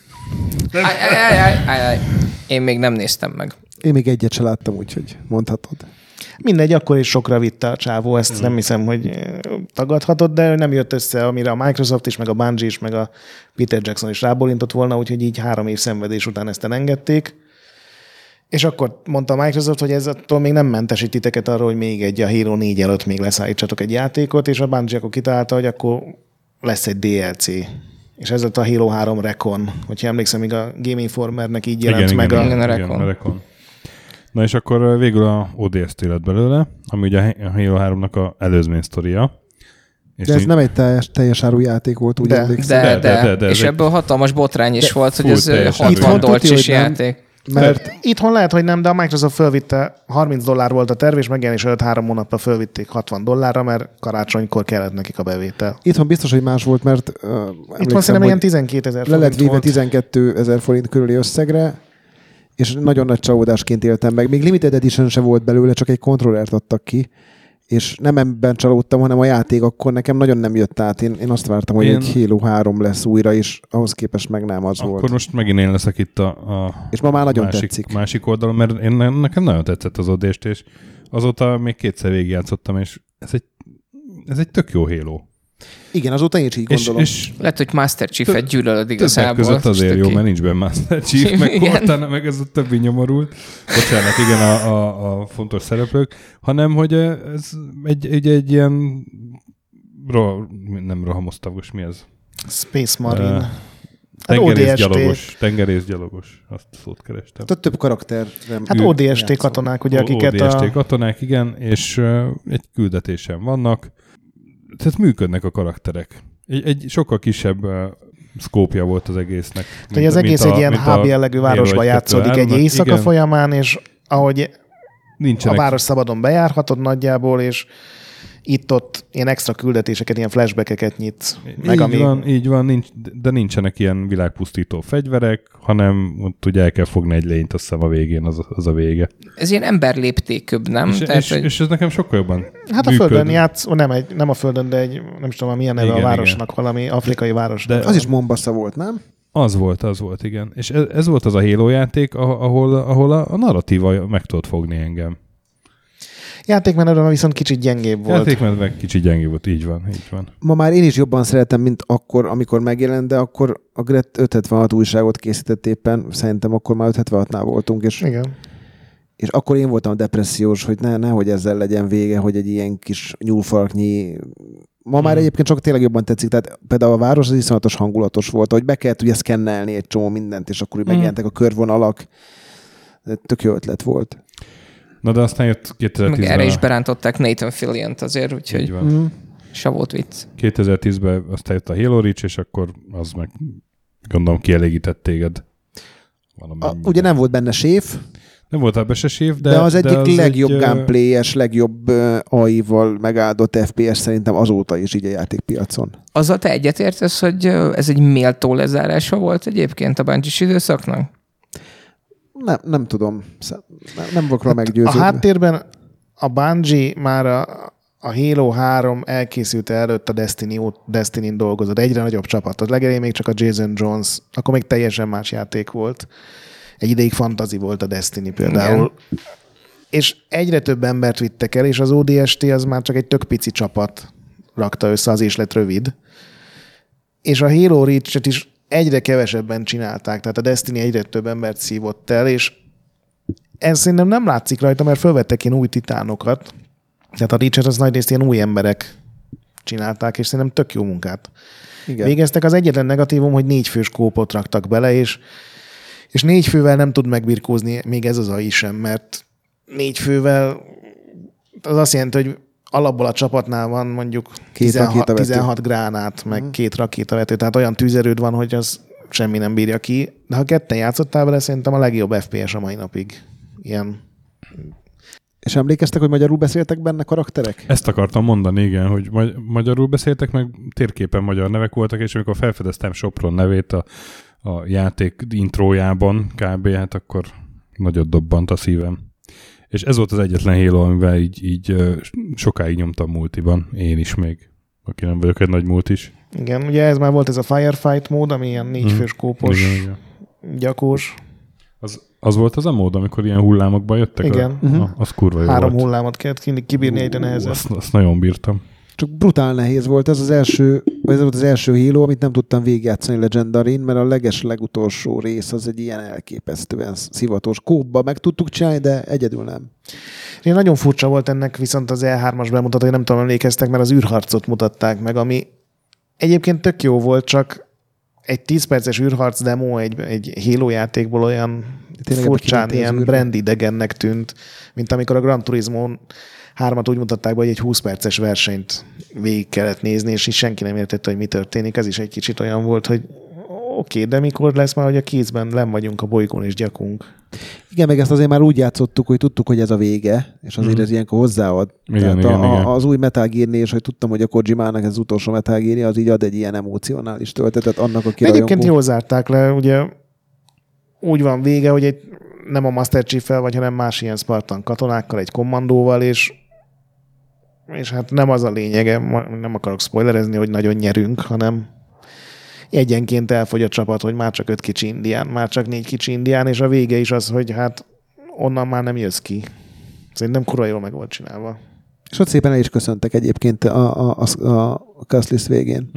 C: Én még nem néztem meg.
D: Én még egyet se láttam, úgyhogy mondhatod.
B: Mindegy, akkor is sokra vitte a csávó, ezt nem hiszem, hogy tagadhatod, de nem jött össze, amire a Microsoft is, meg a Bungie is, meg a Peter Jackson is rábólintott volna, úgyhogy így 3 év szenvedés után ezt elengedték. És akkor mondta a Microsoft, hogy ez attól még nem mentesít titeket arról, hogy még a Halo 4 előtt még leszállítsatok egy játékot, és a Bungie akkor kitalálta, hogy akkor lesz egy DLC. És ez lett a Halo 3 Recon. Hogyha emlékszem, még a Game Informernek így jelent meg
C: a Recon.
A: Na és akkor végül a ODST lett belőle, ami ugye a Halo 3-nak a előzmény sztoria.
D: De ez nem egy teljes áru játék volt, úgy emlékszem.
C: De. És ebből hatalmas botrány is volt, hogy ez $60 játék.
B: Mert itthon lehet, hogy nem, de a Microsoft fölvitte, $30 volt a terv, és megjelenés előtt 3 hónapra fölvitték $60, mert karácsonykor kellett nekik a bevétel.
D: Itthon biztos, hogy más volt, mert
B: itthon szerintem ilyen 12 000 forint
D: le lett véve 12 000 forint körüli összegre, és nagyon nagy csalódásként éltem meg. Még Limited Edition se volt belőle, csak egy kontrollert adtak ki, és nem ebben csalódtam, hanem a játék akkor nekem nagyon nem jött át. Én azt vártam, hogy egy Halo 3 lesz újra, és ahhoz képest meg nem az volt.
A: Akkor most megint én leszek itt
D: és ma már nagyon tetszik.
A: Másik oldalon, mert nekem nagyon tetszett az ODST, és azóta még 2-szer végigjátszottam, és ez egy tök jó Halo.
D: Igen, azóta én is így gondolom.
C: És lehet, hogy Master Chief-et gyűlölöd igazából.
A: Között azért jó, mert nincs benne Master Chief, meg Cortana, meg ez a többi nyomorult. Bocsánat, igen, a fontos szereplők, hanem, hogy ez egy ilyen nem rohamosztagos, mi ez?
B: Space Marine.
A: Tengerészgyalogos, azt szót kerestem.
D: Tehát több karakter.
B: Hát ODST katonák, ugye, akiket
A: ODST katonák, igen, és egy küldetésen vannak. Tehát működnek a karakterek. Egy sokkal kisebb szkópja volt az egésznek.
B: Tehát az egész egy ilyen hub jellegű városban játszódik egy éjszaka folyamán, és ahogy a város szabadon bejárhatod nagyjából, és itt-ott ilyen extra küldetéseket, ilyen flashbackeket nyitsz.
A: Így van, de nincsenek ilyen világpusztító fegyverek, hanem ott ugye el kell fogni egy lényt, azt hiszem a végén az a vége.
C: Ez ilyen emberléptékűbb, nem?
A: És ez nekem sokkal jobban
B: hát a Földön játsz, nem a Földön, de nem is tudom, milyen neve a városnak, valami afrikai városnak.
D: De az is Mombasa volt, nem?
A: Az volt, igen. És ez volt az a Halo játék, ahol a narratíva meg tudott fogni engem.
B: Játékmenetben viszont kicsit gyengébb volt.
A: Játékmenetben kicsit gyengébb volt, így van.
D: Ma már én is jobban szeretem, mint akkor, amikor megjelent, de akkor a Gret 576 újságot készített éppen, szerintem akkor már 576-nál voltunk, és
B: igen.
D: és akkor én voltam depressziós, hogy nehogy ezzel legyen vége, hogy egy ilyen kis nyúlfarknyi. Ma már egyébként csak tényleg jobban tetszik, tehát például a város az iszonyatos hangulatos volt, hogy be kellett ugye szkennelni egy csomó mindent, és akkor megjelentek a körvonalak. Tök jó ötlet volt.
A: Na de aztán jött 2010-ben.
C: Meg erre is berántották Nathan Fillion-t azért, úgyhogy se volt vicc.
A: 2010-ben aztán jött a Halo Reach, és akkor az meg gondolom kielégített téged.
D: Ugye nem volt benne séf.
A: Nem volt ebbe se séf,
D: de az egyik legjobb gameplay-es, legjobb AI-val megáldott FPS szerintem azóta is így a játékpiacon.
C: Azzal te egyetértesz, hogy ez egy méltó lezárása volt egyébként a Bungie-s időszaknak?
D: Nem tudom. Nem vagyok róla meggyőződve.
B: A háttérben a Bungie már a Halo 3 elkészülte előtt a Destiny-n dolgozott. Egyre nagyobb csapat. Az legelején még csak a Jason Jones, akkor még teljesen más játék volt. Egy ideig fantasy volt a Destiny például. Igen. És egyre több embert vittek el, és az ODST az már csak egy tök pici csapat rakta össze, az is lett rövid. És a Halo Reach-et is egyre kevesebben csinálták, tehát a Destiny egyre több embert szívott el, és ez szerintem nem látszik rajta, mert felvettek ilyen új titánokat. Tehát a Reach-et az nagyrészt ilyen új emberek csinálták, és szerintem tök jó munkát végeztek. Az egyetlen negatívum, hogy 4 fős kópot raktak bele, és 4 fővel nem tud megbirkózni még ez az AI sem, mert 4 fővel az azt jelenti, hogy alapból a csapatnál van mondjuk 16 gránát, meg 2 rakétavető, tehát olyan tűzerőd van, hogy az semmi nem bírja ki. De ha ketten játszottál vele, szerintem a legjobb FPS a mai napig. Ilyen.
D: És emlékeztek, hogy magyarul beszéltek benne karakterek?
A: Ezt akartam mondani, igen, hogy magyarul beszéltek, meg térképen magyar nevek voltak, és amikor felfedeztem Sopron nevét a játék intrójában kb. Hát akkor nagyot dobbant a szívem. És ez volt az egyetlen Halo, amivel így sokáig nyomtam multiban. Én is még, aki nem vagyok egy nagy multis.
B: Igen, ugye ez már volt ez a Firefight mód, ami ilyen 4 fős kópos, gyakós.
A: Az volt az a mód, amikor ilyen hullámokban jöttek?
B: Igen.
A: Az kurva jó
B: 3
A: volt.
B: hullámot kellett kibírni, egyre nehezebb.
A: Azt nagyon bírtam.
D: Csak brutál nehéz volt. Ez volt az első Halo, amit nem tudtam végigjátszani Legendarin, mert a legutolsó rész az egy ilyen elképesztően szivatos kópba meg tudtuk csinálni, de egyedül nem.
B: Én nagyon furcsa volt ennek viszont az E3-as bemutató, nem tudom, emlékeztek, mert az űrharcot mutatták meg, ami egyébként tök jó volt, csak egy 10 perces űrharc demo egy Halo játékból olyan furcsán, ilyen brandidegennek tűnt, mint amikor a Gran Turismo 3-at úgy mutatták be, hogy egy 20 perces versenyt végig kellett nézni, és így senki nem értette, hogy mi történik. Ez is egy kicsit olyan volt, hogy oké, de mikor lesz már, hogy a kézben len vagyunk a bolygón és gyakunk.
D: Igen, meg ezt azért már úgy játszottuk, hogy tudtuk, hogy ez a vége, és azért ez ilyenkor hozzáad.
A: Igen.
D: Az új Metal Gear-nél, és hogy tudtam, hogy a Kojimának ez az utolsó Metal Gear, az így ad egy ilyen emocionális töltetet annak, aki
B: egyébként jól zárták le, ugye úgy van vége, hogy nem a Master Chief-fel vagy, hanem más ilyen Spartan katonákkal, egy kommandóval, és hát nem az a lényege, nem akarok spoilerezni, hogy nagyon nyerünk, hanem egyenként elfogy a csapat, hogy már csak 5 kicsi indián, már csak 4 kicsi indián, és a vége is az, hogy hát onnan már nem jössz ki. Szerintem kurva jól meg volt csinálva.
D: És ott szépen el is köszöntek egyébként a Castlist végén.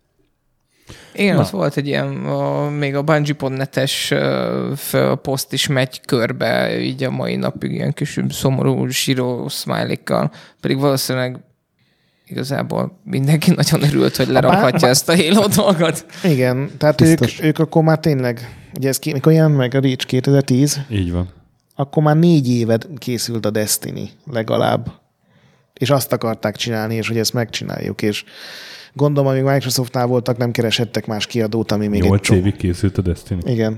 C: Igen, ott volt egy ilyen, még a Bungie.net-es poszt is megy körbe, így a mai napig ilyen kis szomorú, síró smiley-kkal, pedig valószínűleg igazából mindenki nagyon örült, hogy lerakhatja ezt a Halo dolgot.
B: Igen, tehát ők akkor már tényleg, ugye ez mikor jelent meg a Reach 2010?
A: Így van.
B: Akkor már 4 éve készült a Destiny legalább, és azt akarták csinálni, és hogy ezt megcsináljuk, és gondolom, amíg Microsoftnál voltak, nem kereshettek más kiadót, ami még
A: 8 évig készült a Destiny.
B: Igen.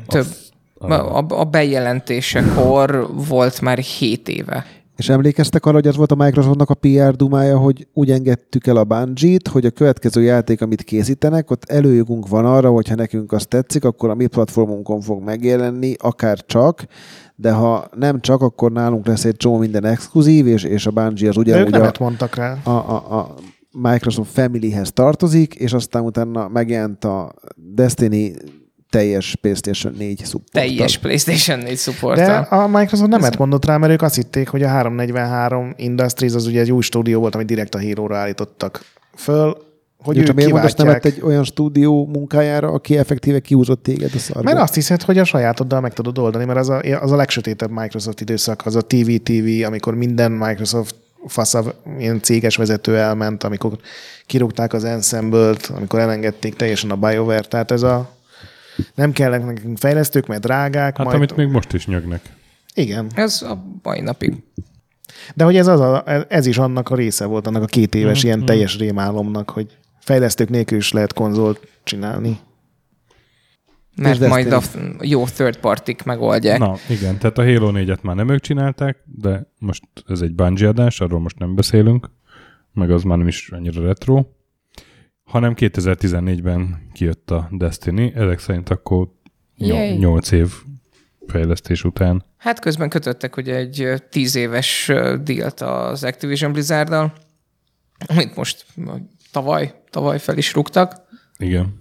C: A bejelentésekor volt már 7 éve.
D: És emlékeztek arra, hogy ez volt a Microsoftnak a PR dumája, hogy úgy engedtük el a Bungie-t, hogy a következő játék, amit készítenek, ott előjogunk van arra, hogyha nekünk azt tetszik, akkor a mi platformunkon fog megjelenni, akár csak, de ha nem csak, akkor nálunk lesz egy csomó minden exkluzív, és a Bungie az ugyanúgy
B: mondtak rá.
D: A Microsoft Familyhez tartozik, és aztán utána megjelent a Destiny teljes PlayStation 4 supporttal.
C: Teljes PlayStation 4 supporttal.
B: De a Microsoft nemet mondott rá, mert ők azt hitték, hogy a 343 Industries az ugye egy új stúdió volt, amit direkt a Halo-ra állítottak föl. hogy
D: ők miért mondasz nemet
B: kiváltják.
D: egy olyan stúdió munkájára, aki effektíve kihúzott téged a szarból?
B: Mert azt hiszed, hogy a sajátoddal meg tudod oldani, mert az a legsötétebb Microsoft időszak, az a TV, amikor minden Microsoft fasza, ilyen céges vezető elment, amikor kirúgták az Ensemble-t, amikor elengedték teljesen a BioWare, tehát ez a nem kellene nekünk fejlesztők, mert drágák.
A: Hát
B: majd...
A: amit még most is nyögnek.
B: Igen.
C: Ez a mai napig.
B: De hogy ez is annak a része volt, annak a 2 éves ilyen teljes rémálomnak, hogy fejlesztők nélkül is lehet konzolt csinálni.
C: Mert majd a jó third party-k megoldják.
A: Na, igen, tehát a Halo 4-et már nem ők csinálták, de most ez egy Bungie adás, arról most nem beszélünk, meg az már nem is annyira retro, hanem 2014-ben kijött a Destiny, ezek szerint akkor 8 év fejlesztés után.
C: Hát közben kötöttek ugye egy 10 éves dílt az Activision Blizzarddal, amit most tavaly fel is rúgtak.
A: Igen.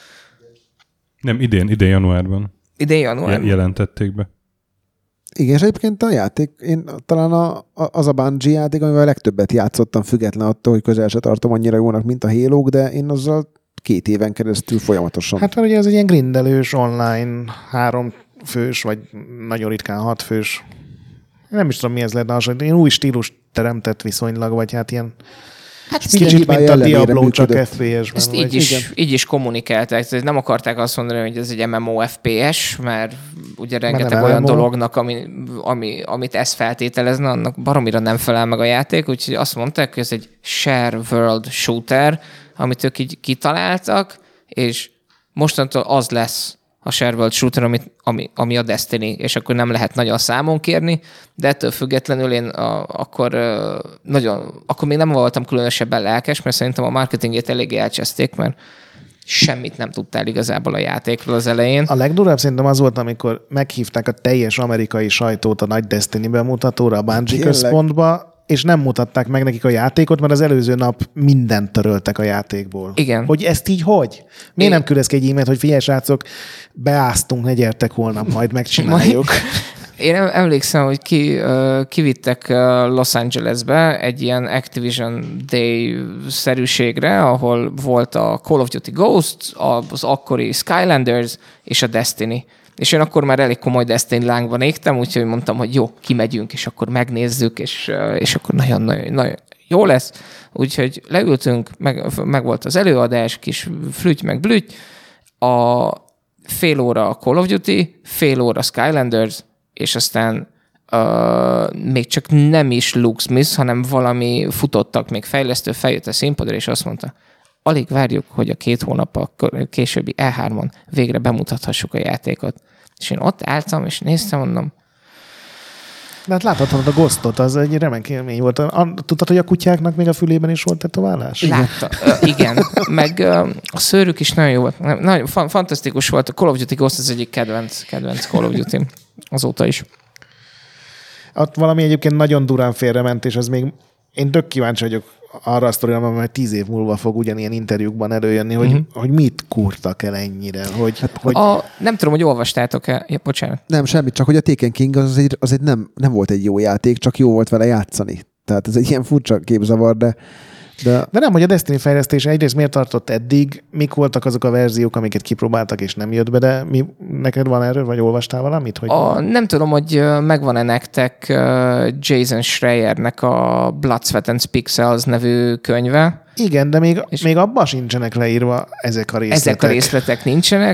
A: Nem, idén januárban.
C: Idén januárban.
A: Jelentették be.
D: Igen, és egyébként a játék, én talán az a Bungie játék, amivel a legtöbbet játszottam, független attól, hogy közel se tartom annyira jónak, mint a Halo-k, de én azzal 2 éven keresztül folyamatosan.
B: Hát mert ugye ez egy ilyen grindelős, online, 3 fős, vagy nagyon ritkán 6 fős. Nem is tudom, mi ez lenne hasonlítani. Ilyen új stílus teremtett viszonylag, vagy hát ilyen
C: Hát
B: kicsit, mint a Diablo, csak FPS-ben.
C: Ezt így is kommunikálták. Tehát nem akarták azt mondani, hogy ez egy MMO FPS, mert ugye rengeteg olyan dolognak, amit ez feltételezne, annak baromira nem felel meg a játék, úgyhogy azt mondták, hogy ez egy share world shooter, amit ők így kitaláltak, és mostantól az lesz a share world shooter, ami a Destiny, és akkor nem lehet nagyon számon kérni, de ettől függetlenül én akkor még nem voltam különösebben lelkes, mert szerintem a marketingét eléggé elcseszték, mert semmit nem tudtál igazából a játékról az elején.
B: A legdurvább szerintem az volt, amikor meghívták a teljes amerikai sajtót a nagy Destiny bemutatóra, a Bungie központba, és nem mutatták meg nekik a játékot, mert az előző nap mindent töröltek a játékból.
C: Igen.
B: Hogy ezt így hogy? Miért nem küldesz ki egy e-mailt, hogy figyelj srácok, beáztunk, ne gyertek holnap, majd megcsináljuk.
C: Én emlékszem, hogy kivittek Los Angelesbe egy ilyen Activision Day-szerűségre, ahol volt a Call of Duty Ghost, az akkori Skylanders és a Destiny. És én akkor már elég komoly Destiny lángban égtem, úgyhogy mondtam, hogy jó, kimegyünk, és akkor megnézzük, és akkor nagyon jó lesz. Úgyhogy leültünk, meg volt az előadás, kis flüty meg blüty, a fél óra a Call of Duty, fél óra Skylanders, és aztán még csak nem is Luke Smith, hanem valami futottak, még fejlesztő feljött a színpadra, és azt mondta, alig várjuk, hogy a 2 hónappal későbbi E3-on végre bemutathassuk a játékot. És én ott álltam, és néztem, mondom.
B: De hát láthatod a Ghostot, az egy remek élmény volt. Tudtad, hogy a kutyáknak még a fülében is volt tetoválás?
C: Látta, igen. Meg a szőrük is nagyon jó volt. Nagyon fantasztikus volt. A Call of Duty Ghost az egyik kedvenc Call of Duty azóta is.
B: Ott valami egyébként nagyon durán félrement, és az még én tök kíváncsi vagyok arra a sztorira, mert 10 év múlva fog ugyanilyen interjúkban előjönni, hogy mit kurtak el ennyire.
C: Nem tudom, hogy olvastátok-e. Ja, bocsánat.
D: Nem, semmit, csak hogy a Taken King az egy nem volt egy jó játék, csak jó volt vele játszani. Tehát ez egy ilyen furcsa képzavar, de
B: nem, hogy a Destiny fejlesztése egyrészt miért tartott eddig, mik voltak azok a verziók, amiket kipróbáltak és nem jött be, de neked van erről, vagy olvastál valamit? Hogy
C: nem tudom, hogy megvan-e nektek Jason Schreiernek a Blood, Sweat and Pixels nevű könyve.
B: Igen, de még abban sincsenek leírva ezek a részletek.
C: Ezek a részletek nincsenek.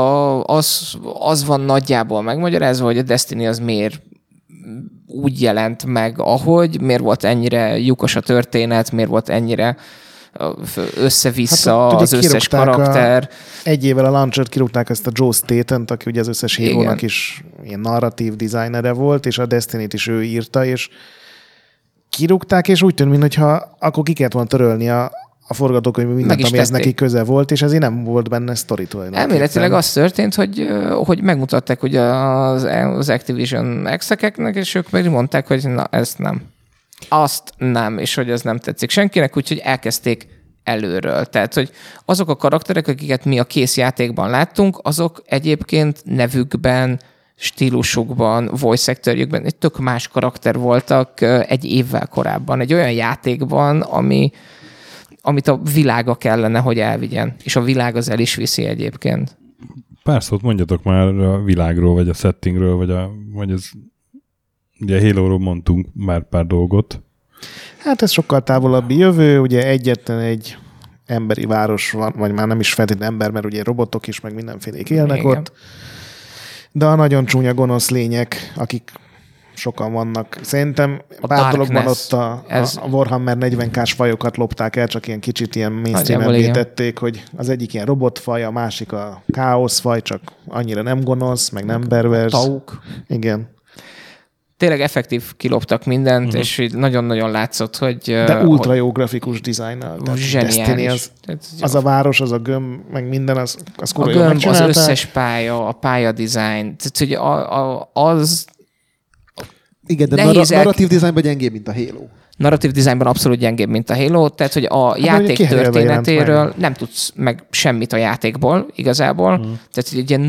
C: Az van nagyjából megmagyarázva, hogy a Destiny az miért úgy jelent meg, ahogy, miért volt ennyire lyukos a történet, miért volt ennyire össze-vissza az összes karakter.
B: Egy évvel a launch-ot kirúgták ezt a Joe Statent, aki ugye az összes Halo-nak is ilyen narratív designere volt, és a Destiny-t is ő írta, és kirúgták, és úgy tűnt, mintha akkor ki kellett volna törölni a forgatókönyv mindent, amihez neki köze volt, és ezért nem volt benne sztori tulajdonképpen.
C: Elméletileg az történt, hogy megmutatták ugye az Activision exekeknek, és ők meg mondták, hogy na, ezt nem. Azt nem, és hogy ez nem tetszik senkinek, úgyhogy elkezdték előről. Tehát, hogy azok a karakterek, akiket mi a kész játékban láttunk, azok egyébként nevükben, stílusukban, voice actorjükben egy tök más karakter voltak egy évvel korábban. Egy olyan játékban, ami amit a világa kellene, hogy elvigyen. És a világ az el is viszi egyébként.
A: Pár szót mondjatok már a világról, vagy a settingről, vagy az... Ugye Halo-ról mondtunk már pár dolgot.
B: Hát ez sokkal távolabbi jövő, ugye egyetlen egy emberi város van, vagy már nem is feltétlenül ember, mert ugye robotok is, meg mindenfélék élnek
C: Igen.
B: ott. De a nagyon csúnya gonosz lények, akik sokan vannak. Szerintem
C: A
B: pár dologban
C: Darkness,
B: ott a Warhammer 40K-s fajokat lopták el, csak ilyen kicsit ilyen mainstream-ebbé tették, hogy az egyik ilyen robotfaj, a másik a káoszfaj, csak annyira nem gonosz, meg nem pervers.
C: Tauk.
B: Igen.
C: Tényleg effektív kiloptak mindent, és így nagyon-nagyon látszott, hogy...
B: De ultra jó grafikus dizájnnal.
C: Zseniális.
B: Az a város, az a gömb, meg minden, az
C: a gömb, az összes pálya, a pályadizájn, tehát hogy az...
D: Igen, de narratív dizájnban gyengébb, mint a Halo.
C: Narratív dizájnban abszolút gyengébb, mint a Halo, tehát hogy a játék történetéről nem tudsz meg semmit a játékból igazából, tehát hogy egy ilyen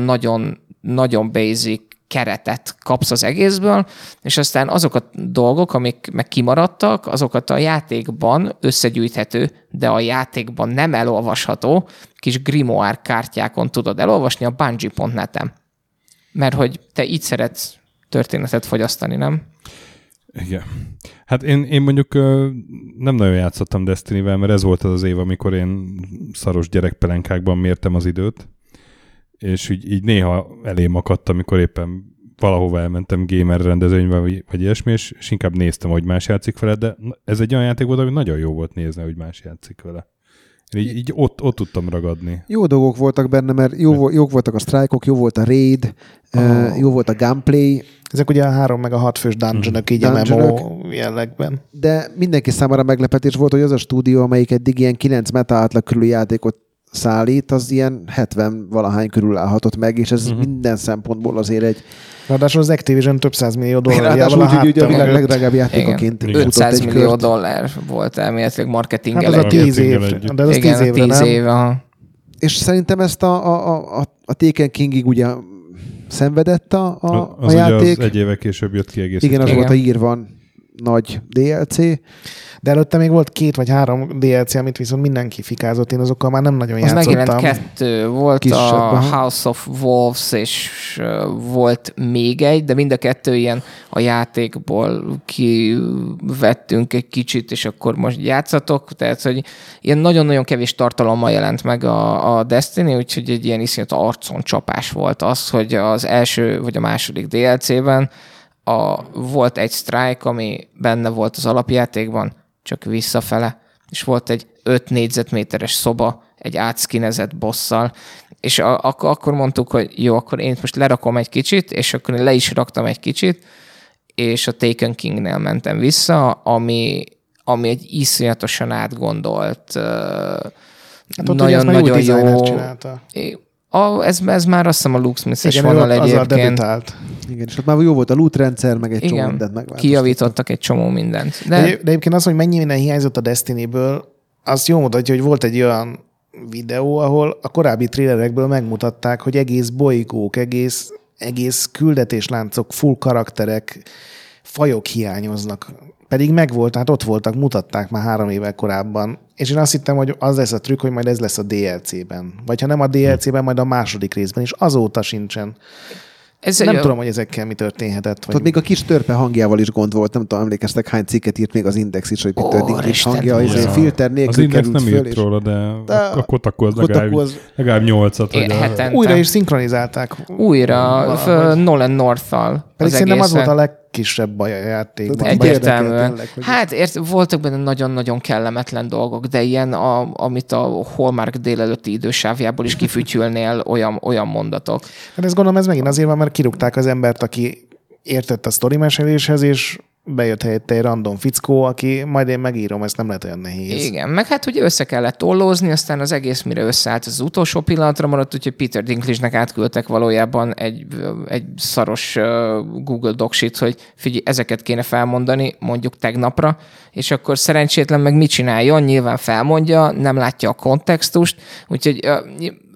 C: nagyon basic keretet kapsz az egészből, és aztán azok a dolgok, amik meg kimaradtak, azokat a játékban összegyűjthető, de a játékban nem elolvasható kis grimoire kártyákon tudod elolvasni a Bungie.net-en. Mert hogy te így szeretsz történetet fogyasztani, nem?
A: Igen. Hát én mondjuk nem nagyon játszottam Destiny-vel, mert ez volt az év, amikor én szaros gyerekpelenkákban mértem az időt, és így néha elém akadt, amikor éppen valahova elmentem gamer rendezvénybe, vagy ilyesmi, és inkább néztem, hogy más játszik vele, de ez egy olyan játék volt, ami nagyon jó volt nézni, hogy más játszik vele. Így ott tudtam ragadni.
D: Jó dolgok voltak benne, mert jók voltak a strike-ok, jó volt a raid, jó volt a gunplay.
B: Ezek ugye a 3 meg a 6 fős dungeonok, így a MMO jellegben.
D: De mindenki számára meglepetés volt, hogy az a stúdió, amelyik eddig ilyen 9 meta átlag körüli játékot szállít, az ilyen 70 valahány körül állhatott meg, és ez minden szempontból azért egy...
B: Ráadásul az Activision több $100 millió
D: ráadásul úgy, a világ legdrágább játékaként.
C: $500 millió volt elméletileg marketinggel.
B: Hát az a 10 év. De az 10 évre,
C: 10 éve.
D: És szerintem ezt a Taken Kingig ugye szenvedett a
A: az
D: játék.
A: Az egy évvel később jött ki egész.
D: Igen, az volt a írvan nagy DLC.
B: De előtte még volt 2 vagy 3 DLC, amit viszont mindenki fikázott, én azokkal már nem nagyon játszottam.
C: Megjelent 2, volt kisebb, a House of Wolves, és volt még egy, de mind a 2 ilyen a játékból kivettünk egy kicsit, és akkor most játszatok, tehát hogy ilyen nagyon-nagyon kevés tartalommal jelent meg a Destiny, úgyhogy egy ilyen iszonyat arcon csapás volt az, hogy az első vagy a második DLC-ben volt egy strike, ami benne volt az alapjátékban, csak visszafele, és volt egy 5 négyzetméteres szoba egy átszkinezett bosszal, és akkor mondtuk, hogy jó, akkor én most lerakom egy kicsit, és akkor én le is raktam egy kicsit, és a Taken Kingnél mentem vissza, ami egy iszonyatosan átgondolt, nagyon-nagyon jó. Ez már azt hiszem a Luke Smith-es vonal egyébként.
D: Igen, és ott már jó volt a loot rendszer, meg egy csomó mindent megváltoztattak.
C: Kijavítottak egy csomó mindent.
B: De egyébként az, hogy mennyi minden hiányzott a Destiny-ből, azt jól mutatja, hogy volt egy olyan videó, ahol a korábbi trailerekből megmutatták, hogy egész bolygók, egész küldetésláncok, full karakterek, fajok hiányoznak. Pedig megvolt, hát ott voltak, mutatták már 3 évvel korábban. És én azt hittem, hogy az lesz a trükk, hogy majd ez lesz a DLC-ben. Vagy ha nem a DLC-ben, majd a második részben, és azóta sincsen. Nem tudom, hogy ezekkel mi történhetett.
D: Tudod, még a kis törpe hangjával is gond volt. Nem tudom, emlékeztek, hány cikket írt még az Index is, hogy Peter Dinklage hangja, filter nélkül
A: az Index nem
D: föl,
A: írt róla, de a Kotaku az legalább 8-at.
B: Újra is szinkronizálták.
C: Újra, Nolan North-tal.
B: Pedig szerintem az volt a legkisebb baj a játékban.
C: Egyértelműen. Hát voltak benne nagyon-nagyon kellemetlen dolgok, de ilyen, amit a Hallmark délelőtti idősávjából is kifütyülnél olyan mondatok.
B: Hát ezt gondolom, ez megint azért van, mert kirúgták az embert, aki értett a sztori meséléshez, és bejött helyette egy random fickó, aki majd én megírom, ezt nem lehet olyan nehéz.
C: Igen, meg hát ugye össze kellett tollózni, aztán az egész mire összeállt, az utolsó pillanatra maradt, úgyhogy Peter Dinklage-nek átküldtek valójában egy szaros Google Doc sheet, hogy figyelj, ezeket kéne felmondani mondjuk tegnapra, és akkor szerencsétlen meg mit csináljon? Nyilván felmondja, nem látja a kontextust, úgyhogy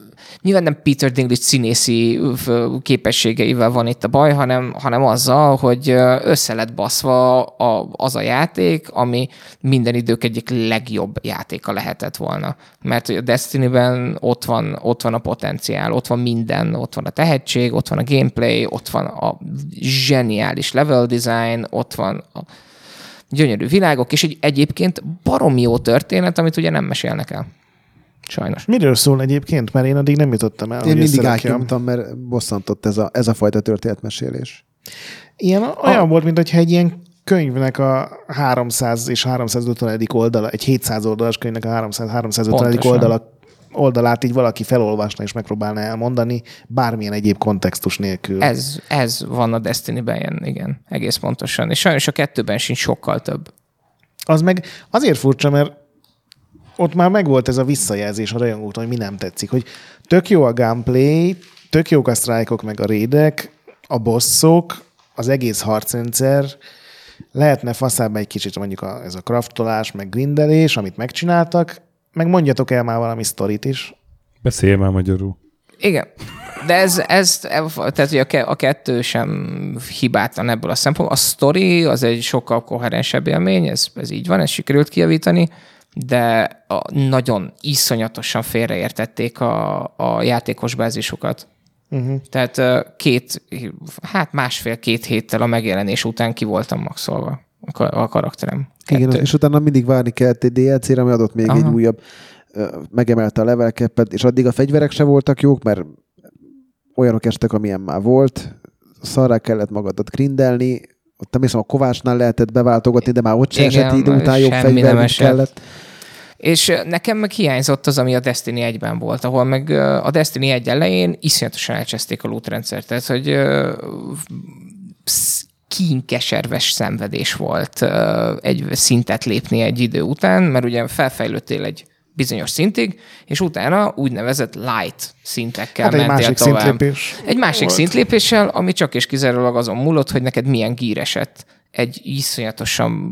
C: nyilván nem Peter Dinklage színészi képességeivel van itt a baj, hanem azzal, hogy össze lett baszva az a játék, ami minden idők egyik legjobb játéka lehetett volna. Mert a Destiny-ben ott van a potenciál, ott van minden, ott van a tehetség, ott van a gameplay, ott van a zseniális level design, ott van a gyönyörű világok, és egyébként baromi jó történet, amit ugye nem mesélnek el. Sajnos.
B: Miről szól egyébként? Mert én addig nem jutottam el.
D: Én mindig átnyomtam, mert bosszantott ez a fajta történetmesélés.
B: Olyan volt, mintha egy ilyen könyvnek a 300 és 350. oldala, egy 700 oldalas könyvnek a 350. oldalát így valaki felolvasna és megpróbálna elmondani, bármilyen egyéb kontextus nélkül.
C: Ez van a Destiny-ben, igen, egész pontosan. És sajnos a 2-ben sincs sokkal több.
B: Az meg azért furcsa, mert ott már megvolt ez a visszajelzés a rajongóktól, hogy mi nem tetszik, hogy tök jó a gameplay, tök jók a sztrájkok meg a raidek, a bosszok, az egész harcrendszer, lehetne faszább egy kicsit mondjuk ez a craftolás, meg grindelés, amit megcsináltak, meg mondjatok el már valami sztorit is.
A: Beszélj már magyarul.
C: Igen, de tehát ugye a 2 sem hibátlan ebből a szempontból. A sztori az egy sokkal koherensebb élmény, ez így van, ezt sikerült kijavítani, de nagyon iszonyatosan félreértették a játékos bázisokat. Uh-huh. Tehát másfél-két héttel a megjelenés után ki voltam maxolva a karakterem.
D: Igen, és utána mindig várni kellett egy DLC-re, ami adott még egy újabb, megemelte a level cap-et, és addig a fegyverek se voltak jók, mert olyanok estek, amilyen már volt, szarrá kellett magadat grindelni, ott nem hiszem a Kovácsnál lehetett beváltogatni, de már ott se esett idő után jobb fegyver kellett.
C: És nekem meg hiányzott az, ami a Destiny 1-ben volt, ahol meg a Destiny 1 elején iszonyatosan elcseszték a loot rendszert. Tehát, hogy kínkeserves szenvedés volt egy szintet lépni egy idő után, mert ugye felfejlődtél egy bizonyos szintig, és utána úgynevezett light szintekkel mentél tovább.
B: Szintlépés.
C: Egy másik szintlépéssel, ami csak és kizárólag azon múlott, hogy neked milyen gír esett egy iszonyatosan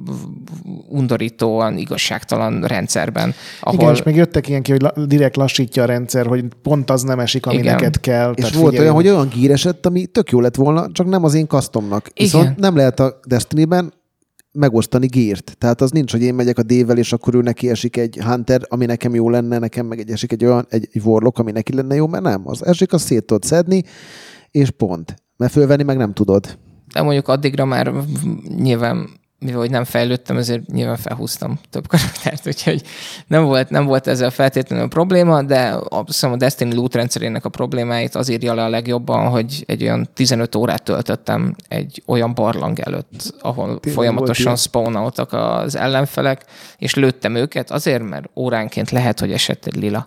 C: undorítóan igazságtalan rendszerben.
B: Ahol... Igen, és még jöttek ilyen ki, hogy direkt lassítja a rendszer, hogy pont az nem esik, ami neked kell.
D: És volt olyan, hogy olyan gír esett, ami tök jó lett volna, csak nem az én customnak. Viszont nem lehet a Destiny-ben megosztani gírt. Tehát az nincs, hogy én megyek a D-vel, és akkor ő neki esik egy Hunter, ami nekem jó lenne, nekem meg esik egy olyan, egy Warlock, ami neki lenne jó, mert nem. Az esik, azt szét tudod szedni, és pont. Mert fölvenni meg nem tudod.
C: De mondjuk addigra már nyilván, mivel hogy nem fejlődtem, ezért nyilván felhúztam több karaktert, úgyhogy nem volt ezzel feltétlenül probléma, de a Destiny loot rendszerének a problémáit az írja le a legjobban, hogy egy olyan 15 órát töltöttem egy olyan barlang előtt, ahol folyamatosan spawnoltak az ellenfelek, és lőttem őket azért, mert óránként lehet, hogy esett egy lila.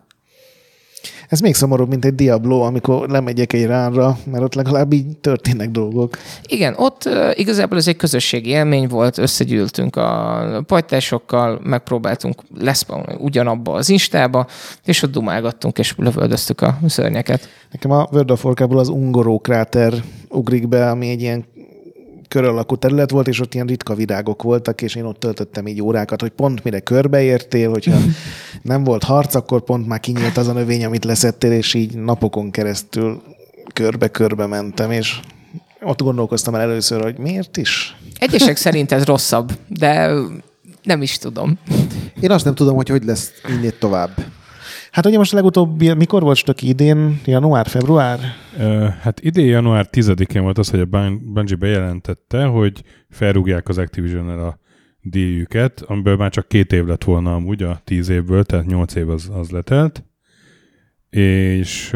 B: Ez még szomorúbb, mint egy Diablo, amikor lemegyek egy ránra, mert ott legalább így történnek dolgok.
C: Igen, ott igazából ez egy közösségi élmény volt, összegyűltünk a pajtásokkal, megpróbáltunk leszpawnolni ugyanabba az instába, és ott dumálgattunk, és lövöldöztük a szörnyeket.
B: Nekem a World of Warcraftból az Ungoró kráter ugrik be, ami egy ilyen kör alakú terület volt, és ott ilyen ritka virágok voltak, és én ott töltöttem így órákat, hogy pont mire körbeértél, hogyha nem volt harc, akkor pont már kinyílt az a növény, amit leszettél, és így napokon keresztül körbe-körbe mentem, és ott gondolkoztam el először, hogy miért is?
C: Egyesek szerint ez rosszabb, de nem is tudom.
D: Én azt nem tudom, hogy lesz innét tovább.
B: Hát ugye most a legutóbb, mikor volt stöki idén? Január, február?
A: Hát idén január 10-én volt az, hogy a Bungie bejelentette, hogy felrúgják az Activision-nel a díjüket, amiből már csak 2 év lett volna amúgy a 10 évből, tehát 8 év az letelt. És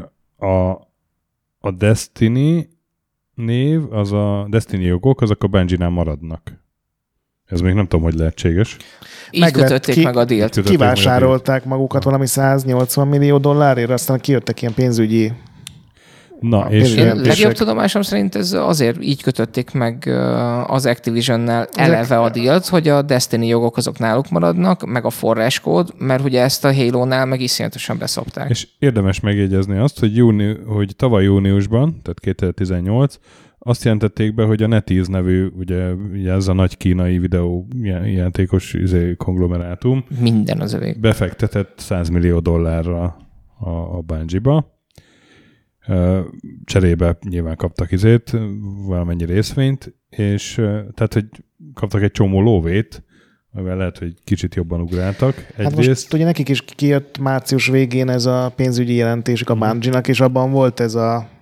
A: a Destiny név, az a Destiny jogok, azok a Bungie-nál maradnak. Ez még nem tudom, hogy lehetséges.
C: Így kötötték meg a díjat.
B: Kivásárolták magukat valami 180 millió dollárért, aztán kijöttek ilyen pénzügyi...
C: Na, és legjobb tudomásom szerint ez azért így kötötték meg az Activisionnel eleve a díjat, hogy a Destiny jogok azok náluk maradnak, meg a forráskód, mert ugye ezt a Halo-nál meg iszonyatosan beszopták.
A: És érdemes megjegyezni azt, hogy tavaly júniusban, tehát 2018, azt jelentették be, hogy a NetEase nevű, ugye ez a nagy kínai videójátékos konglomerátum
C: minden az övé.
A: Befektetett $100 millió a Bungie-ba, Cserébe nyilván kaptak valamennyi részvényt, és tehát, hogy kaptak egy csomó lóvét, amivel lehet, hogy kicsit jobban ugráltak.
B: Hát most ugye nekik is kijött március végén ez a pénzügyi jelentésük a Bungie-nak, és abban volt ez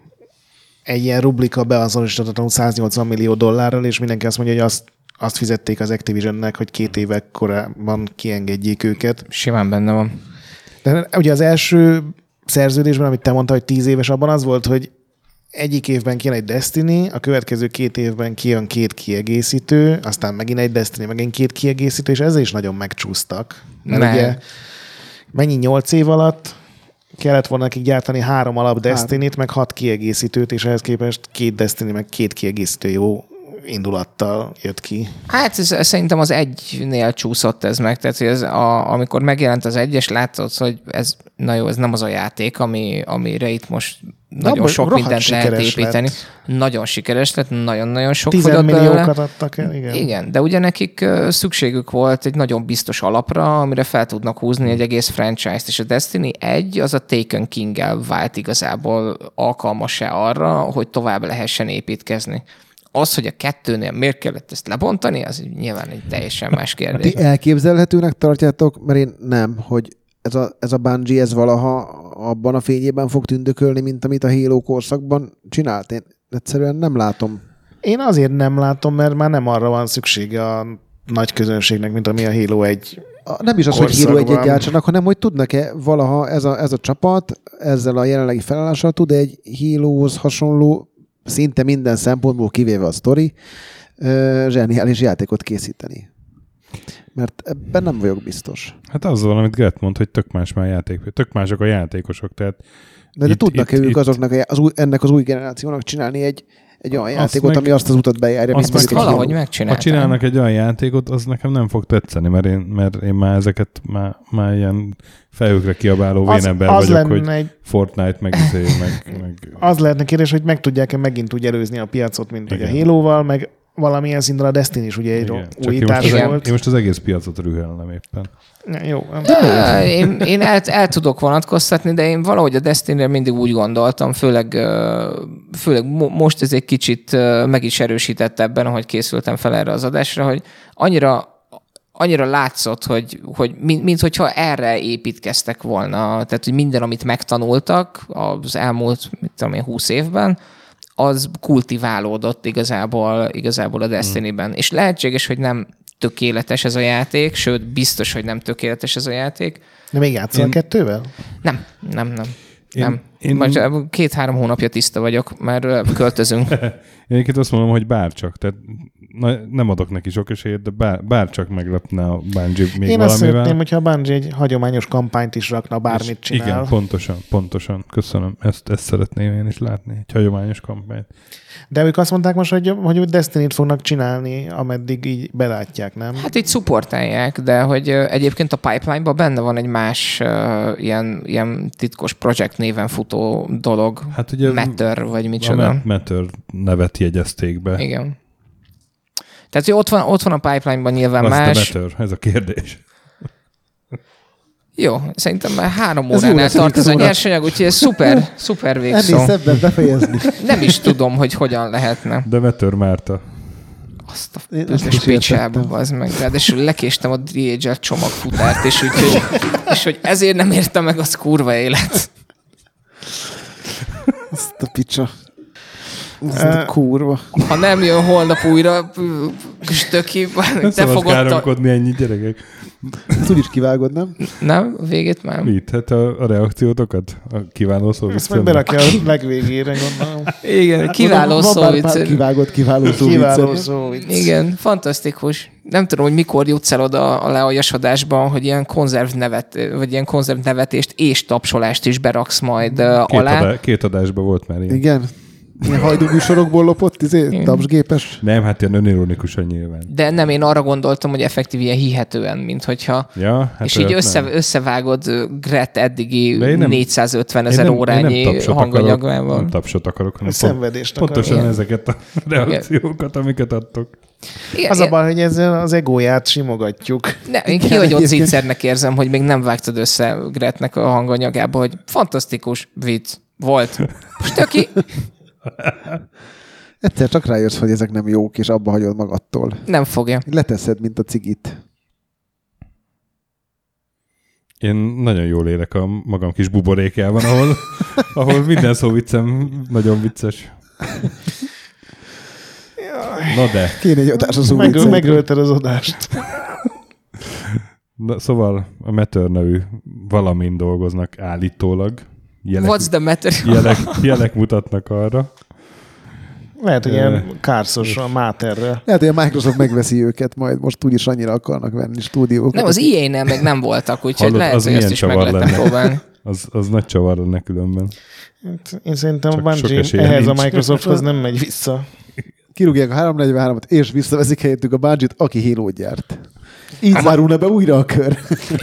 B: egy ilyen rublika beazonosítatlanul $180 millió, és mindenki azt mondja, hogy azt fizették az Activisionnek, hogy 2 évek korábban kiengedjék őket.
C: Simán benne van.
B: De ugye az első szerződésben, amit te mondtál, hogy 10 éves, abban az volt, hogy egyik évben kijön egy Destiny, a következő 2 évben kijön 2 kiegészítő, aztán megint egy Destiny, megint 2 kiegészítő, és ezzel is nagyon megcsúsztak. Mert ugye mennyi 8 év alatt kellett volna nekik gyártani 3 alap Destiny-t, meg 6 kiegészítőt, és ehhez képest 2 Destiny, meg 2 kiegészítő jó indulattal jött ki.
C: Hát szerintem az 1-nél csúszott ez meg, tehát hogy amikor megjelent az 1, és láttad, hogy ez nem az a játék, amire itt most nagyon sok mindent lehet építeni. Nagyon sikeres lett, nagyon-nagyon sok
B: 10
C: fogyott belőle.
B: milliókat adtak el, igen.
C: Igen, de ugye nekik szükségük volt egy nagyon biztos alapra, amire fel tudnak húzni egy egész franchise-t, és a Destiny 1 az a Taken King-el vált igazából alkalmas-e arra, hogy tovább lehessen építkezni. Az, hogy a 2-nél miért kellett ezt lebontani, az nyilván egy teljesen más kérdés.
D: Ti elképzelhetőnek tartjátok, mert én nem, hogy ez a Bungie, ez valaha abban a fényében fog tündökölni, mint amit a Halo korszakban csinált? Én egyszerűen nem látom.
B: Én azért nem látom, mert már nem arra van szüksége a nagy közönségnek, mint ami a Halo 1
D: Nem is az, hogy Halo 1-et gyártsanak, hanem hogy tudnak-e valaha ez a csapat ezzel a jelenlegi felállással tud egy Halohoz hasonló, szinte minden szempontból kivéve a sztori, zseniális játékot készíteni. Mert ebben nem vagyok biztos.
A: Hát az van, amit Gret mond, hogy tök mások a játékosok. Tehát
D: de tudnak-e ők azoknak ennek az új generációnak csinálni egy olyan játékot, ami azt az utat bejárja,
C: mint azt valahogy megcsinálták.
A: Ha csinálnak egy olyan játékot, az nekem nem fog tetszeni, mert én már ezeket már ilyen fejükre kiabáló vénember vagyok, hogy Fortnite meg.
B: Az lehetne kérdés, hogy meg tudják-e megint úgy előzni a piacot, mint hogy a Halo-val, meg valamilyen szinten a Destiny is ugye egy újítás volt.
A: Én most az egész piacot rühellem éppen.
B: Jó.
C: Én el tudok vonatkoztatni, de én valahogy a Destiny-re mindig úgy gondoltam, főleg most ez egy kicsit meg is erősített ebben, ahogy készültem fel erre az adásra, hogy annyira látszott, hogy minthogyha erre építkeztek volna. Tehát, hogy minden, amit megtanultak az elmúlt 20 évben, az kultiválódott igazából a Destiny-ben. És lehetséges, hogy nem tökéletes ez a játék, sőt, biztos, hogy nem tökéletes ez a játék.
B: De még játszol 2-vel?
C: Nem. Én most 2-3 hónapja tiszta vagyok, mert költözünk.
A: Én egyébként azt mondom, hogy bárcsak. Tehát nem adok neki sok esélyt, de bárcsak meglepne a Bungie még
B: én
A: valamivel.
B: Azt szeretném, hogyha a Bungie egy hagyományos kampányt is rakna, bármit csinál.
A: Igen, pontosan. Köszönöm. Ezt szeretném én is látni, egy hagyományos kampányt.
B: De ők azt mondták most, hogy Destiny-t fognak csinálni, ameddig így belátják, nem?
C: Hát így szupportálják, de hogy egyébként a pipeline-ban benne van egy más ilyen titkos projekt néven futó dolog. Hát ugye Matter, vagy micsoda.
A: A Matter nevet jegyezték be.
C: Igen. Tehát, hogy ott van a pipeline-ban nyilván
A: azt
C: más.
A: A Matter, ez a kérdés.
C: Jó, szerintem már 3 óránál tart ez a nyersanyag, úgyhogy ez szuper végszó.
D: Ennél szebben befejezni.
C: Nem is tudom, hogy hogyan lehetne.
A: De Matter Márta.
C: Azt a püspös picsába, az meg. Ráadásul lekéstem a DHL csomagfutárt, és hogy ezért nem értem meg, az kurva élet.
D: Azt a picsa. Az a kurva.
C: Ha nem jön holnap újra, stöki, te fogod...
A: Nem káromkodni ennyi, gyerekek.
D: Ezt úgyis kivágod, nem?
C: Nem? Végét már?
A: Mit? Hát a reakciótokat? A kiváló szó
B: ezt majd berakja a legvégére, gondolom.
C: Igen, kiváló szó vicc.
D: Kivágott kiváló szó vicc.
C: Igen, fantasztikus. Nem tudom, hogy mikor jutsz el oda a lealjasodásban, hogy ilyen konzervnevetést és tapsolást is beraksz majd alá.
A: 2 adásban volt már ilyen.
D: Igen. Ilyen hajdúműsorokból lopott tapsgépes?
A: Nem, hát ilyen önironikusan nyilván.
C: De nem, én arra gondoltam, hogy effektív ilyen hihetően, mint hogyha...
A: Ja, hát
C: és így összevágod Gret eddigi 450 000 órányi hanganyagával.
A: Nem tapsot akarok, hanem
B: szenvedést
A: pontosan igen. Ezeket a reakciókat, amiket adtok.
B: Igen, az a baj, hogy ezzel az egóját simogatjuk.
C: Én kihagyott zicsernek érzem, hogy még nem vágtad össze Gretnek a hanganyagába, hogy fantasztikus vicc. Volt. Most aki...
D: Egyszer csak rájössz, hogy ezek nem jók, és abba hagyod magadtól.
C: Nem fogja.
D: Leteszed, mint a cigit.
A: Én nagyon jól élek a magam kis buborékjában, ahol minden szóviccem nagyon vicces. Na de.
D: Kéne egy adás a szóviccet.
B: Megölted az adást.
A: Na, szóval a Matter nevű valamin dolgoznak állítólag.
C: What's the matter?
A: Jelek mutatnak arra.
B: Lehet, hogy ilyen kárszos a Máterrel.
D: Lehet, hogy a Microsoft megveszi őket, majd most úgyis annyira akarnak venni stúdiókat.
C: Nem, az EA-nél meg nem voltak, úgyhogy
A: Hallod,
C: lehet, hogy ezt is meg lehetne próbálni.
A: Az nagy csavar lenne különben.
B: Én szerintem
A: Csak
B: a Bungie ehhez a Microsofthoz nem megy vissza.
D: Kirúgják a 343-at, és visszaveszik helyettük a Bungie-t, aki Halo-t gyárt. Így zárulna be újra a kör.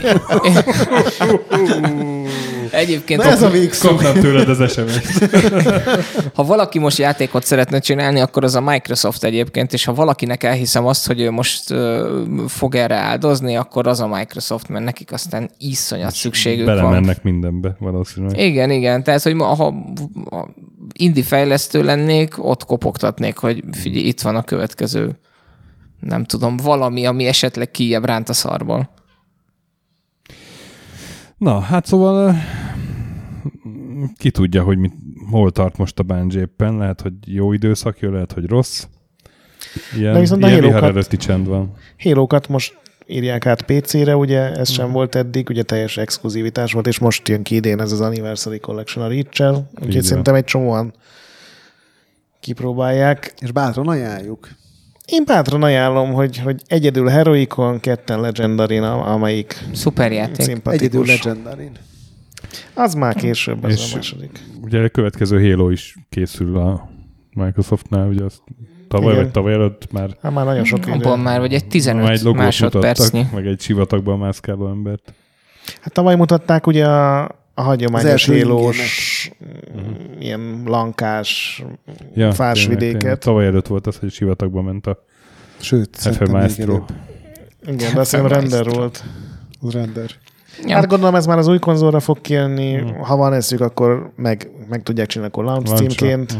C: Egyébként
D: ez a végszó.
A: Kapnám tőled az SMS-t.
C: Ha valaki most játékot szeretne csinálni, akkor az a Microsoft egyébként, és ha valakinek elhiszem azt, hogy ő most fog erre áldozni, akkor az a Microsoft, mert nekik aztán iszonyat szükségük van.
A: Belemennek mindenbe valószínűleg.
C: Igen. Tehát, hogy ha indie fejlesztő lennék, ott kopogtatnék, hogy figyelj, itt van a következő, nem tudom, valami, ami esetleg kijebb ránt a szarból.
A: Na, hát szóval ki tudja, hogy hol tart most a Bungie éppen. Lehet, hogy jó időszak jön, lehet, hogy rossz. Ilyen vihar előtti csend van.
B: Halo-kat most írják át PC-re, ugye ez sem volt eddig, ugye teljes exkluzivitás volt, és most jön ki idén ez az Anniversary Collection a Reach-el, úgyhogy szerintem egy csomóan kipróbálják.
D: És bátran ajánljuk.
B: Én bátran ajánlom, hogy egyedül Heroicon, ketten Legendarin, amelyik
C: szuperjáték.
B: szimpatikus.
D: Egyedül Legendarin.
B: Az már később, az
A: És
B: a második.
A: Ugye a következő Halo is készül a Microsoftnál, ugye azt tavaly vagy tavaly előtt már...
B: Hát már nagyon sok idő.
C: Abban már, vagy egy 15 másodpercnyi.
A: Meg egy sivatagban mászkáló embert.
B: Hát tavaly mutatták ugye a hagyományos Halo-s, ilyen lankás fásvidéket.
A: Tavaly előtt volt az, hogy sivatagban ment a
D: Sőt,
A: Maestro.
B: Igen, de azt hiszem render volt.
D: Az render.
C: Ja.
B: Hát gondolom ez már az új konzolra fog kijönni. Ha van eszük, akkor meg tudják csinálni, akkor launch címként.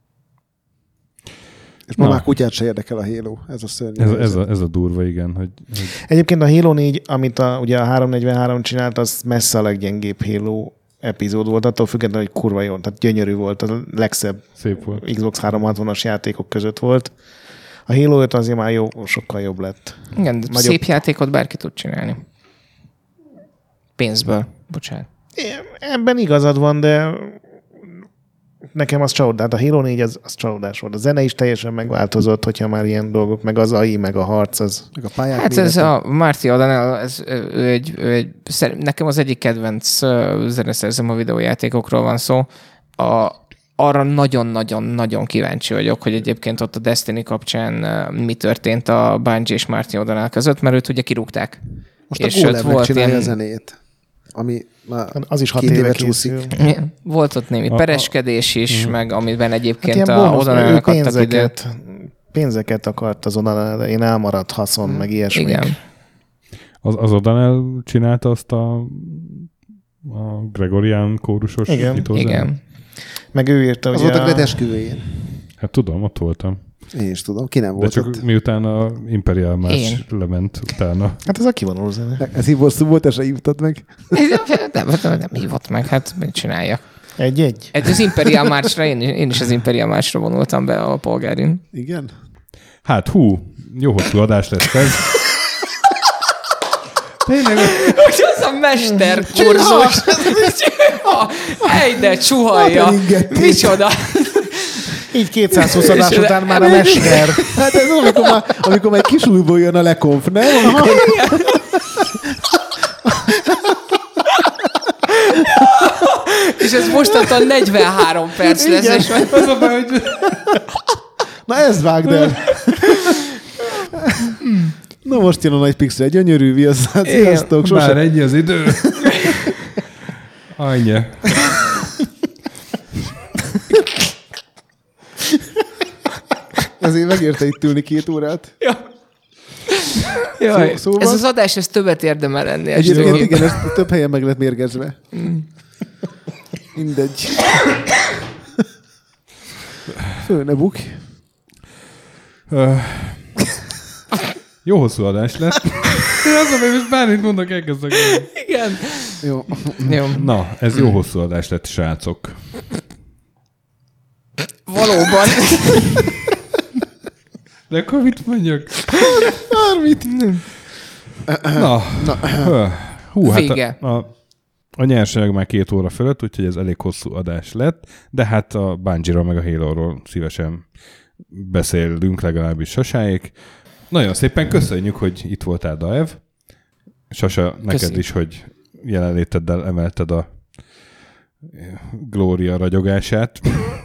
D: És ma már kutyát se érdekel a Halo. Ez a szörnyű.
A: Ez a durva, igen. Hogy...
B: Egyébként a Halo 4, amit ugye a 343 csinált, az messze a leggyengébb Halo epizód volt, attól függetlenül, hogy kurva jó, tehát gyönyörű volt, a legszebb
A: szép volt.
B: Xbox 360-as játékok között volt. A Halo 5 azért már sokkal jobb lett.
C: Igen, de szép játékot bárki tud csinálni. Pénzből. Bocsánat.
B: Ebben igazad van, de nekem az csodás. A Halo 4 az csodás volt. A zene is teljesen megváltozott, hogyha már ilyen dolgok, meg az AI, meg a harc, az...
D: Meg a pályák
C: hát
D: mérete.
C: ez a Marty O'Donnell, nekem az egyik kedvenc zeneszerzőm a videójátékokról van szó. Arra nagyon-nagyon-nagyon kíváncsi vagyok, hogy egyébként ott a Destiny kapcsán mi történt a Bungie és Marty O'Donnell között, mert őt ugye kirúgták.
D: Most és a Golem megcsinálja a zenét, ami már
B: az is 6 éve csúszik.
C: Volt ott némi pereskedés is, meg amiben egyébként
B: hát
C: a O'Donnellnek adtak időt.
B: Pénzeket akart az O'Donnell, én elmaradt haszon, meg ilyesmi.
C: Igen.
A: Az O'Donnell csinálta azt a Gregorian kórusos
B: nyitózenét?
C: Igen.
B: Meg ő írta,
D: az volt a Gret esküvőjén.
A: Hát tudom, ott voltam.
D: Én is tudom, ki nem volt.
A: De csak ott. Miután a Imperial más lement utána.
B: Hát ez a kivonuló zene.
D: Ez hívószó volt, ezt se hívtad meg?
C: Nem hívott meg, hát mit csináljak.
B: Egy-egy.
C: Az Imperial Marchra, én is az Imperial Marchra vonultam be a polgárin.
D: Igen?
A: Hát jó hosszú adás lesz ez.
C: Tényleg. Hogy az a mesterkurzus. Ejde, csuhalja. Micsoda.
B: Így 220 adás után már a mester.
D: Hát ez amikor már kisújból jön a lekonf, nem?
C: És ez mostantól 43 perc lesz. És
A: az a baj, hogy...
D: Na ez vágd el. Na most jön a nagy pixel, gyönyörű viaszát, sziasztok.
A: Már ennyi az idő. Annyi.
D: Ezért megérte itt ülni 2 órát.
C: Ja. Jaj, szóval... Ez az adás, ez többet érdemel lenni.
D: Egyébként igen, ez több helyen meg lett mérgezve. Mindegy. Föl ne bukj.
A: Jó hosszú adás lett. Én azt mondom, hogy most bármit mondok, elkezdek.
C: Igen.
D: Jó.
C: Jó.
A: Na, ez jó hosszú adás lett, srácok.
C: Valóban.
A: De akkor mit mondjak?
D: Bármit.
A: Na. Hú,
C: Vége.
A: Hát a nyersanyag már 2 óra fölött, úgyhogy ez elég hosszú adás lett, de hát a Bungie-ról meg a Halo-ról szívesen beszélünk, legalábbis Sasáék. Nagyon szépen köszönjük, hogy itt voltál, Daev. Sasa, neked is, hogy jelenléteddel emelted a Glória ragyogását.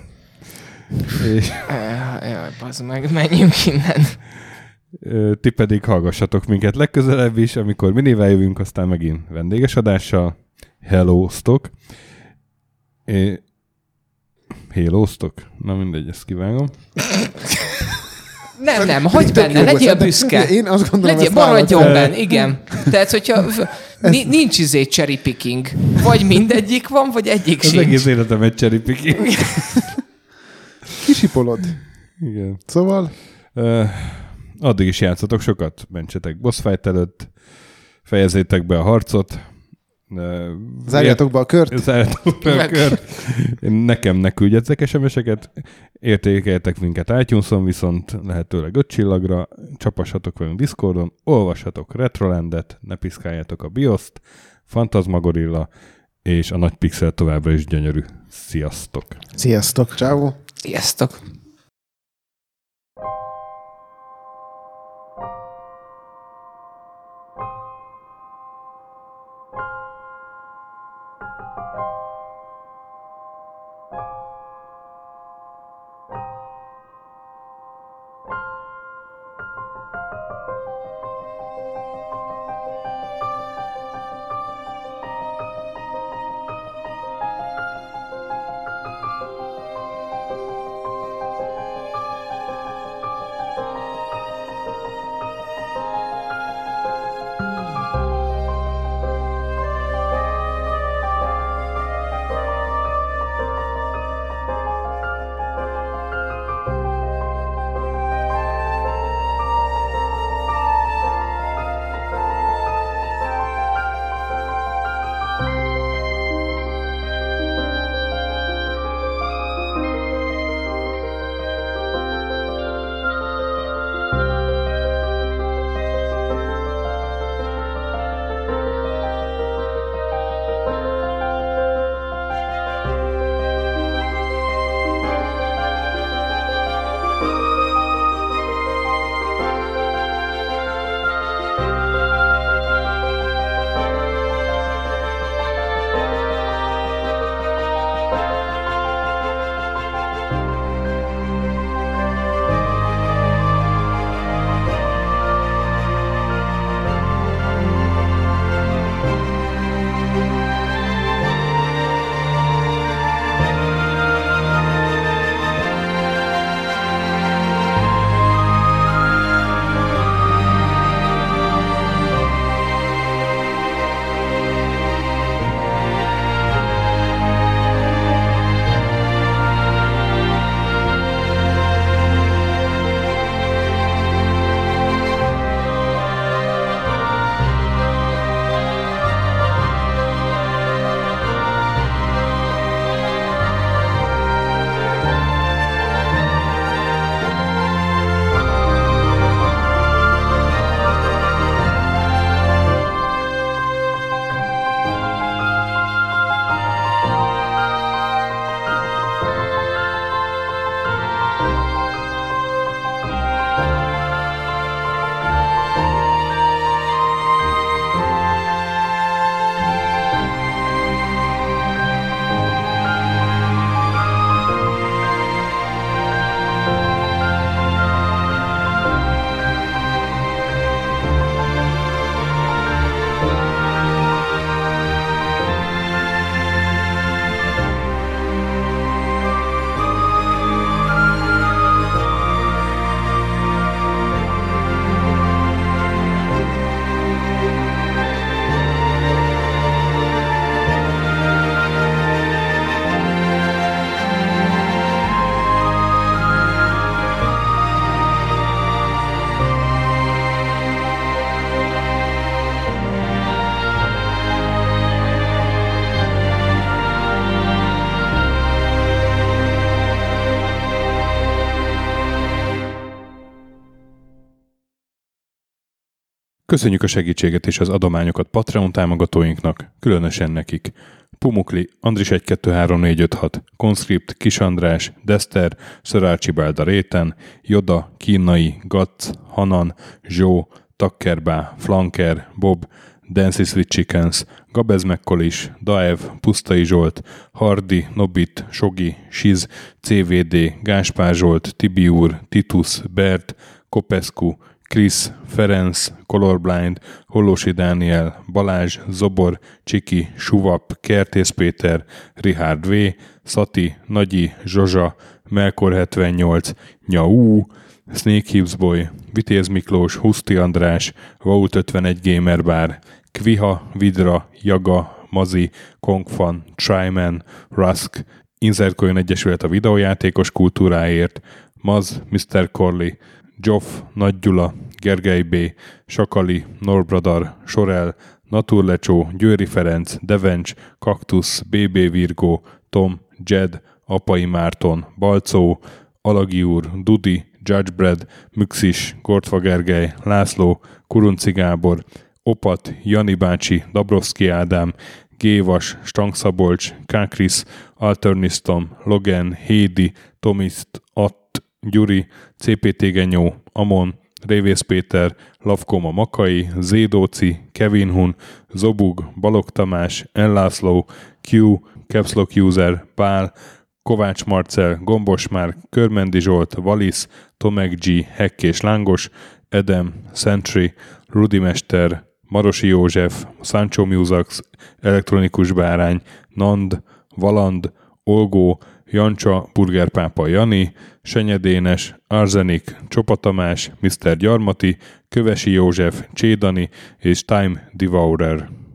A: És
C: Jaj, bazd meg, menjünk innen.
A: ti pedig hallgassatok minket legközelebb is, amikor minivel jövünk, aztán megint vendéges adással. Hello-ztok. Hello-ztok? Na mindegy, ezt kivágom.
C: Nem, hagyd benne, legyél büszke.
D: Én azt gondolom,
C: legyél, maradjon benne, igen. Tehát, hogyha nincs cherry picking. Vagy mindegyik van, vagy egyik
A: Az
C: sincs.
A: egész életem egy cherry picking.
D: Kisipolod.
A: Igen.
D: Szóval...
A: Addig is játszatok sokat, mentsetek boss fight előtt, fejezzétek be a harcot.
D: Zárjátok be a kört.
A: Zárjátok be a kört. Nekem ne küldjetek SMS-eket, értékeljetek minket iTunes-on, viszont lehetőleg 5 csillagra, csapassatok velünk Discordon, olvassatok Retrolandet, ne piszkáljátok a BIOS-t, Fantasmagorilla, és a nagy pixel továbbra is gyönyörű. Sziasztok!
B: Sziasztok!
D: Ciao.
C: Sziasztok!
A: Köszönjük a segítséget és az adományokat Patreon támogatóinknak, különösen nekik. Pumukli, Andris 1-2-3-4-5-6, Conscript, Kis András, Dester, Sir Archibald a Réten, Joda, Kínai, Gatz, Hanan, Zsó, Takkerbá, Flanker, Bob, Dancy Sweet Chickens, Gabez Mekkolis, Daev, Pusztai Zsolt, Hardi, Nobit, Sogi, Siz, CVD, Gáspár Zsolt, Tibiúr, Titus, Bert, Kopescu, Krisz, Ferenc, Colorblind, Hollósi Dániel, Balázs, Zobor, Csiki, Suvap, Kertész Péter, Richard V, Szati, Nagyi, Zsozsa, Melkor 78, Nyau, Snake Hips Boy, Vitéz Miklós, Huszti András, Vault 51 Gamer Bar, Kviha, Vidra, Jaga, Mazi, Kongfan, Tryman, Rusk, Inzertcoin Egyesület a videójátékos kultúráért, Maz, Mr. Corley, Joff, Nagy Gyula, Gergely B., Sakali, Norbradar, Sorel, Naturlecsó, Győri Ferenc, Devencs, Kaktusz, BB Virgó, Tom, Jed, Apai Márton, Balcó, Alagi úr, Dudi, Judgebred, Müxis, Gortfa Gergely, László, Kurunci Gábor, Opat, Jani bácsi, Dabrowski Ádám, Gévas, Stangszabolcs, Kákris, Alternisztom, Logan, Hédi, Tomiszt, Att, Gyuri, CPT Genyó, Amon, Révész Péter, Lavkoma Makai, Zédóci, Kevin Hun, Zobug, Balog Tamás, Enlászló, Q, Capslock User, Pál, Kovács Marcel, Gombos Márk, Körmendi Zsolt, Valisz, Tomek G, Hekkés Lángos, Edem, Sentry, Rudimester, Marosi József, Sancho Musax, Elektronikus Bárány, Nand, Valand, Olgó, Jancsa, Burgerpápa Jani, Senyedénes, Arzenik, Csopa Tamás, Mr. Gyarmati, Kövesi József, Csédani és Time Devourer.